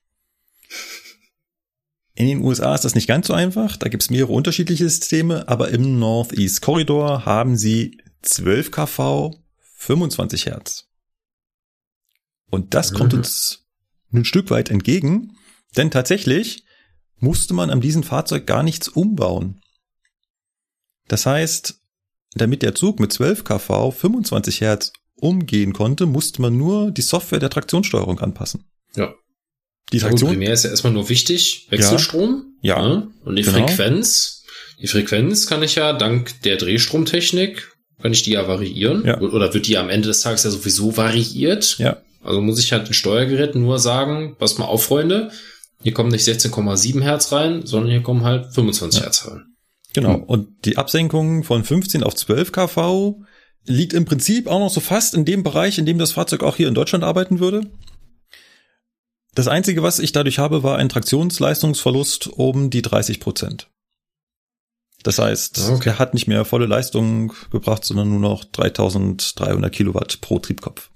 In den U S A ist das nicht ganz so einfach. Da gibt es mehrere unterschiedliche Systeme, aber im Northeast Corridor haben sie zwölf Kilovolt, fünfundzwanzig Hertz. Und das kommt mhm. uns ein Stück weit entgegen, denn tatsächlich musste man an diesem Fahrzeug gar nichts umbauen. Das heißt, damit der Zug mit zwölf Kilovolt, fünfundzwanzig Hertz umgehen konnte, musste man nur die Software der Traktionssteuerung anpassen. Ja. Die Traktion. Primär ist ja erstmal nur wichtig, Wechselstrom. Ja. ja. Ne? Und die genau. Frequenz. Die Frequenz kann ich ja dank der Drehstromtechnik, kann ich die ja variieren. Ja. Oder wird die am Ende des Tages ja sowieso variiert. Ja. Also muss ich halt den Steuergerät nur sagen, pass mal auf, Freunde, hier kommen nicht sechzehn Komma sieben Hertz rein, sondern hier kommen halt fünfundzwanzig ja. Hertz rein. Genau. Hm. Und die Absenkung von fünfzehn auf zwölf Kilovolt liegt im Prinzip auch noch so fast in dem Bereich, in dem das Fahrzeug auch hier in Deutschland arbeiten würde. Das Einzige, was ich dadurch habe, war ein Traktionsleistungsverlust um die dreißig Prozent. Das heißt, okay. er hat nicht mehr volle Leistung gebracht, sondern nur noch dreitausenddreihundert Kilowatt pro Triebkopf.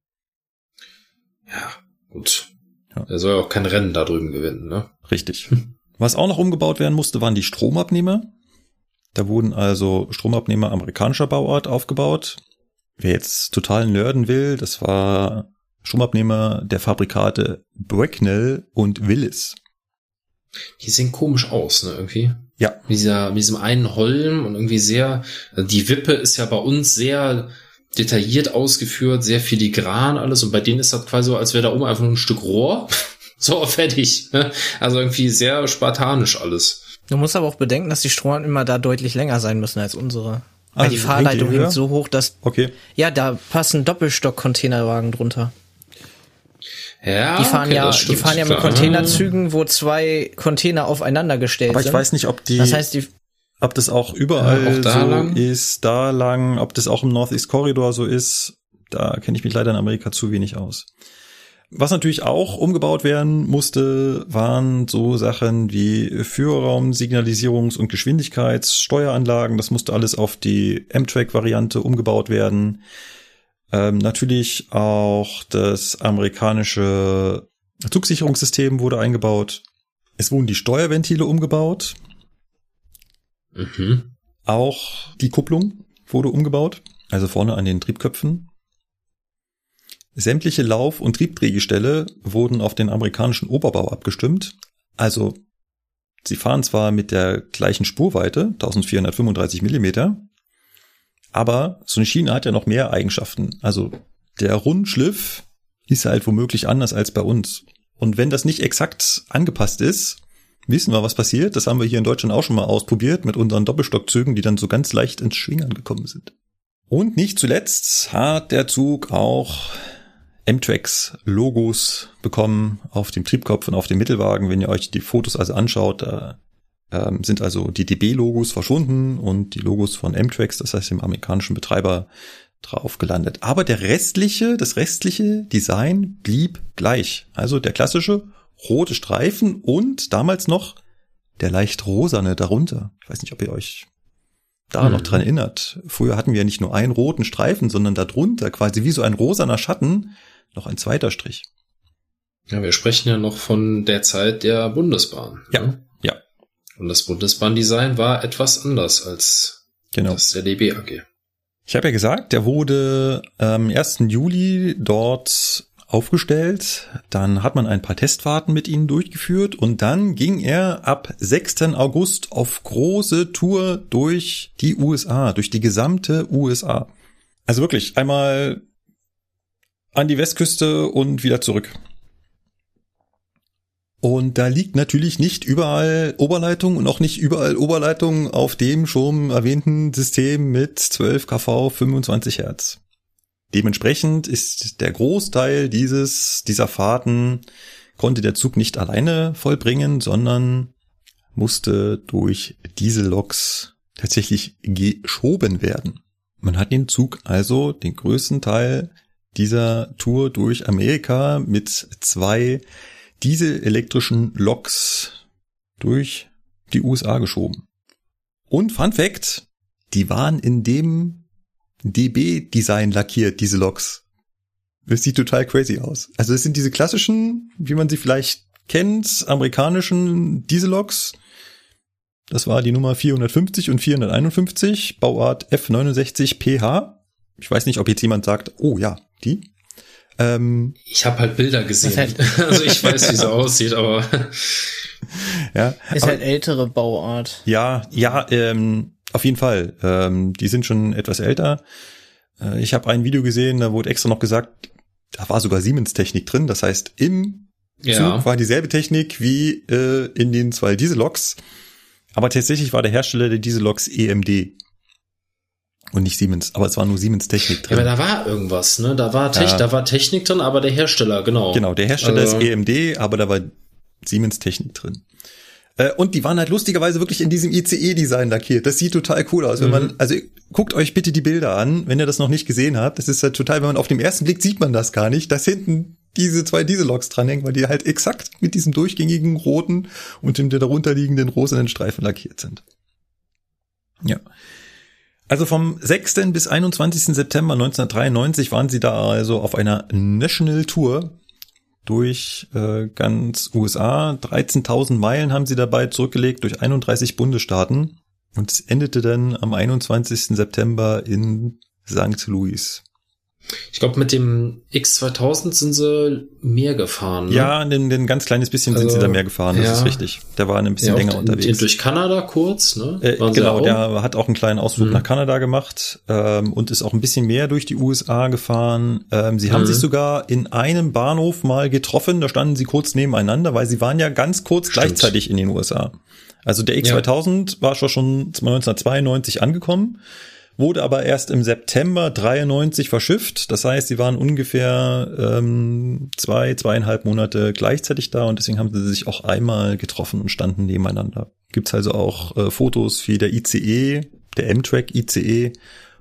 Ja, gut. Ja. Er soll ja auch kein Rennen da drüben gewinnen, ne? Richtig. Was auch noch umgebaut werden musste, waren die Stromabnehmer. Da wurden also Stromabnehmer amerikanischer Bauart aufgebaut. Wer jetzt total nerden will, das war Stromabnehmer der Fabrikate Bracknell und Willis. Die sehen komisch aus, ne, irgendwie. Ja. Mit dieser, mit diesem einen Holm und irgendwie sehr, also die Wippe ist ja bei uns sehr detailliert ausgeführt, sehr filigran alles und bei denen ist das quasi so, als wäre da oben einfach nur ein Stück Rohr. So, fertig. Ne? Also irgendwie sehr spartanisch alles. Du musst aber auch bedenken, dass die Strohhalme immer da deutlich länger sein müssen als unsere. Weil Also die Fahrleitung hängt die höher? hängt so hoch, dass... Okay. Ja, da passen Doppelstock-Containerwagen drunter. Ja, Die fahren okay, ja, das stimmt, die fahren ja mit klar. Containerzügen, wo zwei Container aufeinander gestellt Aber ich sind. weiß nicht, ob die, Das heißt, die, ob das auch überall Ja, auch da so lang? ist, da lang, ob das auch im Northeast Corridor so ist. Da kenne ich mich leider in Amerika zu wenig aus. Was natürlich auch umgebaut werden musste, waren so Sachen wie Führerraum, Signalisierungs- und Geschwindigkeitssteueranlagen. Das musste alles auf die M-Track-Variante umgebaut werden. Ähm, natürlich auch das amerikanische Zugsicherungssystem wurde eingebaut. Es wurden die Steuerventile umgebaut. Mhm. Auch die Kupplung wurde umgebaut, also vorne an den Triebköpfen. Sämtliche Lauf- und Triebdrehgestelle wurden auf den amerikanischen Oberbau abgestimmt. Also sie fahren zwar mit der gleichen Spurweite, eintausendvierhundertfünfunddreißig Millimeter, aber so eine Schiene hat ja noch mehr Eigenschaften. Also der Rundschliff ist halt womöglich anders als bei uns. Und wenn das nicht exakt angepasst ist, wissen wir, was passiert. Das haben wir hier in Deutschland auch schon mal ausprobiert mit unseren Doppelstockzügen, die dann so ganz leicht ins Schwingern gekommen sind. Und nicht zuletzt hat der Zug auch M-Tracks Logos bekommen auf dem Triebkopf und auf dem Mittelwagen. Wenn ihr euch die Fotos also anschaut, da ähm, sind also die D B-Logos verschwunden und die Logos von M-Tracks, das heißt dem amerikanischen Betreiber, drauf gelandet. Aber der restliche, das restliche Design blieb gleich. Also der klassische rote Streifen und damals noch der leicht rosane darunter. Ich weiß nicht, ob ihr euch da mhm. noch dran erinnert. Früher hatten wir ja nicht nur einen roten Streifen, sondern darunter quasi wie so ein rosaner Schatten noch ein zweiter Strich. Ja, wir sprechen ja noch von der Zeit der Bundesbahn. Ja, ne? ja. Und das Bundesbahndesign war etwas anders als genau. das der D B A G. Ich habe ja gesagt, der wurde am ersten Juli dort aufgestellt. Dann hat man ein paar Testfahrten mit ihnen durchgeführt und dann ging er ab sechsten August auf große Tour durch die U S A, durch die gesamte U S A. Also wirklich einmal an die Westküste und wieder zurück. Und da liegt natürlich nicht überall Oberleitung und auch nicht überall Oberleitung auf dem schon erwähnten System mit zwölf Kilovolt, fünfundzwanzig Hertz. Dementsprechend ist der Großteil dieses, dieser Fahrten konnte der Zug nicht alleine vollbringen, sondern musste durch Dieselloks tatsächlich geschoben werden. Man hat den Zug also den größten Teil dieser Tour durch Amerika mit zwei dieselelektrischen Loks durch die U S A geschoben. Und Fun Fact, die waren in dem D B-Design lackiert, diese Loks. Das sieht total crazy aus. Also es sind diese klassischen, wie man sie vielleicht kennt, amerikanischen Dieselloks. Das war die Nummer vierhundertfünfzig und vierhunderteinundfünfzig, Bauart F neunundsechzig P H. Ich weiß nicht, ob jetzt jemand sagt, oh ja, die. Ähm, ich habe halt Bilder gesehen. Also ich weiß, wie sie aussieht, aber ja, ist aber, halt ältere Bauart. Ja, ja, ähm, auf jeden Fall. Ähm, die sind schon etwas älter. Äh, ich habe ein Video gesehen, da wurde extra noch gesagt, da war sogar Siemens-Technik drin. Das heißt, im ja. Zug war dieselbe Technik wie äh, in den zwei Dieselloks. Aber tatsächlich war der Hersteller der Dieselloks E M D. Und nicht Siemens, aber es war nur Siemens-Technik drin. Ja, aber da war irgendwas, ne? Da war, Techn- ja. da war Technik drin, aber der Hersteller, genau. Genau, der Hersteller also. ist E M D, aber da war Siemens-Technik drin. Äh, und die waren halt lustigerweise wirklich in diesem I C E-Design lackiert. Das sieht total cool aus. Wenn mhm. man, also guckt euch bitte die Bilder an, wenn ihr das noch nicht gesehen habt. Das ist halt total, wenn man auf dem ersten Blick sieht man das gar nicht, dass hinten diese zwei Dieselloks dranhängen, weil die halt exakt mit diesem durchgängigen roten und dem darunterliegenden rosanen Streifen lackiert sind. Ja. Also vom sechsten bis einundzwanzigsten September neunzehnhundertdreiundneunzig waren sie da also auf einer National Tour durch äh, ganz U S A. dreizehntausend Meilen haben sie dabei zurückgelegt durch einunddreißig Bundesstaaten und es endete dann am einundzwanzigsten September in Sankt Louis. Ich glaube, mit dem X zweitausend sind sie mehr gefahren. Ne? Ja, ein, ein ganz kleines bisschen also, sind sie da mehr gefahren, das ja. ist richtig. Der war ein bisschen ja, länger unterwegs. Den durch Kanada kurz, ne? Äh, genau, der hat auch einen kleinen Ausflug mhm. nach Kanada gemacht ähm, und ist auch ein bisschen mehr durch die U S A gefahren. Ähm, sie mhm. haben sich sogar in einem Bahnhof mal getroffen, da standen sie kurz nebeneinander, weil sie waren ja ganz kurz Stimmt. gleichzeitig in den U S A. Also der X zweitausend ja. war schon neunzehnhundertzweiundneunzig angekommen, wurde aber erst im September dreiundneunzig verschifft. Das heißt, sie waren ungefähr ähm, zwei, zweieinhalb Monate gleichzeitig da und deswegen haben sie sich auch einmal getroffen und standen nebeneinander. Gibt's also auch äh, Fotos wie der I C E, der Amtrak I C E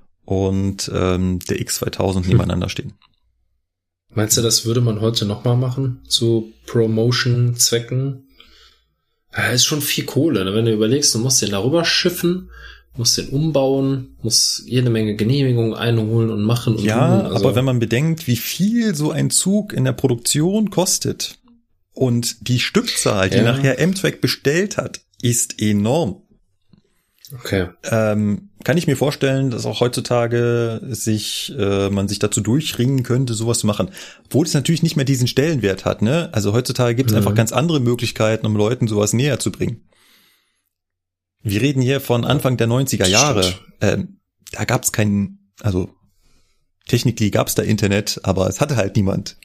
und ähm, der X zweitausend hm. nebeneinander stehen. Meinst du, das würde man heute nochmal machen? Zu Promotion-Zwecken? Ja, ist schon viel Kohle, ne? Wenn du überlegst, du musst den darüber schiffen, muss den umbauen, muss jede Menge Genehmigungen einholen und machen. Und ja, tun. Also aber wenn man bedenkt, wie viel so ein Zug in der Produktion kostet und die Stückzahl, die ja. nachher Amtrak bestellt hat, ist enorm. Okay. Ähm, kann ich mir vorstellen, dass auch heutzutage sich äh, man sich dazu durchringen könnte, sowas zu machen. Obwohl es natürlich nicht mehr diesen Stellenwert hat, ne? Also heutzutage gibt es mhm. einfach ganz andere Möglichkeiten, um Leuten sowas näher zu bringen. Wir reden hier von Anfang der neunziger Jahre. Ähm, da gab's keinen, also technically gab's da Internet, aber es hatte halt niemand.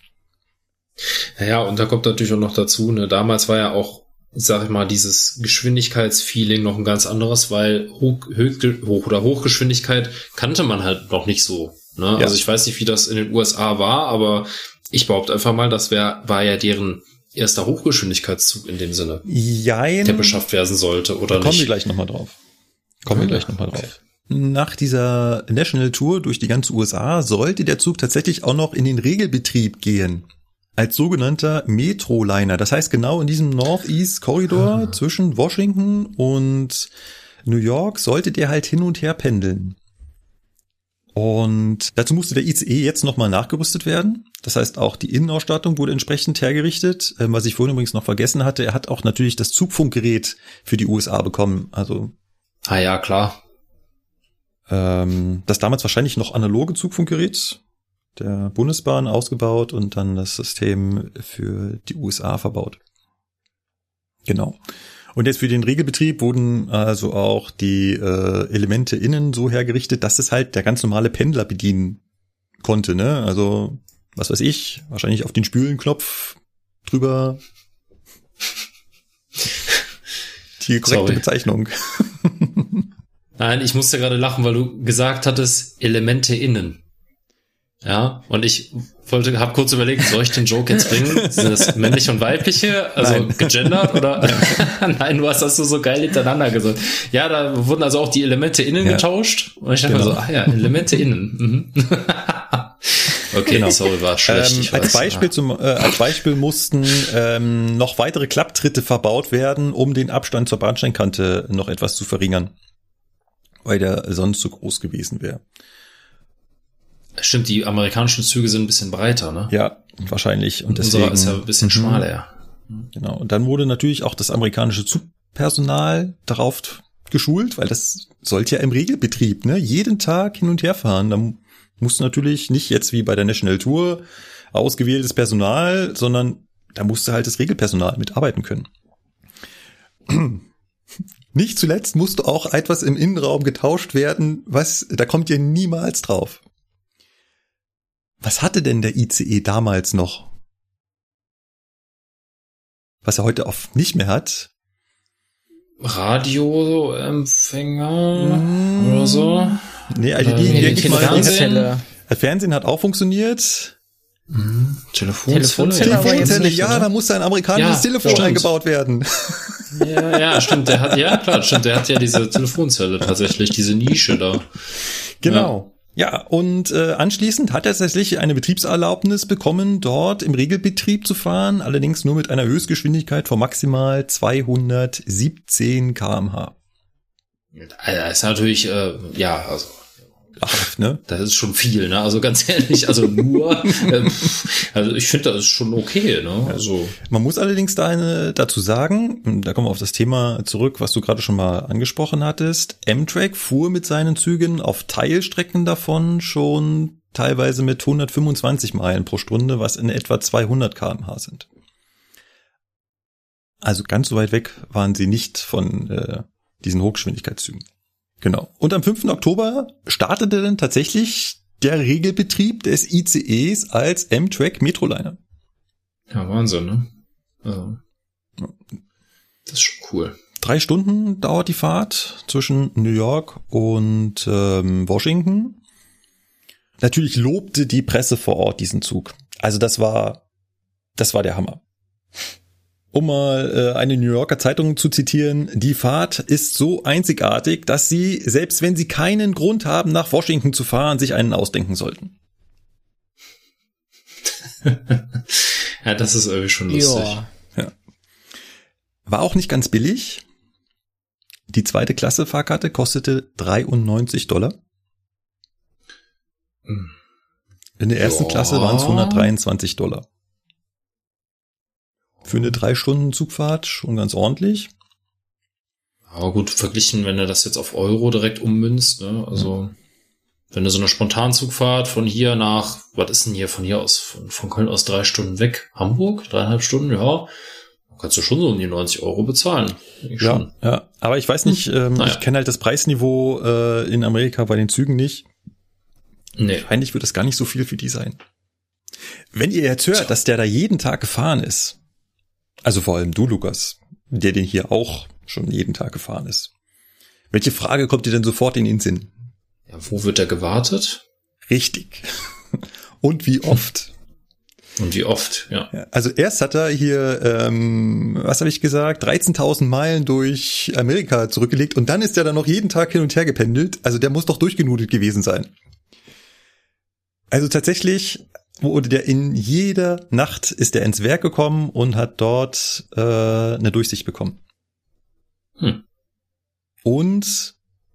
Ja, und da kommt natürlich auch noch dazu, ne, damals war ja auch, sag ich mal, dieses Geschwindigkeitsfeeling noch ein ganz anderes, weil Hoch, Hoch, Hoch oder Hochgeschwindigkeit kannte man halt noch nicht so. Ne? Ja. Also ich weiß nicht, wie das in den U S A war, aber ich behaupte einfach mal, das wär, war ja deren erster Hochgeschwindigkeitszug in dem Sinne, Jein. der beschafft werden sollte, oder da nicht? Kommen wir gleich nochmal drauf. Kommen wir gleich nochmal drauf. Nach dieser National Tour durch die ganze U S A sollte der Zug tatsächlich auch noch in den Regelbetrieb gehen. Als sogenannter Metroliner. Das heißt, genau in diesem Northeast Corridor ah. zwischen Washington und New York sollte der halt hin und her pendeln. Und dazu musste der I C E jetzt nochmal nachgerüstet werden. Das heißt, auch die Innenausstattung wurde entsprechend hergerichtet. Ähm, was ich vorhin übrigens noch vergessen hatte, er hat auch natürlich das Zugfunkgerät für die U S A bekommen. Also Ah ja, klar. ähm, das damals wahrscheinlich noch analoge Zugfunkgerät der Bundesbahn ausgebaut und dann das System für die U S A verbaut. Genau. Und jetzt für den Regelbetrieb wurden also auch die äh, Elemente innen so hergerichtet, dass es halt der ganz normale Pendler bedienen konnte, ne? Also, was weiß ich, wahrscheinlich auf den Spülenknopf drüber. Die korrekte Sorry. Bezeichnung. Nein, ich musste gerade lachen, weil du gesagt hattest, Elemente innen. Ja, und ich wollte, hab kurz überlegt, soll ich den Joke jetzt bringen? Sind das männliche und weibliche, also Nein. gegendert oder? Nein, du hast das so geil hintereinander gesagt. Ja, da wurden also auch die Elemente innen Ja. getauscht. Und ich dachte Genau. mir so, ah ja, Elemente innen. Mhm. Okay, Genau. sorry, war schlecht. Ähm, ich als weiß. Beispiel zum, äh, als Beispiel mussten ähm, noch weitere Klapptritte verbaut werden, um den Abstand zur Bahnsteinkante noch etwas zu verringern, weil der sonst zu groß gewesen wäre. Stimmt, die amerikanischen Züge sind ein bisschen breiter, ne? Ja, wahrscheinlich. Und Und deswegen unserer ist ja ein bisschen Mhm. schmaler. Genau. Und dann wurde natürlich auch das amerikanische Zugpersonal darauf geschult, weil das sollte ja im Regelbetrieb, ne, jeden Tag hin und her fahren. Da musste natürlich nicht jetzt wie bei der National Tour ausgewähltes Personal, sondern da musste halt das Regelpersonal mitarbeiten können. Nicht zuletzt musste auch etwas im Innenraum getauscht werden, was, da kommt ihr niemals drauf. Was hatte denn der I C E damals noch? Was er heute oft nicht mehr hat? Radioempfänger Mm. oder so. Nee, also Oder die, nee, denke ich mal, Fernsehen. Telefonzelle. das Fernsehen hat auch funktioniert. Mhm. Telefonzelle. Telefonzelle, aber jetzt Telefonzelle, nicht, ja, oder? da musste ein amerikanisches Ja, Telefon stimmt. eingebaut werden. Ja, ja, stimmt. Der hat, ja, klar, stimmt. Der hat ja diese Telefonzelle tatsächlich, diese Nische da. Genau. Ja, und äh, anschließend hat er tatsächlich eine Betriebserlaubnis bekommen, dort im Regelbetrieb zu fahren, allerdings nur mit einer Höchstgeschwindigkeit von maximal zweihundertsiebzehn Kilometer pro Stunde. Also, das ist natürlich, äh, ja, also, Ach, ne? das ist schon viel, ne? Also ganz ehrlich, also nur, äh, also ich finde, das ist schon okay, ne? Also. Man muss allerdings da eine, dazu sagen, da kommen wir auf das Thema zurück, was du gerade schon mal angesprochen hattest, Amtrak fuhr mit seinen Zügen auf Teilstrecken davon schon teilweise mit hundertfünfundzwanzig Meilen pro Stunde, was in etwa zweihundert Kilometer pro Stunde sind. Also ganz so weit weg waren sie nicht von äh, diesen Hochgeschwindigkeitszügen. Genau. Und am fünften Oktober startete dann tatsächlich der Regelbetrieb des I C Es als Amtrak Metroliner. Ja, Wahnsinn, ne? Also, das ist schon cool. Drei Stunden dauert die Fahrt zwischen New York und ähm, Washington. Natürlich lobte die Presse vor Ort diesen Zug. Also das war, das war der Hammer. Um mal äh, eine New Yorker Zeitung zu zitieren, die Fahrt ist so einzigartig, dass Sie, selbst wenn Sie keinen Grund haben, nach Washington zu fahren, sich einen ausdenken sollten. Ja, das ist irgendwie schon lustig. Ja. War auch nicht ganz billig. Die zweite Klasse Fahrkarte kostete dreiundneunzig Dollar. Hm. In der ersten Ja. Klasse waren es hundertdreiundzwanzig Dollar. Für eine drei Stunden Zugfahrt schon ganz ordentlich. Aber gut, verglichen, wenn du das jetzt auf Euro direkt ummünzt, ne? Also, wenn du so eine Spontanzugfahrt von hier nach, was ist denn hier von hier aus, von, von Köln aus drei Stunden weg, Hamburg, dreieinhalb Stunden, ja, kannst du schon so um die neunzig Euro bezahlen. Ich Ja, schon. ja. Aber ich weiß nicht, ähm, Naja. ich kenne halt das Preisniveau äh, in Amerika bei den Zügen nicht. Nee. Eigentlich wird das gar nicht so viel für die sein. Wenn ihr jetzt hört, Tja. dass der da jeden Tag gefahren ist, also vor allem du, Lukas, der den hier auch schon jeden Tag gefahren ist. Welche Frage kommt dir denn sofort in den Sinn? Ja, wo wird der gewartet? Richtig. Und wie oft? Und wie oft, ja. Ja, also erst hat er hier, ähm, was habe ich gesagt, dreizehntausend Meilen durch Amerika zurückgelegt und dann ist er dann noch jeden Tag hin und her gependelt. Also der muss doch durchgenudelt gewesen sein. Also tatsächlich wurde der in jeder Nacht ist er ins Werk gekommen und hat dort äh, eine Durchsicht bekommen. Hm. Und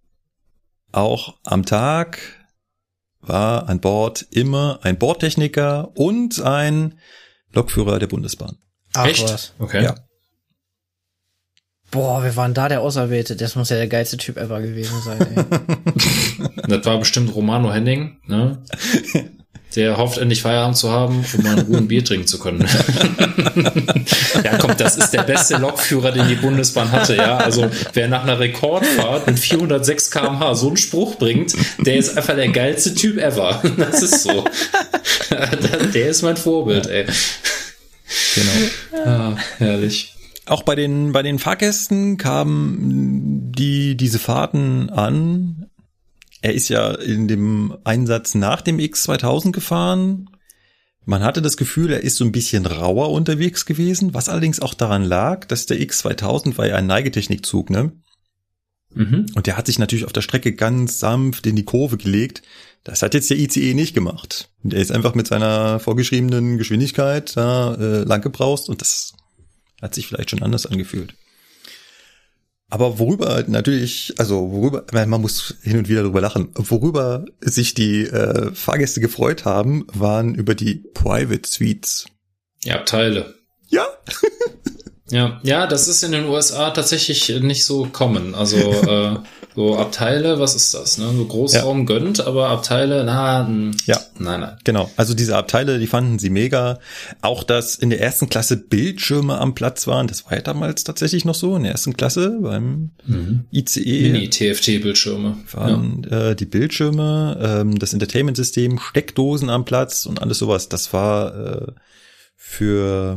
auch am Tag war an Bord immer ein Bordtechniker und ein Lokführer der Bundesbahn. Ach, Echt? was. Okay. Ja. Boah, wer war denn da der Auserwählte? Das muss ja der geilste Typ ever gewesen sein, ey. Das war bestimmt Romano Henning, ne? Der hofft endlich Feierabend zu haben, um mal in Ruhe ein Bier trinken zu können. Ja, komm, das ist der beste Lokführer, den die Bundesbahn hatte, ja. Also, wer nach einer Rekordfahrt mit vierhundertsechs Kilometer pro Stunde so einen Spruch bringt, der ist einfach der geilste Typ ever. Das ist so. Der ist mein Vorbild, ey. Genau. Ah, herrlich. Auch bei den, bei den Fahrgästen kamen die, diese Fahrten an. Er ist ja in dem Einsatz nach dem X zweitausend gefahren. Man hatte das Gefühl, er ist so ein bisschen rauer unterwegs gewesen, was allerdings auch daran lag, dass der X zweitausend war ja ein Neigetechnikzug, ne? Mhm. Und der hat sich natürlich auf der Strecke ganz sanft in die Kurve gelegt. Das hat jetzt der I C E nicht gemacht. Der ist einfach mit seiner vorgeschriebenen Geschwindigkeit da äh, lang gebraust und das hat sich vielleicht schon anders angefühlt. Aber worüber natürlich, also worüber, man muss hin und wieder drüber lachen, worüber sich die äh, Fahrgäste gefreut haben, waren über die Private Suites. Ja, Abteile. Ja. Ja, ja, das ist in den U S A tatsächlich nicht so common. Also äh, so Abteile, was ist das? Ne? So Großraum ja. gönnt, aber Abteile, na, mh, ja, nein, nein. Genau. Also diese Abteile, die fanden sie mega. Auch dass in der ersten Klasse Bildschirme am Platz waren, das war ja damals tatsächlich noch so in der ersten Klasse beim mhm. I C E. Mini-T F T-Bildschirme waren ja. äh, die Bildschirme, ähm, das Entertainment-System, Steckdosen am Platz und alles sowas. Das war äh, für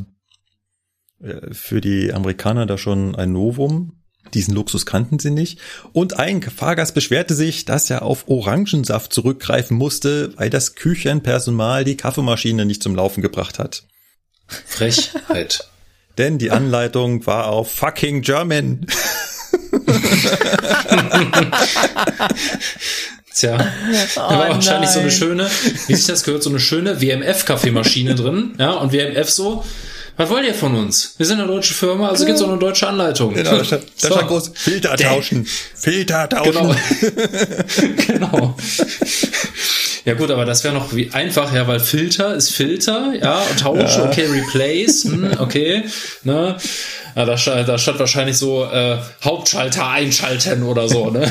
für die Amerikaner da schon ein Novum. Diesen Luxus kannten sie nicht. Und ein Fahrgast beschwerte sich, dass er auf Orangensaft zurückgreifen musste, weil das Küchenpersonal die Kaffeemaschine nicht zum Laufen gebracht hat. Frechheit. Denn die Anleitung war auf fucking German. Tja, da war oh wahrscheinlich so eine schöne, wie sich das gehört, so eine schöne W M F-Kaffeemaschine drin. Ja, und W M F so, was wollt ihr von uns? Wir sind eine deutsche Firma, also gibt's auch eine deutsche Anleitung. Genau, da stand, da stand groß, Filter tauschen. Filter tauschen. Genau. Genau. Ja gut, aber das wäre noch wie einfach, ja, weil Filter ist Filter, ja, und Tausch, ja. Okay, Replace, hm, okay, ne. Ja, da, da stand wahrscheinlich so äh, Hauptschalter einschalten oder so, ne.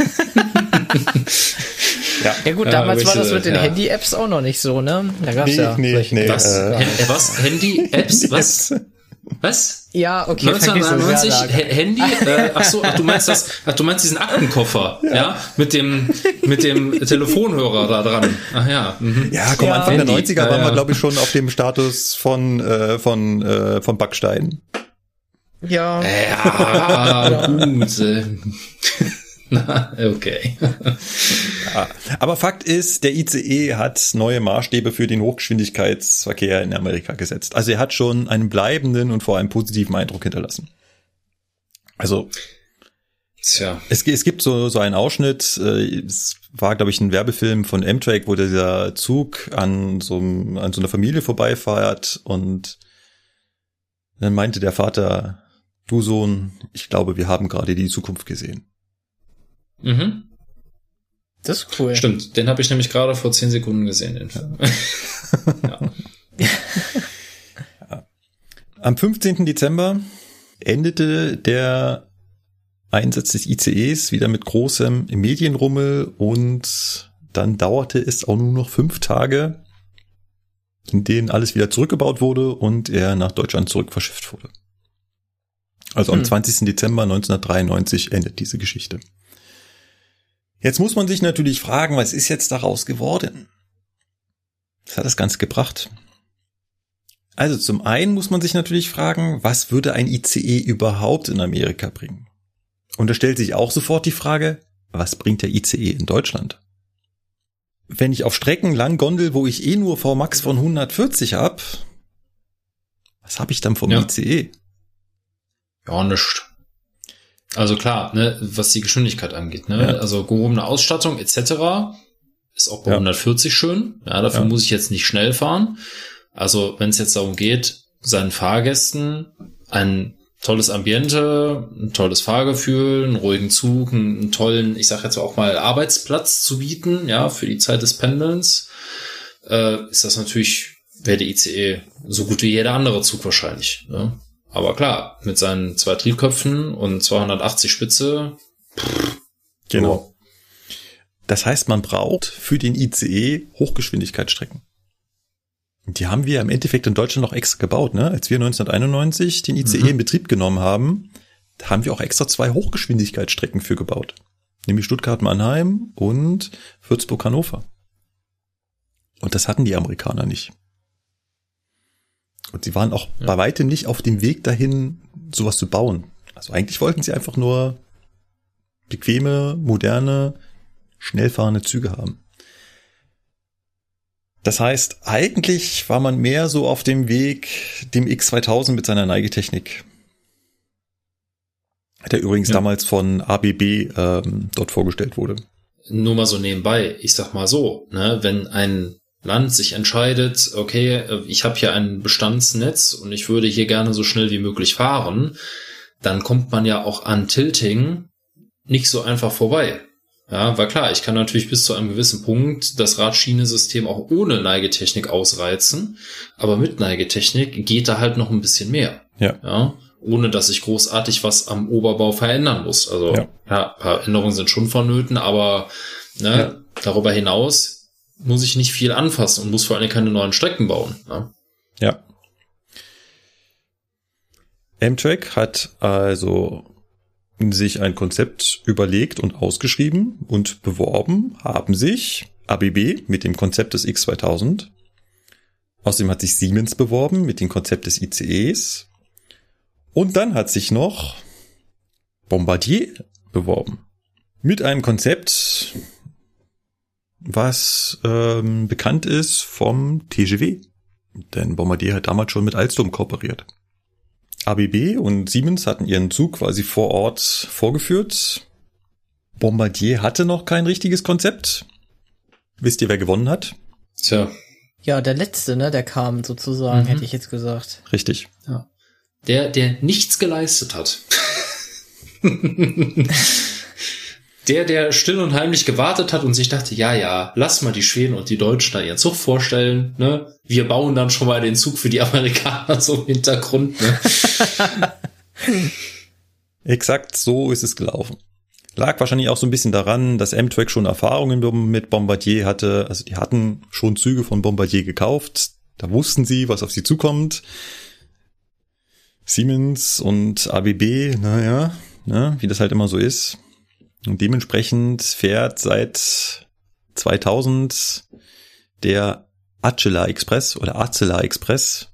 Ja. Ja gut, damals ja, war das mit den ja. Handy-Apps auch noch nicht so, ne? Da gab's nee, ja nee, nee, was? Äh, H- was? Handy-Apps? Was? Was? Ja, okay. neunzehnhundertneunundneunzig H- Handy? Äh, ach so, ach du meinst das? Ach du meinst diesen Aktenkoffer? Ja, ja? mit dem mit dem Telefonhörer da dran. Ach ja. Mhm. Ja, komm, ja. Anfang Handy. der neunziger ja, waren ja. wir, glaube ich, schon auf dem Status von äh, von äh, von Backstein. Ja. Ja, gut. Na, okay. Ja, aber Fakt ist, der I C E hat neue Maßstäbe für den Hochgeschwindigkeitsverkehr in Amerika gesetzt. Also er hat schon einen bleibenden und vor allem positiven Eindruck hinterlassen. Also Tja. Es, es gibt so so einen Ausschnitt, es war, glaube ich, ein Werbefilm von Amtrak, wo dieser Zug an so, an so einer Familie vorbeifährt und dann meinte der Vater, du Sohn, ich glaube, wir haben gerade die Zukunft gesehen. Mhm. Das ist cool. Stimmt, den habe ich nämlich gerade vor zehn Sekunden gesehen, den Film. Ja. Ja. Am fünfzehnten Dezember endete der Einsatz des I C Es wieder mit großem Medienrummel und dann dauerte es auch nur noch fünf Tage, in denen alles wieder zurückgebaut wurde und er nach Deutschland zurück verschifft wurde. Also am hm. zwanzigsten Dezember neunzehnhundertdreiundneunzig endet diese Geschichte. Jetzt muss man sich natürlich fragen, was ist jetzt daraus geworden? Was hat das Ganze gebracht? Also zum einen muss man sich natürlich fragen, was würde ein I C E überhaupt in Amerika bringen? Und da stellt sich auch sofort die Frage, was bringt der I C E in Deutschland? Wenn ich auf Strecken lang gondel, wo ich eh nur V Max von hundertvierzig hab, was habe ich dann vom ja. I C E? Ja, nichts. Also klar, ne, was die Geschwindigkeit angeht, ne, ja. also gehobene Ausstattung et cetera ist auch bei ja. hundertvierzig schön. Ja, dafür ja. muss ich jetzt nicht schnell fahren. Also wenn es jetzt darum geht, seinen Fahrgästen ein tolles Ambiente, ein tolles Fahrgefühl, einen ruhigen Zug, einen tollen, ich sag jetzt auch mal, Arbeitsplatz zu bieten, ja, für die Zeit des Pendelns, äh, ist das natürlich, wäre der I C E so gut wie jeder andere Zug wahrscheinlich, ne? Aber klar, mit seinen zwei Triebköpfen und zweihundertachtzig Spitze. Pff, genau. So. Das heißt, man braucht für den I C E Hochgeschwindigkeitsstrecken. Die haben wir im Endeffekt in Deutschland noch extra gebaut, ne? Als wir neunzehnhunderteinundneunzig den I C E mhm. in Betrieb genommen haben, da haben wir auch extra zwei Hochgeschwindigkeitsstrecken für gebaut. Nämlich Stuttgart-Mannheim und Würzburg-Hannover. Und das hatten die Amerikaner nicht. Und sie waren auch ja. bei weitem nicht auf dem Weg dahin, sowas zu bauen. Also eigentlich wollten sie einfach nur bequeme, moderne, schnell fahrende Züge haben. Das heißt, eigentlich war man mehr so auf dem Weg dem X zweitausend mit seiner Neigetechnik. Der übrigens ja. damals von A B B ähm, dort vorgestellt wurde. Nur mal so nebenbei, ich sag mal so, ne, wenn ein Land sich entscheidet, okay, ich habe hier ein Bestandsnetz und ich würde hier gerne so schnell wie möglich fahren, dann kommt man ja auch an Tilting nicht so einfach vorbei. Ja, weil klar, ich kann natürlich bis zu einem gewissen Punkt das Radschienesystem auch ohne Neigetechnik ausreizen, aber mit Neigetechnik geht da halt noch ein bisschen mehr. Ja. Ja, ohne dass ich großartig was am Oberbau verändern muss. Also ja, ja ein paar Änderungen sind schon vonnöten, aber ne, ja. darüber hinaus muss ich nicht viel anfassen und muss vor allem keine neuen Strecken bauen. Ne? Ja. Amtrak hat also sich ein Konzept überlegt und ausgeschrieben und beworben haben sich A B B mit dem Konzept des X zweitausend. Außerdem hat sich Siemens beworben mit dem Konzept des I C Es. Und dann hat sich noch Bombardier beworben mit einem Konzept, was ähm, bekannt ist vom T G V. Denn Bombardier hat damals schon mit Alstom kooperiert. A B B und Siemens hatten ihren Zug quasi vor Ort vorgeführt. Bombardier hatte noch kein richtiges Konzept. Wisst ihr, wer gewonnen hat? Tja. Ja, der letzte, ne, der kam sozusagen, mhm. hätte ich jetzt gesagt. Richtig. Ja. Der, der nichts geleistet hat. Der, der still und heimlich gewartet hat und sich dachte, ja, ja, lass mal die Schweden und die Deutschen da ihren Zug vorstellen, ne? Wir bauen dann schon mal den Zug für die Amerikaner so im Hintergrund, ne? Exakt so ist es gelaufen. Lag wahrscheinlich auch so ein bisschen daran, dass Amtrak schon Erfahrungen mit Bombardier hatte. Also die hatten schon Züge von Bombardier gekauft. Da wussten sie, was auf sie zukommt. Siemens und A B B, naja, ne, wie das halt immer so ist. Und dementsprechend fährt seit zweitausend der Acela Express oder Acela Express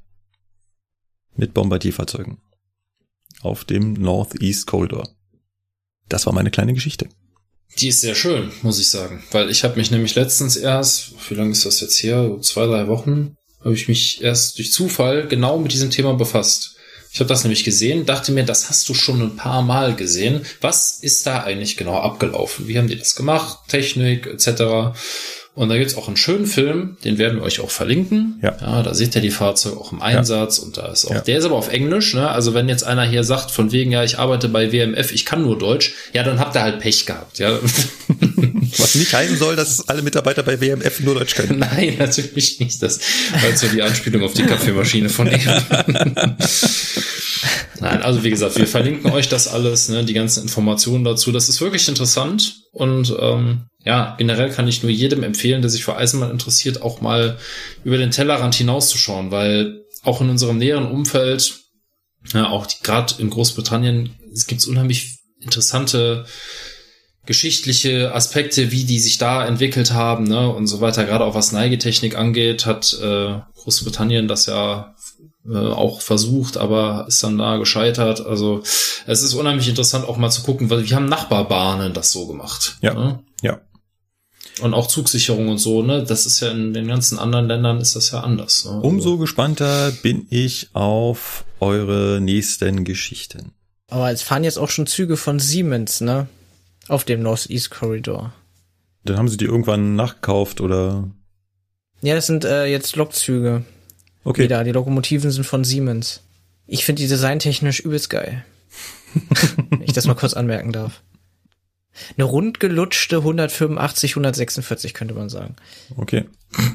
mit Bombardier-Fahrzeugen auf dem Northeast Corridor. Das war meine kleine Geschichte. Die ist sehr schön, muss ich sagen. Weil ich habe mich nämlich letztens erst, wie lange ist das jetzt her? Zwei, drei Wochen, habe ich mich erst durch Zufall genau mit diesem Thema befasst. Ich habe das nämlich gesehen, dachte mir, das hast du schon ein paar Mal gesehen. Was ist da eigentlich genau abgelaufen? Wie haben die das gemacht? Technik et cetera. Und da gibt's auch einen schönen Film, den werden wir euch auch verlinken. Ja, ja, da seht ihr die Fahrzeuge auch im Einsatz ja. und da ist auch, ja. der ist aber auf Englisch, ne? Also wenn jetzt einer hier sagt, von wegen, ja, ich arbeite bei W M F, ich kann nur Deutsch, ja, dann habt ihr halt Pech gehabt, ja. Was nicht heißen soll, dass alle Mitarbeiter bei W M F nur Deutsch können. Nein, natürlich nicht. Das war jetzt so die Anspielung auf die Kaffeemaschine von eben. Nein, also wie gesagt, wir verlinken euch das alles, ne, die ganzen Informationen dazu. Das ist wirklich interessant und ähm, ja, generell kann ich nur jedem empfehlen, der sich für Eisenbahn interessiert, auch mal über den Tellerrand hinauszuschauen, weil auch in unserem näheren Umfeld, ja, auch gerade in Großbritannien, es gibt unheimlich interessante geschichtliche Aspekte, wie die sich da entwickelt haben, ne, und so weiter. Gerade auch was Neigetechnik angeht, hat äh, Großbritannien das ja äh, auch versucht, aber ist dann da gescheitert. Also es ist unheimlich interessant auch mal zu gucken, weil wir haben Nachbarbahnen das so gemacht. Ja, ne? ja. Und auch Zugsicherung und so, ne? Das ist ja in den ganzen anderen Ländern ist das ja anders. Ne? Umso also gespannter bin ich auf eure nächsten Geschichten. Aber es fahren jetzt auch schon Züge von Siemens, ne? Auf dem Northeast Corridor. Dann haben sie die irgendwann nachgekauft, oder? Ja, das sind äh, jetzt Lokzüge. Okay. Wieder. Die Lokomotiven sind von Siemens. Ich finde die designtechnisch übelst geil. Wenn ich das mal kurz anmerken darf. Eine rundgelutschte hundertfünfundachtzig, hundertsechsundvierzig könnte man sagen. Okay.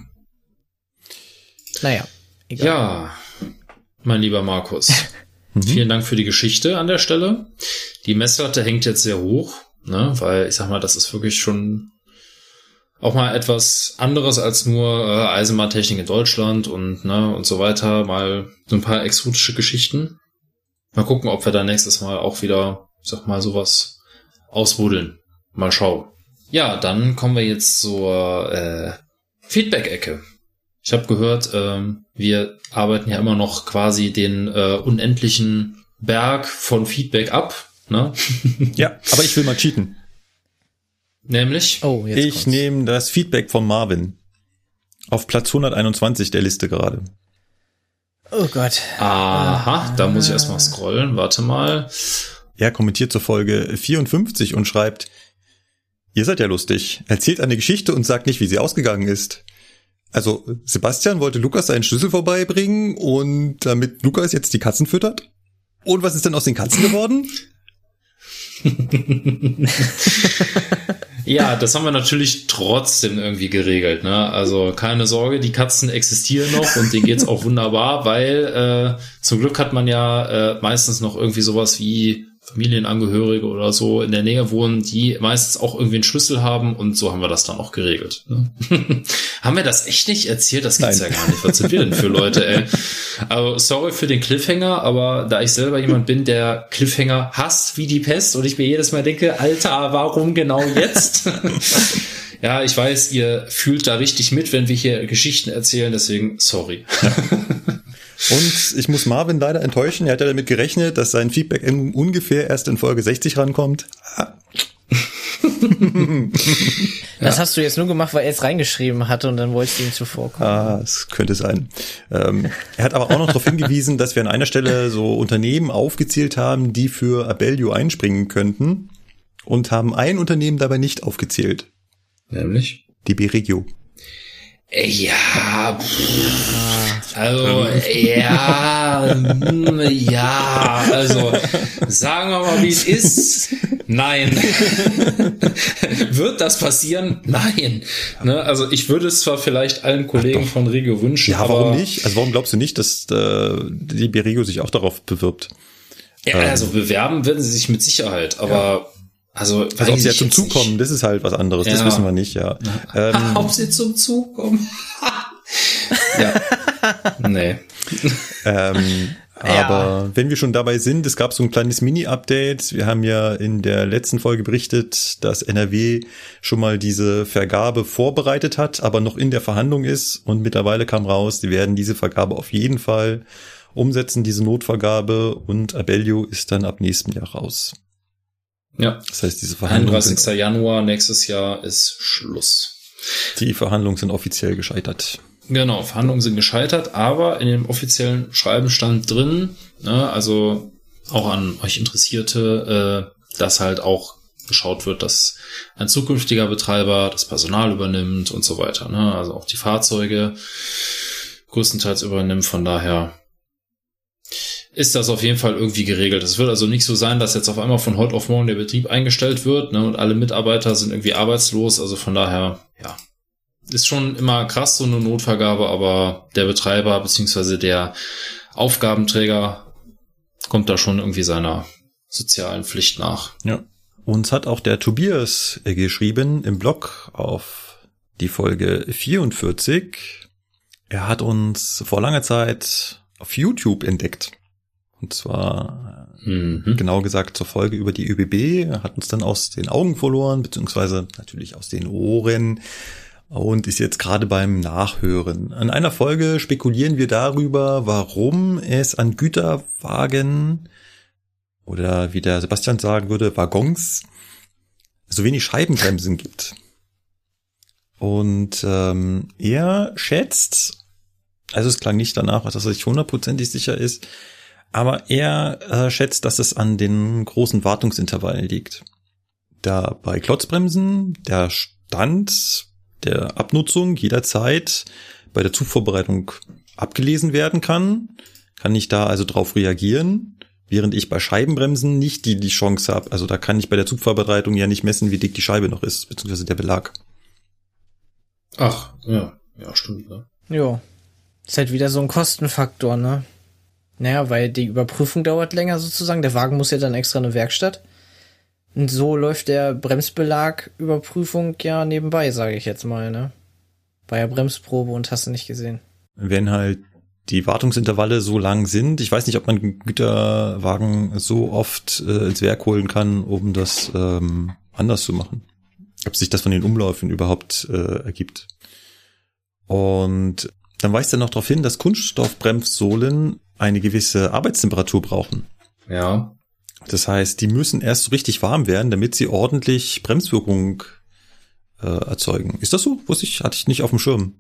Naja, egal. Ja, mein lieber Markus, vielen Dank für die Geschichte an der Stelle. Die Messlatte hängt jetzt sehr hoch, ne, weil ich sag mal, das ist wirklich schon auch mal etwas anderes als nur äh, Eisenbahntechnik in Deutschland und ne und so weiter. Mal so ein paar exotische Geschichten. Mal gucken, ob wir da nächstes Mal auch wieder, ich sag mal, sowas ausbuddeln. Mal schauen. Ja, dann kommen wir jetzt zur äh, Feedback-Ecke. Ich habe gehört, ähm, wir arbeiten ja immer noch quasi den äh, unendlichen Berg von Feedback ab. Ne? Ja, aber ich will mal cheaten. Nämlich? Oh, jetzt ich kommt's. nehme das Feedback von Marvin. Auf Platz hunderteinundzwanzig der Liste gerade. Oh Gott. Aha, da muss ich erstmal scrollen. Warte mal. Er kommentiert zur Folge vierundfünfzig und schreibt: Ihr seid ja lustig. Erzählt eine Geschichte und sagt nicht, wie sie ausgegangen ist. Also, Sebastian wollte Lukas seinen Schlüssel vorbeibringen und damit Lukas jetzt die Katzen füttert? Und was ist denn aus den Katzen geworden? Ja, das haben wir natürlich trotzdem irgendwie geregelt, ne? Also keine Sorge, die Katzen existieren noch und denen geht's auch wunderbar, weil äh, zum Glück hat man ja äh, meistens noch irgendwie sowas wie Familienangehörige oder so in der Nähe wohnen, die meistens auch irgendwie einen Schlüssel haben und so haben wir das dann auch geregelt. Ne? Haben wir das echt nicht erzählt? Das gibt's Nein. ja gar nicht. Was sind wir denn für Leute, ey? Also sorry für den Cliffhanger, aber da ich selber jemand bin, der Cliffhanger hasst wie die Pest und ich mir jedes Mal denke, Alter, warum genau jetzt? Ja, ich weiß, ihr fühlt da richtig mit, wenn wir hier Geschichten erzählen, deswegen sorry. Und ich muss Marvin leider enttäuschen, er hat ja damit gerechnet, dass sein Feedback in ungefähr erst in Folge sechzig rankommt. Das ja. hast du jetzt nur gemacht, weil er es reingeschrieben hatte und dann wolltest du ihm zuvorkommen. Ah, es könnte sein. Ähm, er hat aber auch noch darauf hingewiesen, dass wir an einer Stelle so Unternehmen aufgezählt haben, die für Abellio einspringen könnten und haben ein Unternehmen dabei nicht aufgezählt. Nämlich? Die B-Regio. Ja, pff, also, ja, ja, also, sagen wir mal, wie es ist. Nein. Wird das passieren? Nein. Ne, also, ich würde es zwar vielleicht allen Kollegen von Regio wünschen, ja, aber... warum nicht? Also, warum glaubst du nicht, dass äh, die B-Regio sich auch darauf bewirbt? Ja, also, bewerben werden sie sich mit Sicherheit, aber... Ja. Also, also ob sie ja zum Zug kommen, das ist halt was anderes, ja. Das wissen wir nicht, ja. Ähm, ob sie zum Zug kommen? Ja, nee. ähm, ja. Aber wenn wir schon dabei sind, es gab so ein kleines Mini-Update. Wir haben ja in der letzten Folge berichtet, dass N R W schon mal diese Vergabe vorbereitet hat, aber noch in der Verhandlung ist. Und mittlerweile kam raus, sie werden diese Vergabe auf jeden Fall umsetzen, diese Notvergabe. Und Abellio ist dann ab nächstem Jahr raus. Ja, das heißt, diese Verhandlungen einunddreißigster Januar nächstes Jahr ist Schluss. Die Verhandlungen sind offiziell gescheitert. Genau, Verhandlungen sind gescheitert, aber in dem offiziellen Schreiben stand drin, ne, also auch an euch Interessierte, äh, dass halt auch geschaut wird, dass ein zukünftiger Betreiber das Personal übernimmt und so weiter, ne, also auch die Fahrzeuge größtenteils übernimmt, von daher ist das auf jeden Fall irgendwie geregelt. Es wird also nicht so sein, dass jetzt auf einmal von heute auf morgen der Betrieb eingestellt wird, ne, und alle Mitarbeiter sind irgendwie arbeitslos. Also von daher, ja, ist schon immer krass, so eine Notvergabe, aber der Betreiber beziehungsweise der Aufgabenträger kommt da schon irgendwie seiner sozialen Pflicht nach. Ja. Uns hat auch der Tobias geschrieben im Blog auf die Folge vierundvierzig. Er hat uns vor langer Zeit auf YouTube entdeckt. Und zwar, mhm. genau gesagt, zur Folge über die ÖBB. Er hat uns dann aus den Augen verloren, beziehungsweise natürlich aus den Ohren und ist jetzt gerade beim Nachhören. An einer Folge spekulieren wir darüber, warum es an Güterwagen oder wie der Sebastian sagen würde, Waggons, so wenig Scheibenbremsen gibt. Und ähm, er schätzt, also es klang nicht danach, dass er sich hundertprozentig sicher ist, aber er äh, schätzt, dass es an den großen Wartungsintervallen liegt. Da bei Klotzbremsen der Stand der Abnutzung jederzeit bei der Zugvorbereitung abgelesen werden kann, Kann ich da also drauf reagieren, während ich bei Scheibenbremsen nicht die, die Chance habe. Also da kann ich bei der Zugvorbereitung ja nicht messen, wie dick die Scheibe noch ist, beziehungsweise der Belag. Ach, ja, ja, stimmt, ne? Ja. Ist halt wieder so ein Kostenfaktor, ne? Naja, weil die Überprüfung dauert länger sozusagen. Der Wagen muss ja dann extra in eine Werkstatt. Und so läuft der Bremsbelag-Überprüfung ja nebenbei, sage ich jetzt mal, ne? Bei der Bremsprobe und hast du nicht gesehen. Wenn halt die Wartungsintervalle so lang sind, ich weiß nicht, ob man einen Güterwagen so oft äh, ins Werk holen kann, um das ähm, anders zu machen. Ob sich das von den Umläufen überhaupt äh, ergibt. Und dann weist er noch darauf hin, dass Kunststoffbremssohlen eine gewisse Arbeitstemperatur brauchen. Ja. Das heißt, die müssen erst so richtig warm werden, damit sie ordentlich Bremswirkung äh, erzeugen. Ist das so? Wusste ich, hatte ich nicht auf dem Schirm.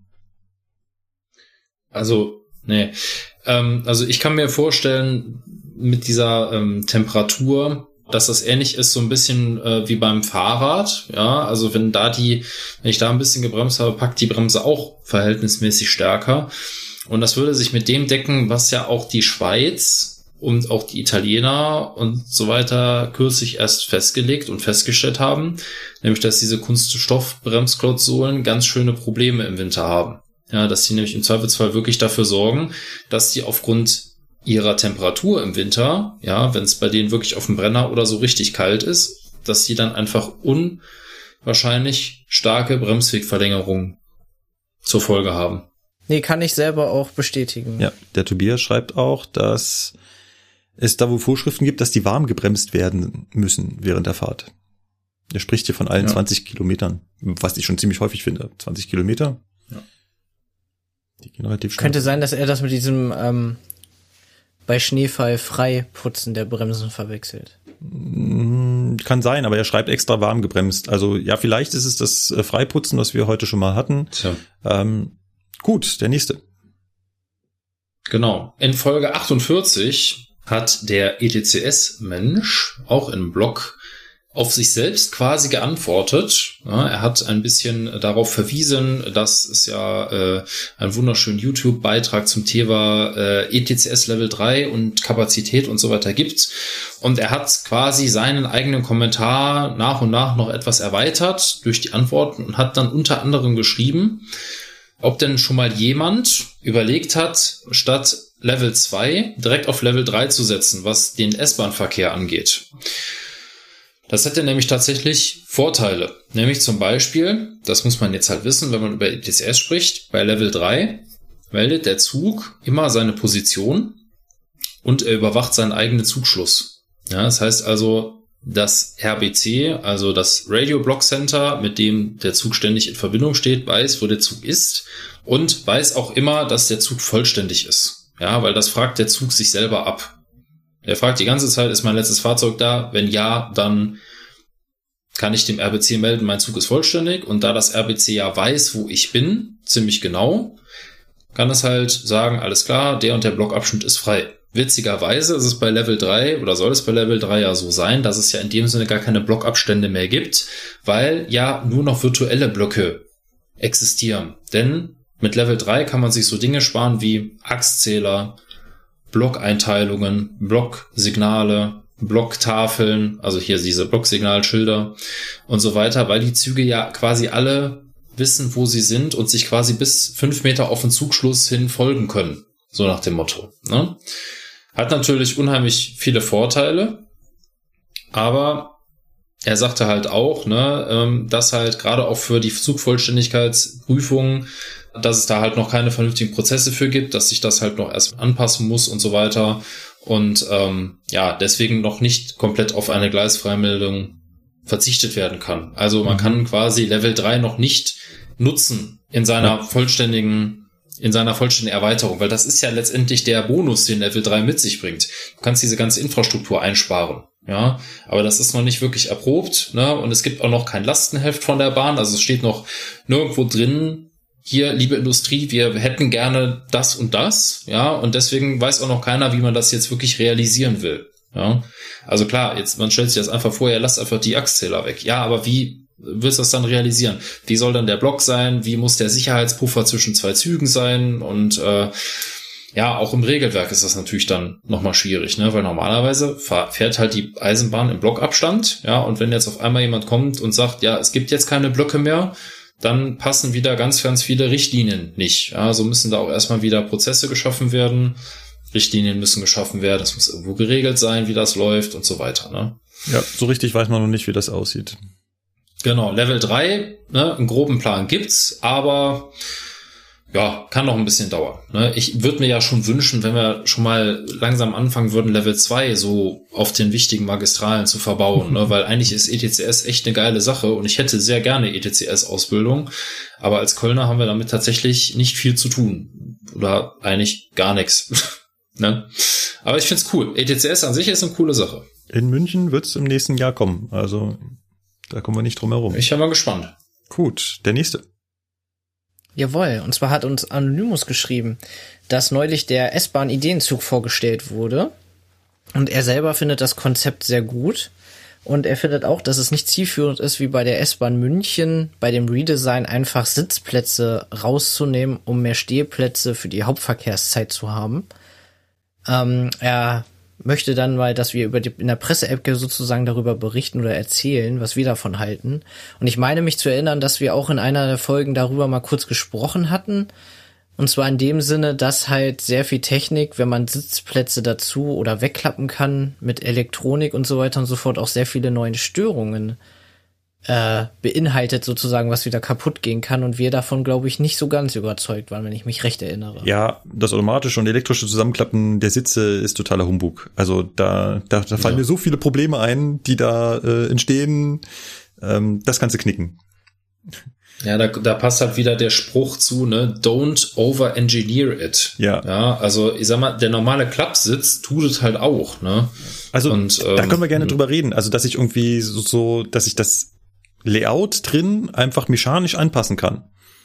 Also, nee. Ähm, also ich kann mir vorstellen, mit dieser ähm, Temperatur, dass das ähnlich ist, so ein bisschen äh, wie beim Fahrrad. Ja, also wenn da die, wenn ich da ein bisschen gebremst habe, packt die Bremse auch verhältnismäßig stärker. Und das würde sich mit dem decken, was ja auch die Schweiz und auch die Italiener und so weiter kürzlich erst festgelegt und festgestellt haben, nämlich dass diese Kunststoffbremsklotzsohlen ganz schöne Probleme im Winter haben. Ja, dass die nämlich im Zweifelsfall wirklich dafür sorgen, dass die aufgrund ihrer Temperatur im Winter, ja, wenn es bei denen wirklich auf dem Brenner oder so richtig kalt ist, dass die dann einfach unwahrscheinlich starke Bremswegverlängerungen zur Folge haben. Nee, kann ich selber auch bestätigen. Ja, der Tobias schreibt auch, dass es da wohl Vorschriften gibt, dass die warm gebremst werden müssen während der Fahrt. Er spricht hier von allen ja. zwanzig Kilometern, was ich schon ziemlich häufig finde. zwanzig Kilometer. Ja. Die gehen relativ schnell. Könnte sein, dass er das mit diesem ähm, bei Schneefall Freiputzen der Bremsen verwechselt. Kann sein, aber er schreibt extra warm gebremst. Also ja, vielleicht ist es das Freiputzen, was wir heute schon mal hatten. Tja. Ähm, gut, der nächste. Genau. In Folge achtundvierzig hat der E T C S-Mensch auch im Blog auf sich selbst quasi geantwortet. Ja, er hat ein bisschen darauf verwiesen, dass es ja äh, einen wunderschönen YouTube-Beitrag zum Thema äh, E T C S Level drei und Kapazität und so weiter gibt. Und er hat quasi seinen eigenen Kommentar nach und nach noch etwas erweitert durch die Antworten und hat dann unter anderem geschrieben, ob denn schon mal jemand überlegt hat, statt Level zwei direkt auf Level drei zu setzen, was den S-Bahn-Verkehr angeht. Das hätte nämlich tatsächlich Vorteile. Nämlich zum Beispiel, das muss man jetzt halt wissen, wenn man über E T C S spricht, bei Level drei meldet der Zug immer seine Position und er überwacht seinen eigenen Zugschluss. Ja, das heißt also, das R B C, also das Radio Block Center, mit dem der Zug ständig in Verbindung steht, weiß, wo der Zug ist und weiß auch immer, dass der Zug vollständig ist. Ja, weil das fragt der Zug sich selber ab. Er fragt die ganze Zeit, ist mein letztes Fahrzeug da? Wenn ja, dann kann ich dem R B C melden, mein Zug ist vollständig. Und da das R B C ja weiß, wo ich bin, ziemlich genau, kann es halt sagen, alles klar, der und der Blockabschnitt ist frei. Witzigerweise ist es bei Level drei oder soll es bei Level drei ja so sein, dass es ja in dem Sinne gar keine Blockabstände mehr gibt, weil ja nur noch virtuelle Blöcke existieren. Denn mit Level drei kann man sich so Dinge sparen wie Achszähler, Blockeinteilungen, Blocksignale, Blocktafeln, also hier diese Blocksignalschilder und so weiter, weil die Züge ja quasi alle wissen, wo sie sind und sich quasi bis fünf Meter auf den Zugschluss hin folgen können. So nach dem Motto. Ne? Hat natürlich unheimlich viele Vorteile, aber er sagte halt auch, ne, dass halt gerade auch für die Zugvollständigkeitsprüfungen, dass es da halt noch keine vernünftigen Prozesse für gibt, dass sich das halt noch erst anpassen muss und so weiter. Und ähm, ja, deswegen noch nicht komplett auf eine Gleisfreimeldung verzichtet werden kann. Also man mhm. kann quasi Level drei noch nicht nutzen in seiner ja. vollständigen in seiner vollständigen Erweiterung, weil das ist ja letztendlich der Bonus, den Level drei mit sich bringt. Du kannst diese ganze Infrastruktur einsparen, ja, aber das ist noch nicht wirklich erprobt, ne, und es gibt auch noch kein Lastenheft von der Bahn, also es steht noch nirgendwo drin, hier, liebe Industrie, wir hätten gerne das und das, ja, und deswegen weiß auch noch keiner, wie man das jetzt wirklich realisieren will, ja. Also klar, jetzt, man stellt sich das einfach vor, ja, lasst einfach die Achszähler weg, ja, aber wie willst du das dann realisieren? Wie soll dann der Block sein? Wie muss der Sicherheitspuffer zwischen zwei Zügen sein? Und äh, Ja, auch im Regelwerk ist das natürlich dann nochmal schwierig, ne? Weil normalerweise fährt halt die Eisenbahn im Blockabstand, ja, und wenn jetzt auf einmal jemand kommt und sagt, ja, es gibt jetzt keine Blöcke mehr, dann passen wieder ganz, ganz viele Richtlinien nicht. Ja, so müssen da auch erstmal wieder Prozesse geschaffen werden, Richtlinien müssen geschaffen werden, es muss irgendwo geregelt sein, wie das läuft und so weiter, ne? Ja, so richtig weiß man noch nicht, wie das aussieht. Genau, Level drei, ne, einen groben Plan gibt's, aber ja, kann noch ein bisschen dauern. Ne? Ich würde mir ja schon wünschen, wenn wir schon mal langsam anfangen würden, Level zwei so auf den wichtigen Magistralen zu verbauen, ne? Weil eigentlich ist E T C S echt eine geile Sache und ich hätte sehr gerne E T C S-Ausbildung, aber als Kölner haben wir damit tatsächlich nicht viel zu tun. Oder eigentlich gar nichts. Ne? Aber ich find's cool. E T C S an sich ist eine coole Sache. In München wird's im nächsten Jahr kommen, also da kommen wir nicht drum herum. Ich bin mal gespannt. Gut, der nächste. Jawohl, und zwar hat uns Anonymous geschrieben, dass neulich der S-Bahn-Ideenzug vorgestellt wurde und er selber findet das Konzept sehr gut und er findet auch, dass es nicht zielführend ist, wie bei der S-Bahn München bei dem Redesign einfach Sitzplätze rauszunehmen, um mehr Stehplätze für die Hauptverkehrszeit zu haben. Ähm, er möchte dann mal, dass wir über die, in der Presse-App sozusagen darüber berichten oder erzählen, was wir davon halten. Und ich meine mich zu erinnern, dass wir auch in einer der Folgen darüber mal kurz gesprochen hatten. Und zwar in dem Sinne, dass halt sehr viel Technik, wenn man Sitzplätze dazu oder wegklappen kann mit Elektronik und so weiter und so fort, auch sehr viele neue Störungen äh, beinhaltet sozusagen, was wieder kaputt gehen kann. Und wir davon, glaube ich, nicht so ganz überzeugt waren, wenn ich mich recht erinnere. Ja, das automatische und elektrische Zusammenklappen der Sitze ist totaler Humbug. Also da, da, da fallen ja. mir so viele Probleme ein, die da äh, entstehen. Ähm, das kannst du knicken. Ja, da, da passt halt wieder der Spruch zu, ne, don't over-engineer it. Ja. Ja, also ich sag mal, der normale Klappsitz tut es halt auch, ne. Also und, ähm, da können wir gerne drüber reden. Also dass ich irgendwie so, so dass ich das Layout drin einfach mechanisch anpassen kann.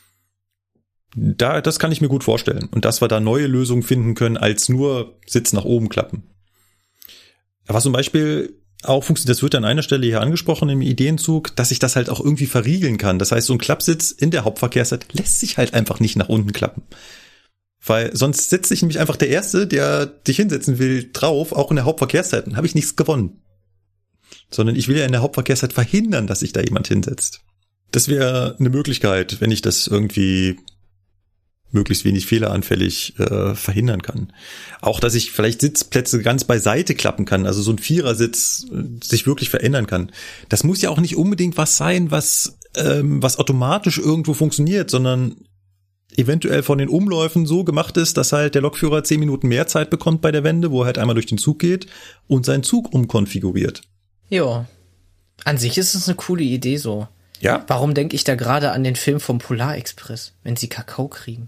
Da, das kann ich mir gut vorstellen. Und dass wir da neue Lösungen finden können, als nur Sitz nach oben klappen. Was zum Beispiel auch funktioniert, das wird an einer Stelle hier angesprochen im Ideenzug, dass ich das halt auch irgendwie verriegeln kann. Das heißt, so ein Klappsitz in der Hauptverkehrszeit lässt sich halt einfach nicht nach unten klappen. Weil sonst setzt sich nämlich einfach der Erste, der dich hinsetzen will, drauf, auch in der Hauptverkehrszeit. Dann habe ich nichts gewonnen. Sondern ich will ja in der Hauptverkehrszeit verhindern, dass sich da jemand hinsetzt. Das wäre eine Möglichkeit, wenn ich das irgendwie möglichst wenig fehleranfällig äh, verhindern kann. Auch, dass ich vielleicht Sitzplätze ganz beiseite klappen kann, also so ein Vierersitz äh, sich wirklich verändern kann. Das muss ja auch nicht unbedingt was sein, was ähm, was automatisch irgendwo funktioniert, sondern eventuell von den Umläufen so gemacht ist, dass halt der Lokführer zehn Minuten mehr Zeit bekommt bei der Wende, wo er halt einmal durch den Zug geht und seinen Zug umkonfiguriert. Ja, an sich ist es eine coole Idee so. Ja. Warum denke ich da gerade an den Film vom Polarexpress, wenn sie Kakao kriegen?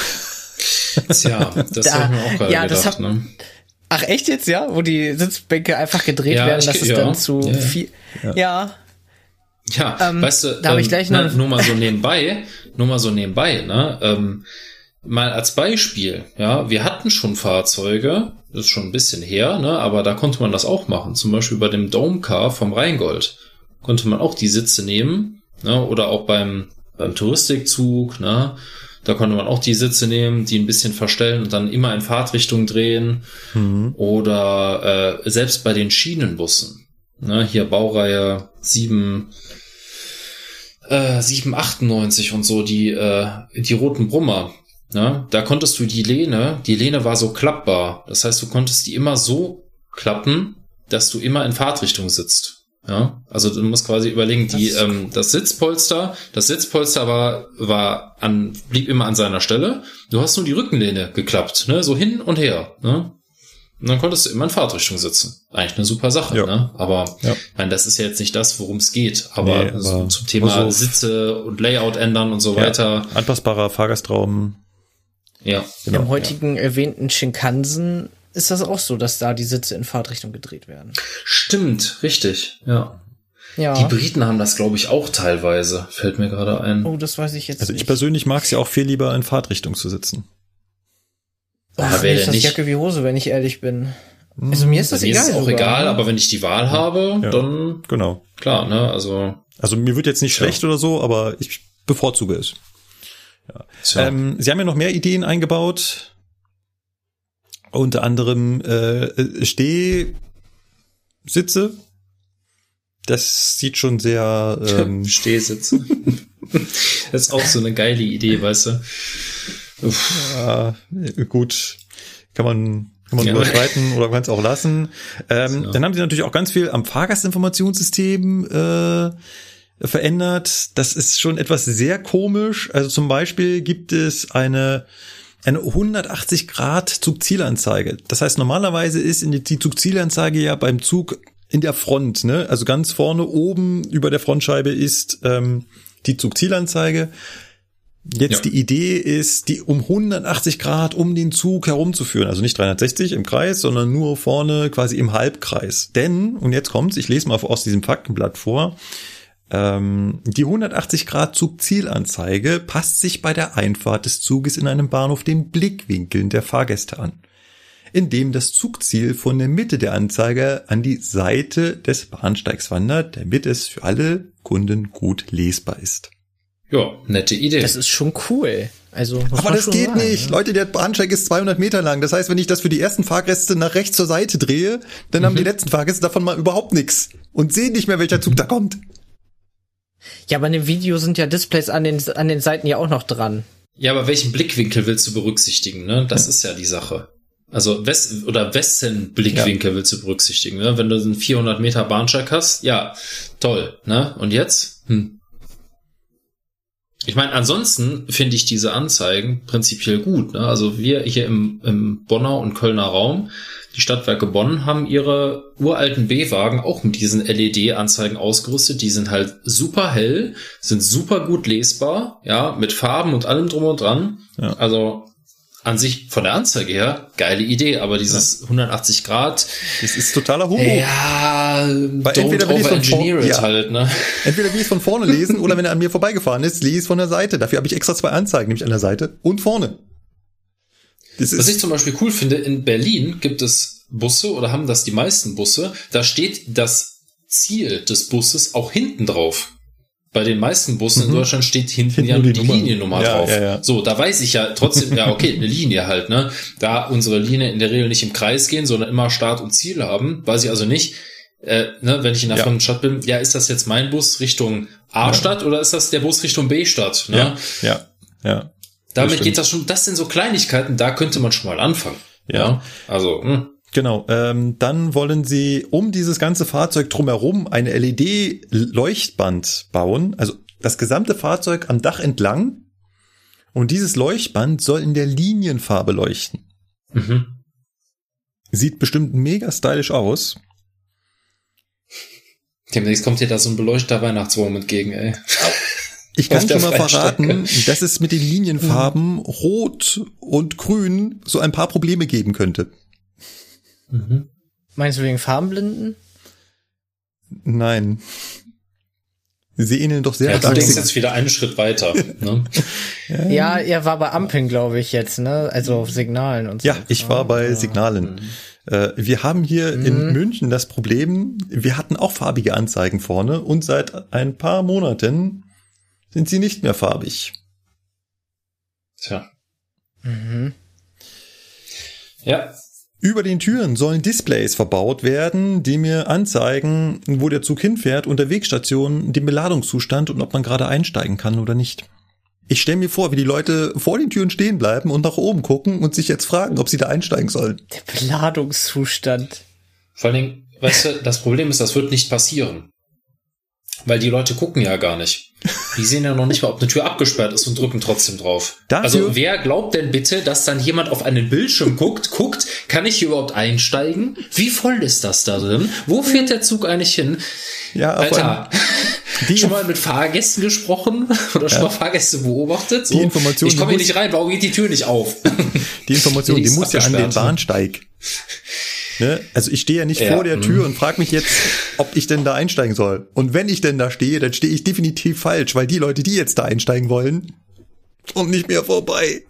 Tja, das da, habe ich mir auch gerade ja, gedacht. Das hab, ne? Ach echt jetzt, ja? Wo die Sitzbänke einfach gedreht ja, werden, dass ich, es ja, dann zu ja, viel... Ja. Ja, ja ähm, weißt du, da hab ähm, ich gleich na, noch... nur mal so nebenbei, nur mal so nebenbei, ne, ähm, mal als Beispiel, ja, wir hatten schon Fahrzeuge, das ist schon ein bisschen her, ne, aber da konnte man das auch machen, zum Beispiel bei dem Dome-Car vom Rheingold konnte man auch die Sitze nehmen, ne, oder auch beim, beim Touristikzug, ne, da konnte man auch die Sitze nehmen, die ein bisschen verstellen und dann immer in Fahrtrichtung drehen, mhm. oder äh, selbst bei den Schienenbussen, ne, hier Baureihe sieben, äh, sieben achtundneunzig und so, die, äh, die roten Brummer, ja, da konntest du die Lehne, die Lehne war so klappbar. Das heißt, du konntest die immer so klappen, dass du immer in Fahrtrichtung sitzt. Ja, also du musst quasi überlegen, die, das, ähm, das Sitzpolster, das Sitzpolster war, war an, blieb immer an seiner Stelle. Du hast nur die Rückenlehne geklappt, ne, so hin und her, ne. Und dann konntest du immer in Fahrtrichtung sitzen. Eigentlich eine super Sache, ja. ne? Aber, ja. nein, das ist ja jetzt nicht das, worum es geht. Aber, nee, aber so zum Thema so Sitze und Layout ändern und so ja, weiter. Anpassbarer Fahrgastraum. Ja, genau. Im heutigen ja. erwähnten Shinkansen ist das auch so, dass da die Sitze in Fahrtrichtung gedreht werden. Stimmt, richtig, ja. Ja. Die Briten haben das, glaube ich, auch teilweise, fällt mir gerade ein. Oh, das weiß ich jetzt also nicht. Also ich persönlich mag es ja auch viel lieber in Fahrtrichtung zu sitzen. Ach, wäre ist das nicht Jacke wie Hose, wenn ich ehrlich bin. Also mir ist das mir egal. Mir ist es auch sogar. egal, aber wenn ich die Wahl habe, ja, dann genau. Klar, ne, also. Also mir wird jetzt nicht ja. schlecht oder so, aber ich bevorzuge es. Ja. Ähm, Sie haben ja noch mehr Ideen eingebaut. unter anderem äh, Stehsitze. Das sieht schon sehr ähm, Stehsitze. Das ist auch so eine geile Idee, weißt du. Uff. Ja, gut, kann man kann man ja überschreiten oder man kann es auch lassen. Ähm, ja. Dann haben sie natürlich auch ganz viel am Fahrgastinformationssystem äh, verändert. Das ist schon etwas sehr komisch. Also zum Beispiel gibt es eine eine hundertachtzig Grad Zugzielanzeige. Das heißt, normalerweise ist in die, die Zugzielanzeige ja beim Zug in der Front, ne? Also ganz vorne oben über der Frontscheibe ist ähm, die Zugzielanzeige. Jetzt ja. Die Idee ist, die um hundertachtzig Grad um den Zug herumzuführen. Also nicht dreihundertsechzig im Kreis, sondern nur vorne quasi im Halbkreis. Denn, und jetzt kommt's, ich lese mal aus diesem Faktenblatt vor, ähm, die hundertachtzig Grad Zugzielanzeige passt sich bei der Einfahrt des Zuges in einem Bahnhof den Blickwinkeln der Fahrgäste an, indem das Zugziel von der Mitte der Anzeige an die Seite des Bahnsteigs wandert, damit es für alle Kunden gut lesbar ist. Ja, nette Idee. Das ist schon cool. Also, aber das geht sagen, nicht. Ne? Leute, der Bahnsteig ist zweihundert Meter lang. Das heißt, wenn ich das für die ersten Fahrgäste nach rechts zur Seite drehe, dann mhm. haben die letzten Fahrgäste davon mal überhaupt nichts und sehen nicht mehr, welcher Zug da kommt. Ja, aber in dem Video sind ja Displays an den, an den Seiten ja auch noch dran. Ja, aber welchen Blickwinkel willst du berücksichtigen, ne? Das ja. ist ja die Sache. Also, wes oder wessen Blickwinkel ja. willst du berücksichtigen, ne? Wenn du einen vierhundert Meter Bahnsteig hast, ja, toll, ne? Und jetzt? Hm. Ich meine, ansonsten finde ich diese Anzeigen prinzipiell gut, ne? Also wir hier im, im Bonner und Kölner Raum, die Stadtwerke Bonn haben ihre uralten B-Wagen auch mit diesen L E D-Anzeigen ausgerüstet. Die sind halt super hell, sind super gut lesbar, ja, mit Farben und allem drum und dran. Ja. Also an sich von der Anzeige her, geile Idee, aber dieses ja. hundertachtzig Grad. Das ist totaler Humbug. Ja, entweder will ich von vorne, ja. halt, ne? Entweder will ich es von vorne lesen oder wenn er an mir vorbeigefahren ist, lese ich es von der Seite. Dafür habe ich extra zwei Anzeigen, nämlich an der Seite und vorne. Das Was ist ich zum Beispiel cool finde, in Berlin gibt es Busse oder haben das die meisten Busse, da steht das Ziel des Busses auch hinten drauf. Bei den meisten Bussen mhm. in Deutschland steht hinten, hinten ja nur die, die Liniennummer ja, drauf. Ja, ja. So, da weiß ich ja trotzdem, ja okay, eine Linie halt, ne? Da unsere Linie in der Regel nicht im Kreis gehen, sondern immer Start und Ziel haben, weiß ich also nicht, äh, ne, wenn ich in einer ja. fremden Stadt bin, ja, ist das jetzt mein Bus Richtung A-Stadt ja. oder ist das der Bus Richtung B-Stadt? Ne? Ja, ja, ja. Damit das geht das schon, das sind so Kleinigkeiten, da könnte man schon mal anfangen. Ja, ja? Also, mh. Genau, ähm, dann wollen sie um dieses ganze Fahrzeug drumherum eine L E D-Leuchtband bauen, also das gesamte Fahrzeug am Dach entlang, und dieses Leuchtband soll in der Linienfarbe leuchten. Mhm. Sieht bestimmt mega stylisch aus. Demnächst kommt dir da so ein beleuchteter Weihnachtsbaum entgegen, ey. Ich kann schon mal verraten, dass es mit den Linienfarben Rot und Grün so ein paar Probleme geben könnte. Mhm. Meinst du wegen Farbenblinden? Nein. Sie ähneln doch sehr ja, stark. Du denkst jetzt wieder einen Schritt weiter. Ne? ja. ja, er war bei Ampeln, glaube ich, jetzt, ne? Also Signalen und so. Ja, ich war bei Signalen. Mhm. Äh, wir haben hier mhm. in München das Problem, wir hatten auch farbige Anzeigen vorne und seit ein paar Monaten sind sie nicht mehr farbig. Tja. Mhm. Ja. Über den Türen sollen Displays verbaut werden, die mir anzeigen, wo der Zug hinfährt, und der Wegstation, den Beladungszustand und ob man gerade einsteigen kann oder nicht. Ich stelle mir vor, wie die Leute vor den Türen stehen bleiben und nach oben gucken und sich jetzt fragen, ob sie da einsteigen sollen. Der Beladungszustand. Vor allen Dingen, weißt du, das Problem ist, das wird nicht passieren. Weil die Leute gucken ja gar nicht. Die sehen ja noch nicht mal, ob eine Tür abgesperrt ist und drücken trotzdem drauf. Dafür? Also wer glaubt denn bitte, dass dann jemand auf einen Bildschirm guckt, guckt, kann ich hier überhaupt einsteigen? Wie voll ist das da drin? Wo fährt der Zug eigentlich hin? Ja, Alter, die schon mal mit Fahrgästen gesprochen oder schon ja. mal Fahrgäste beobachtet? So, die Information, ich komme hier nicht rein, warum geht die Tür nicht auf? Die Information, die, die muss ja an den Bahnsteig. Ne? Also ich stehe ja nicht ja, vor der Tür mh. und frage mich jetzt, ob ich denn da einsteigen soll. Und wenn ich denn da stehe, dann stehe ich definitiv falsch, weil die Leute, die jetzt da einsteigen wollen, kommen nicht mehr vorbei.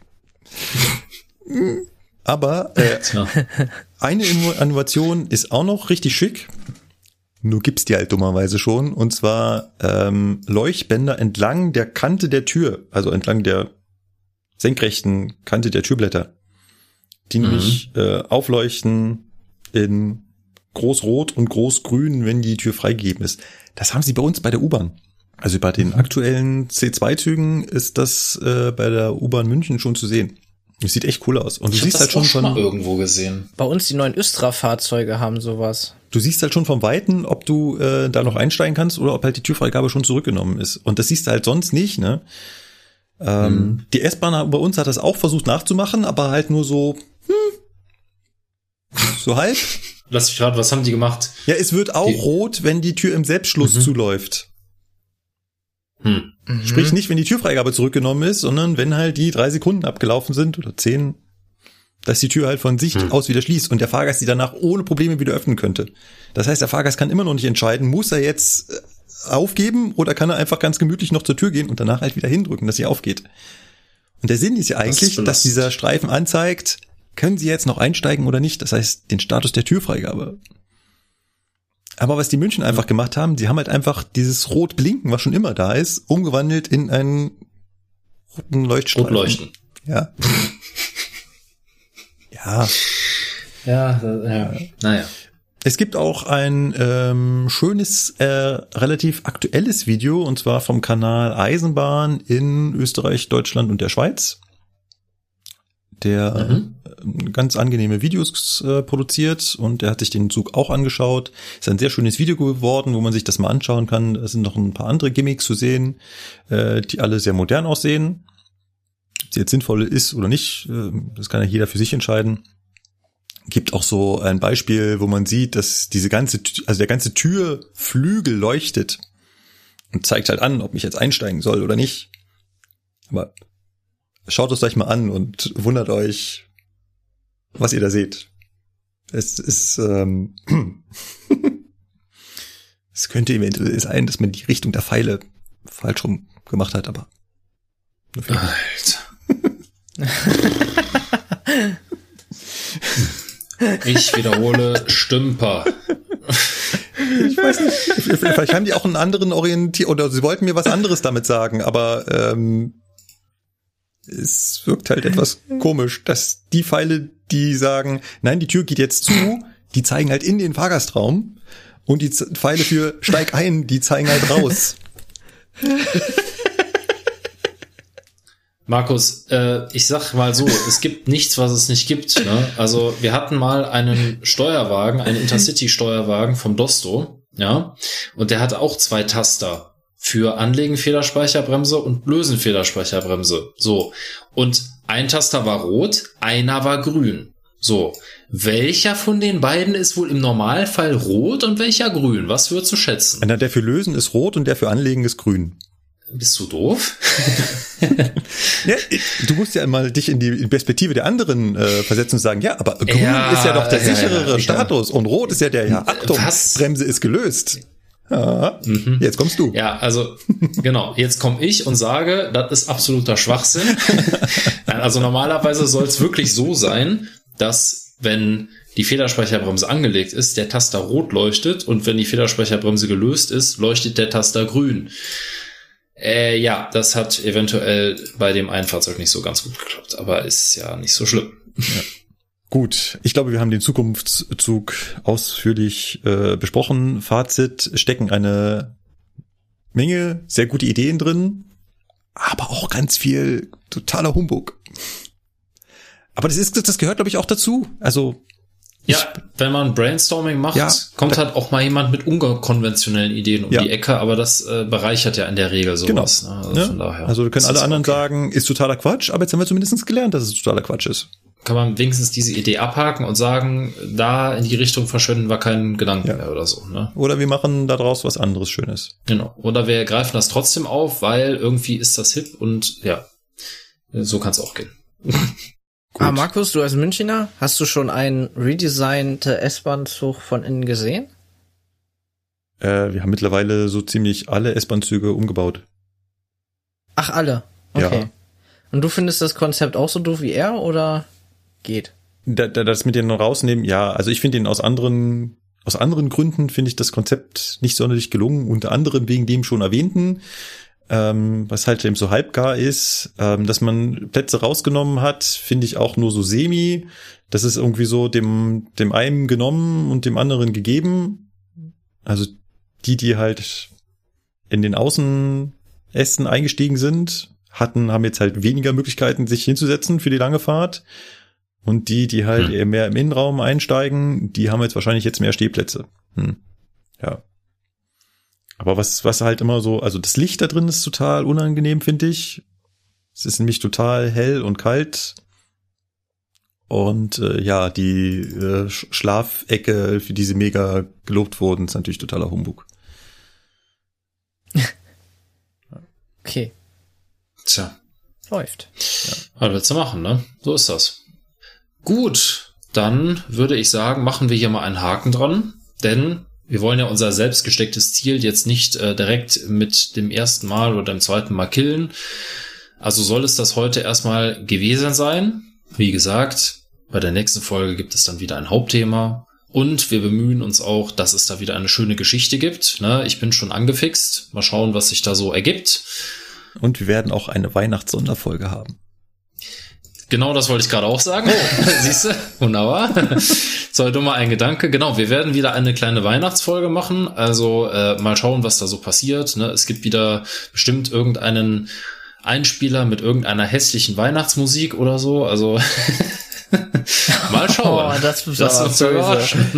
Aber äh, eine Innovation ist auch noch richtig schick. Nur gibt's die halt dummerweise schon. Und zwar ähm, Leuchtbänder entlang der Kante der Tür, also entlang der senkrechten Kante der Türblätter. die mhm. nämlich äh, aufleuchten in groß-rot und groß-grün, wenn die Tür freigegeben ist. Das haben sie bei uns bei der U-Bahn. Also bei den aktuellen C zwei Zügen ist das äh, bei der U-Bahn München schon zu sehen. Das sieht echt cool aus. Und du ich siehst hab das halt schon auch schon von mal irgendwo gesehen. Bei uns die neuen Östra-Fahrzeuge haben sowas. Du siehst halt schon vom Weiten, ob du äh, da noch einsteigen kannst oder ob halt die Türfreigabe schon zurückgenommen ist. Und das siehst du halt sonst nicht, ne? Ähm, hm. Die S-Bahn bei uns hat das auch versucht nachzumachen, aber halt nur so, hm, so halb. Lass mich raten, was haben die gemacht? Ja, es wird auch die rot, wenn die Tür im Selbstschluss mhm. zuläuft. Hm. Sprich nicht, wenn die Türfreigabe zurückgenommen ist, sondern wenn halt die drei Sekunden abgelaufen sind oder zehn, dass die Tür halt von sich hm. aus wieder schließt und der Fahrgast die danach ohne Probleme wieder öffnen könnte. Das heißt, der Fahrgast kann immer noch nicht entscheiden, muss er jetzt aufgeben oder kann er einfach ganz gemütlich noch zur Tür gehen und danach halt wieder hindrücken, dass sie aufgeht. Und der Sinn ist ja eigentlich, das dass dieser Streifen anzeigt, können Sie jetzt noch einsteigen oder nicht? Das heißt, den Status der Türfreigabe. Aber was die München einfach gemacht haben, sie haben halt einfach dieses Rot-Blinken, was schon immer da ist, umgewandelt in einen roten Leuchtstreifen. Rotleuchten. Ja. ja. Ja, ja. Naja. Es gibt auch ein ähm, schönes, äh, relativ aktuelles Video, und zwar vom Kanal Eisenbahn in Österreich, Deutschland und der Schweiz, der mhm. äh, ganz angenehme Videos äh, produziert, und der hat sich den Zug auch angeschaut. Ist ein sehr schönes Video geworden, wo man sich das mal anschauen kann. Es sind noch ein paar andere Gimmicks zu sehen, äh, die alle sehr modern aussehen. Ob sie jetzt sinnvoll ist oder nicht, äh, das kann ja jeder für sich entscheiden. Gibt auch so ein Beispiel, wo man sieht, dass diese ganze, also der ganze Türflügel leuchtet und zeigt halt an, ob ich jetzt einsteigen soll oder nicht. Aber schaut es euch mal an und wundert euch, was ihr da seht. Es ist, ähm, es könnte eventuell sein, dass man die Richtung der Pfeile falsch rum gemacht hat, aber Alter. Ich wiederhole, Stümper. Ich weiß nicht, vielleicht haben die auch einen anderen Orientier, oder sie wollten mir was anderes damit sagen, aber ähm, es wirkt halt etwas komisch, dass die Pfeile, die sagen, nein, die Tür geht jetzt zu, die zeigen halt in den Fahrgastraum, und die Pfeile für steig ein, die zeigen halt raus. Markus, äh, ich sag mal so, es gibt nichts, was es nicht gibt. Ne? Also wir hatten mal einen Steuerwagen, einen Intercity-Steuerwagen vom Dosto, ja, und der hatte auch zwei Taster für Anlegen Federspeicherbremse und Lösen Federspeicherbremse. So, und ein Taster war rot, einer war grün. So, welcher von den beiden ist wohl im Normalfall rot und welcher grün? Was würdest du schätzen? Na, der für Lösen ist rot und der für Anlegen ist grün. Bist du doof? Ja, du musst ja mal dich in die Perspektive der anderen äh, versetzen und sagen, ja, aber grün ja, ist ja doch der sicherere ja, ja, Status und rot ist ja der, ja, Achtung, was? Bremse ist gelöst. Ja, mhm. Jetzt kommst du. Ja, also genau, jetzt komme ich und sage, das ist absoluter Schwachsinn. Also normalerweise soll es wirklich so sein, dass wenn die Federspeicherbremse angelegt ist, der Taster rot leuchtet, und wenn die Federspeicherbremse gelöst ist, leuchtet der Taster grün. Äh, ja, das hat eventuell bei dem einen Fahrzeug nicht so ganz gut geklappt, aber ist ja nicht so schlimm. Ja. Gut, ich glaube, wir haben den Zukunftszug ausführlich äh, besprochen. Fazit: stecken eine Menge sehr gute Ideen drin, aber auch ganz viel totaler Humbug. Aber das ist, das gehört, glaube ich, auch dazu. Also ja, wenn man Brainstorming macht, ja, kommt halt auch mal jemand mit unkonventionellen Ideen um ja. die Ecke, aber das äh, bereichert ja in der Regel sowas. Genau. Ne? Also, ja. von daher also können alle anderen okay. sagen, ist totaler Quatsch, aber jetzt haben wir zumindest gelernt, dass es totaler Quatsch ist. Kann man wenigstens diese Idee abhaken und sagen, da in die Richtung verschwenden wir keinen Gedanken ja. mehr oder so. Ne? Oder wir machen daraus was anderes Schönes. Genau. Oder wir greifen das trotzdem auf, weil irgendwie ist das hip, und ja, so kann es auch gehen. Gut. Ah, Markus, du als Münchner, hast du schon einen redesignten S-Bahn-Zug von innen gesehen? Äh, wir haben mittlerweile so ziemlich alle S-Bahn-Züge umgebaut. Ach, alle? Okay. Ja. Und du findest das Konzept auch so doof wie er, oder geht? Da, da, das mit denen rausnehmen, ja, also ich finde ihn aus anderen, aus anderen Gründen finde ich das Konzept nicht sonderlich gelungen, unter anderem wegen dem schon erwähnten. ähm, was halt eben so halbgar ist, ähm, dass man Plätze rausgenommen hat, finde ich auch nur so semi. Das ist irgendwie so dem dem einen genommen und dem anderen gegeben. Also die, die halt in den Außenästen eingestiegen sind, hatten, haben jetzt halt weniger Möglichkeiten, sich hinzusetzen für die lange Fahrt. Und die, die halt hm. eher mehr im Innenraum einsteigen, die haben jetzt wahrscheinlich jetzt mehr Stehplätze. Hm. Ja. Aber was, was halt immer so, also das Licht da drin ist total unangenehm, finde ich. Es ist nämlich total hell und kalt. Und äh, ja, die äh, Schlafecke, für die sie mega gelobt wurden, ist natürlich totaler Humbug. Okay. Tja. Läuft. Ja. Was willst du machen, ne? So ist das. Gut, dann würde ich sagen, machen wir hier mal einen Haken dran, denn wir wollen ja unser selbst gestecktes Ziel jetzt nicht äh, direkt mit dem ersten Mal oder dem zweiten Mal killen. Also soll es das heute erstmal gewesen sein. Wie gesagt, bei der nächsten Folge gibt es dann wieder ein Hauptthema und wir bemühen uns auch, dass es da wieder eine schöne Geschichte gibt. Ne? Ich bin schon angefixt. Mal schauen, was sich da so ergibt. Und wir werden auch eine Weihnachts-Sonderfolge haben. Genau, das wollte ich gerade auch sagen. Oh. Siehst du? Wunderbar. So, dummer ein Gedanke. Genau, wir werden wieder eine kleine Weihnachtsfolge machen. Also äh, mal schauen, was da so passiert. Ne? Es gibt wieder bestimmt irgendeinen Einspieler mit irgendeiner hässlichen Weihnachtsmusik oder so. Also mal schauen. Oh, das ist das uns überraschen.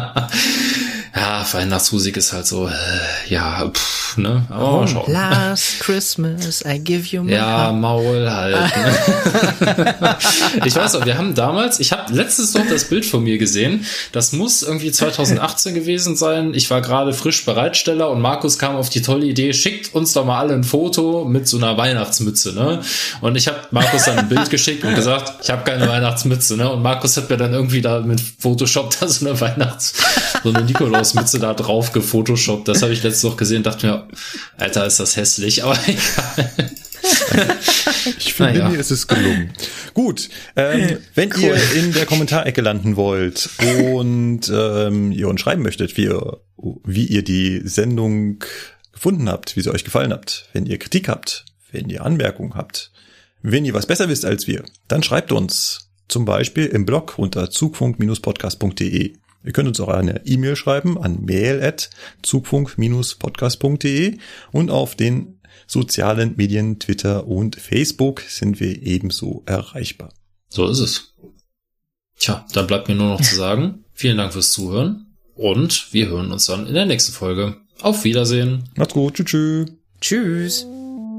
Ja, Weihnachtsmusik ist halt so, äh, ja, pff, ne? Aber oh, mal schauen. Last Christmas, I give you my Ja, heart. Maul halt. Ne? Ich weiß auch, wir haben damals, ich habe letztens noch das Bild von mir gesehen, das muss irgendwie zwanzig achtzehn gewesen sein. Ich war gerade frisch Bereitsteller und Markus kam auf die tolle Idee, schickt uns doch mal alle ein Foto mit so einer Weihnachtsmütze, ne? Und ich habe Markus dann ein Bild geschickt und gesagt, ich habe keine Weihnachtsmütze, ne? Und Markus hat mir dann irgendwie da mit Photoshop da so eine Weihnachts-, so eine Nikolaus Mütze da drauf gefotoshoppt. Das habe ich letztens noch gesehen, dachte mir, Alter, ist das hässlich, aber egal. Ich finde, ja. Mir ist es gelungen. Gut, ähm, wenn cool. ihr in der Kommentarecke landen wollt und ähm, ihr uns schreiben möchtet, wie ihr, wie ihr die Sendung gefunden habt, wie sie euch gefallen habt, wenn ihr Kritik habt, wenn ihr Anmerkungen habt, wenn ihr was besser wisst als wir, dann schreibt uns zum Beispiel im Blog unter zugfunk Podcast punkt de. Ihr könnt uns auch eine E-Mail schreiben an mail at zugfunk Podcast punkt de und auf den sozialen Medien, Twitter und Facebook sind wir ebenso erreichbar. So ist es. Tja, dann bleibt mir nur noch zu sagen, vielen Dank fürs Zuhören und wir hören uns dann in der nächsten Folge. Auf Wiedersehen. Macht's gut. Tschüss. Tschüss.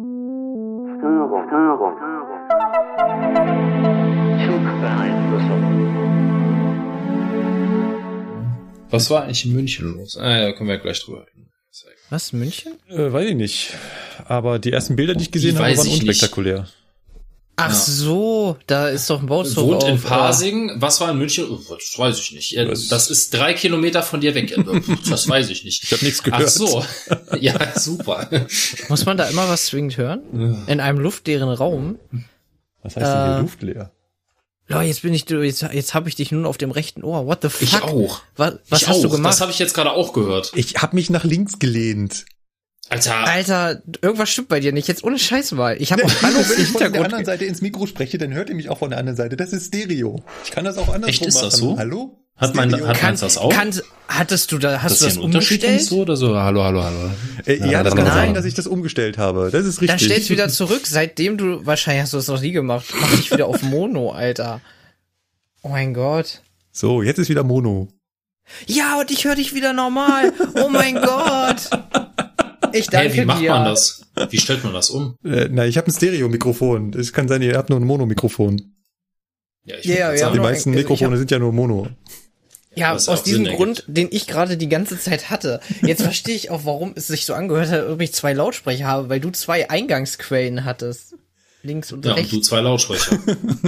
Was war eigentlich in München los? Ah ja, können wir ja gleich drüber reden. Was, München? Äh, weiß ich nicht. Aber die ersten Bilder, die ich gesehen die habe, waren unspektakulär. Nicht. Ach ja. So, da ist doch ein Baustoff Wohnt auf, in Pasing. Was war in München? Oh, das weiß ich nicht. Das, das ist drei Kilometer von dir weg. Das weiß ich nicht. Ich habe nichts gehört. Ach so. Ja, super. Muss man da immer was zwingend hören? Ja. In einem luftleeren Raum? Was heißt denn hier äh, luftleer? Ja, jetzt bin ich, jetzt, jetzt habe ich dich nun auf dem rechten Ohr. What the fuck? Ich auch. Was, was ich hast auch. du gemacht? Das habe ich jetzt gerade auch gehört. Ich habe mich nach links gelehnt. Alter. Alter, irgendwas stimmt bei dir nicht. Jetzt ohne Scheiß mal. Ich habe auch Hallo, wenn ich von der anderen Seite ins Mikro spreche, dann hört ihr mich auch von der anderen Seite. Das ist Stereo. Ich kann das auch andersrum Echt, ist machen. Das so? Hallo? Hat man, hat man das auch? Kann, hattest du da, hast das du das umgestellt? So oder so? Hallo, hallo, hallo. Äh, ja, ja, das kann sein, dass ich das umgestellt habe. Das ist richtig. Dann stellst wieder zurück. Seitdem du, wahrscheinlich hast du das noch nie gemacht, mach dich wieder auf Mono, Alter. Oh mein Gott. So, jetzt ist wieder Mono. Ja, und ich höre dich wieder normal. Oh mein Gott. Ich danke dir. Hey, wie macht dir. man das? Wie stellt man das um? Äh, na, ich habe ein Stereo-Mikrofon. Es kann sein, ihr habt nur ein Mono-Mikrofon. Ja, ich yeah, sagen, die meisten also Mikrofone hab, sind ja nur Mono. Ja, aus diesem Sinn Grund, ergibt. den ich gerade die ganze Zeit hatte. Jetzt verstehe ich auch, warum es sich so angehört hat, ob ich zwei Lautsprecher habe, weil du zwei Eingangsquellen hattest. Links und ja, rechts. Und du zwei Lautsprecher.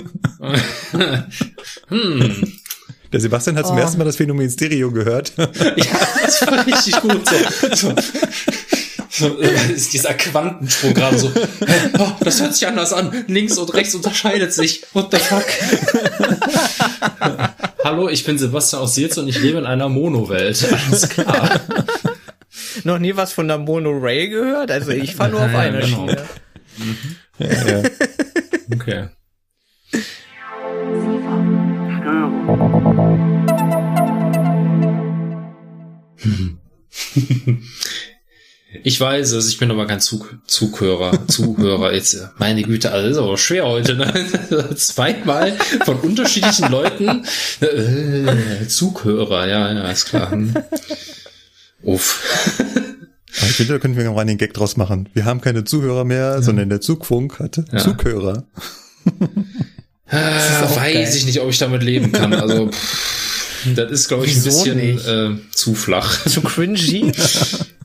hm. Der Sebastian hat zum oh. ersten Mal das Phänomen Stereo gehört. Ja, das war richtig gut. So, so, so ist dieser Quantensprung gerade so. Hä, oh, das hört sich anders an. Links und rechts unterscheidet sich. What the fuck? Hallo, ich bin Sebastian aus Seelz und ich lebe in einer Mono-Welt. Alles klar. noch nie was von der Monorail gehört. Also ich fahre nur auf Ja, einer genau. Schiene. Mhm. Ja, ja. Okay. Ich weiß es, ich bin aber kein Zug Zughörer, Zuhörer jetzt. Meine Güte, alles ist aber schwer heute, ne? Zweimal von unterschiedlichen Leuten. Äh, Zughörer, ja, ja, ist klar. Hm. Uff. Aber ich finde, da können wir noch mal einen Gag draus machen. Wir haben keine Zuhörer mehr, ja. sondern der Zugfunk hatte ja. Zughörer. Ah, weiß geil. Ich nicht, ob ich damit leben kann. Also pff, das ist, glaube ich, Wieso ein bisschen äh, zu flach. Zu cringy?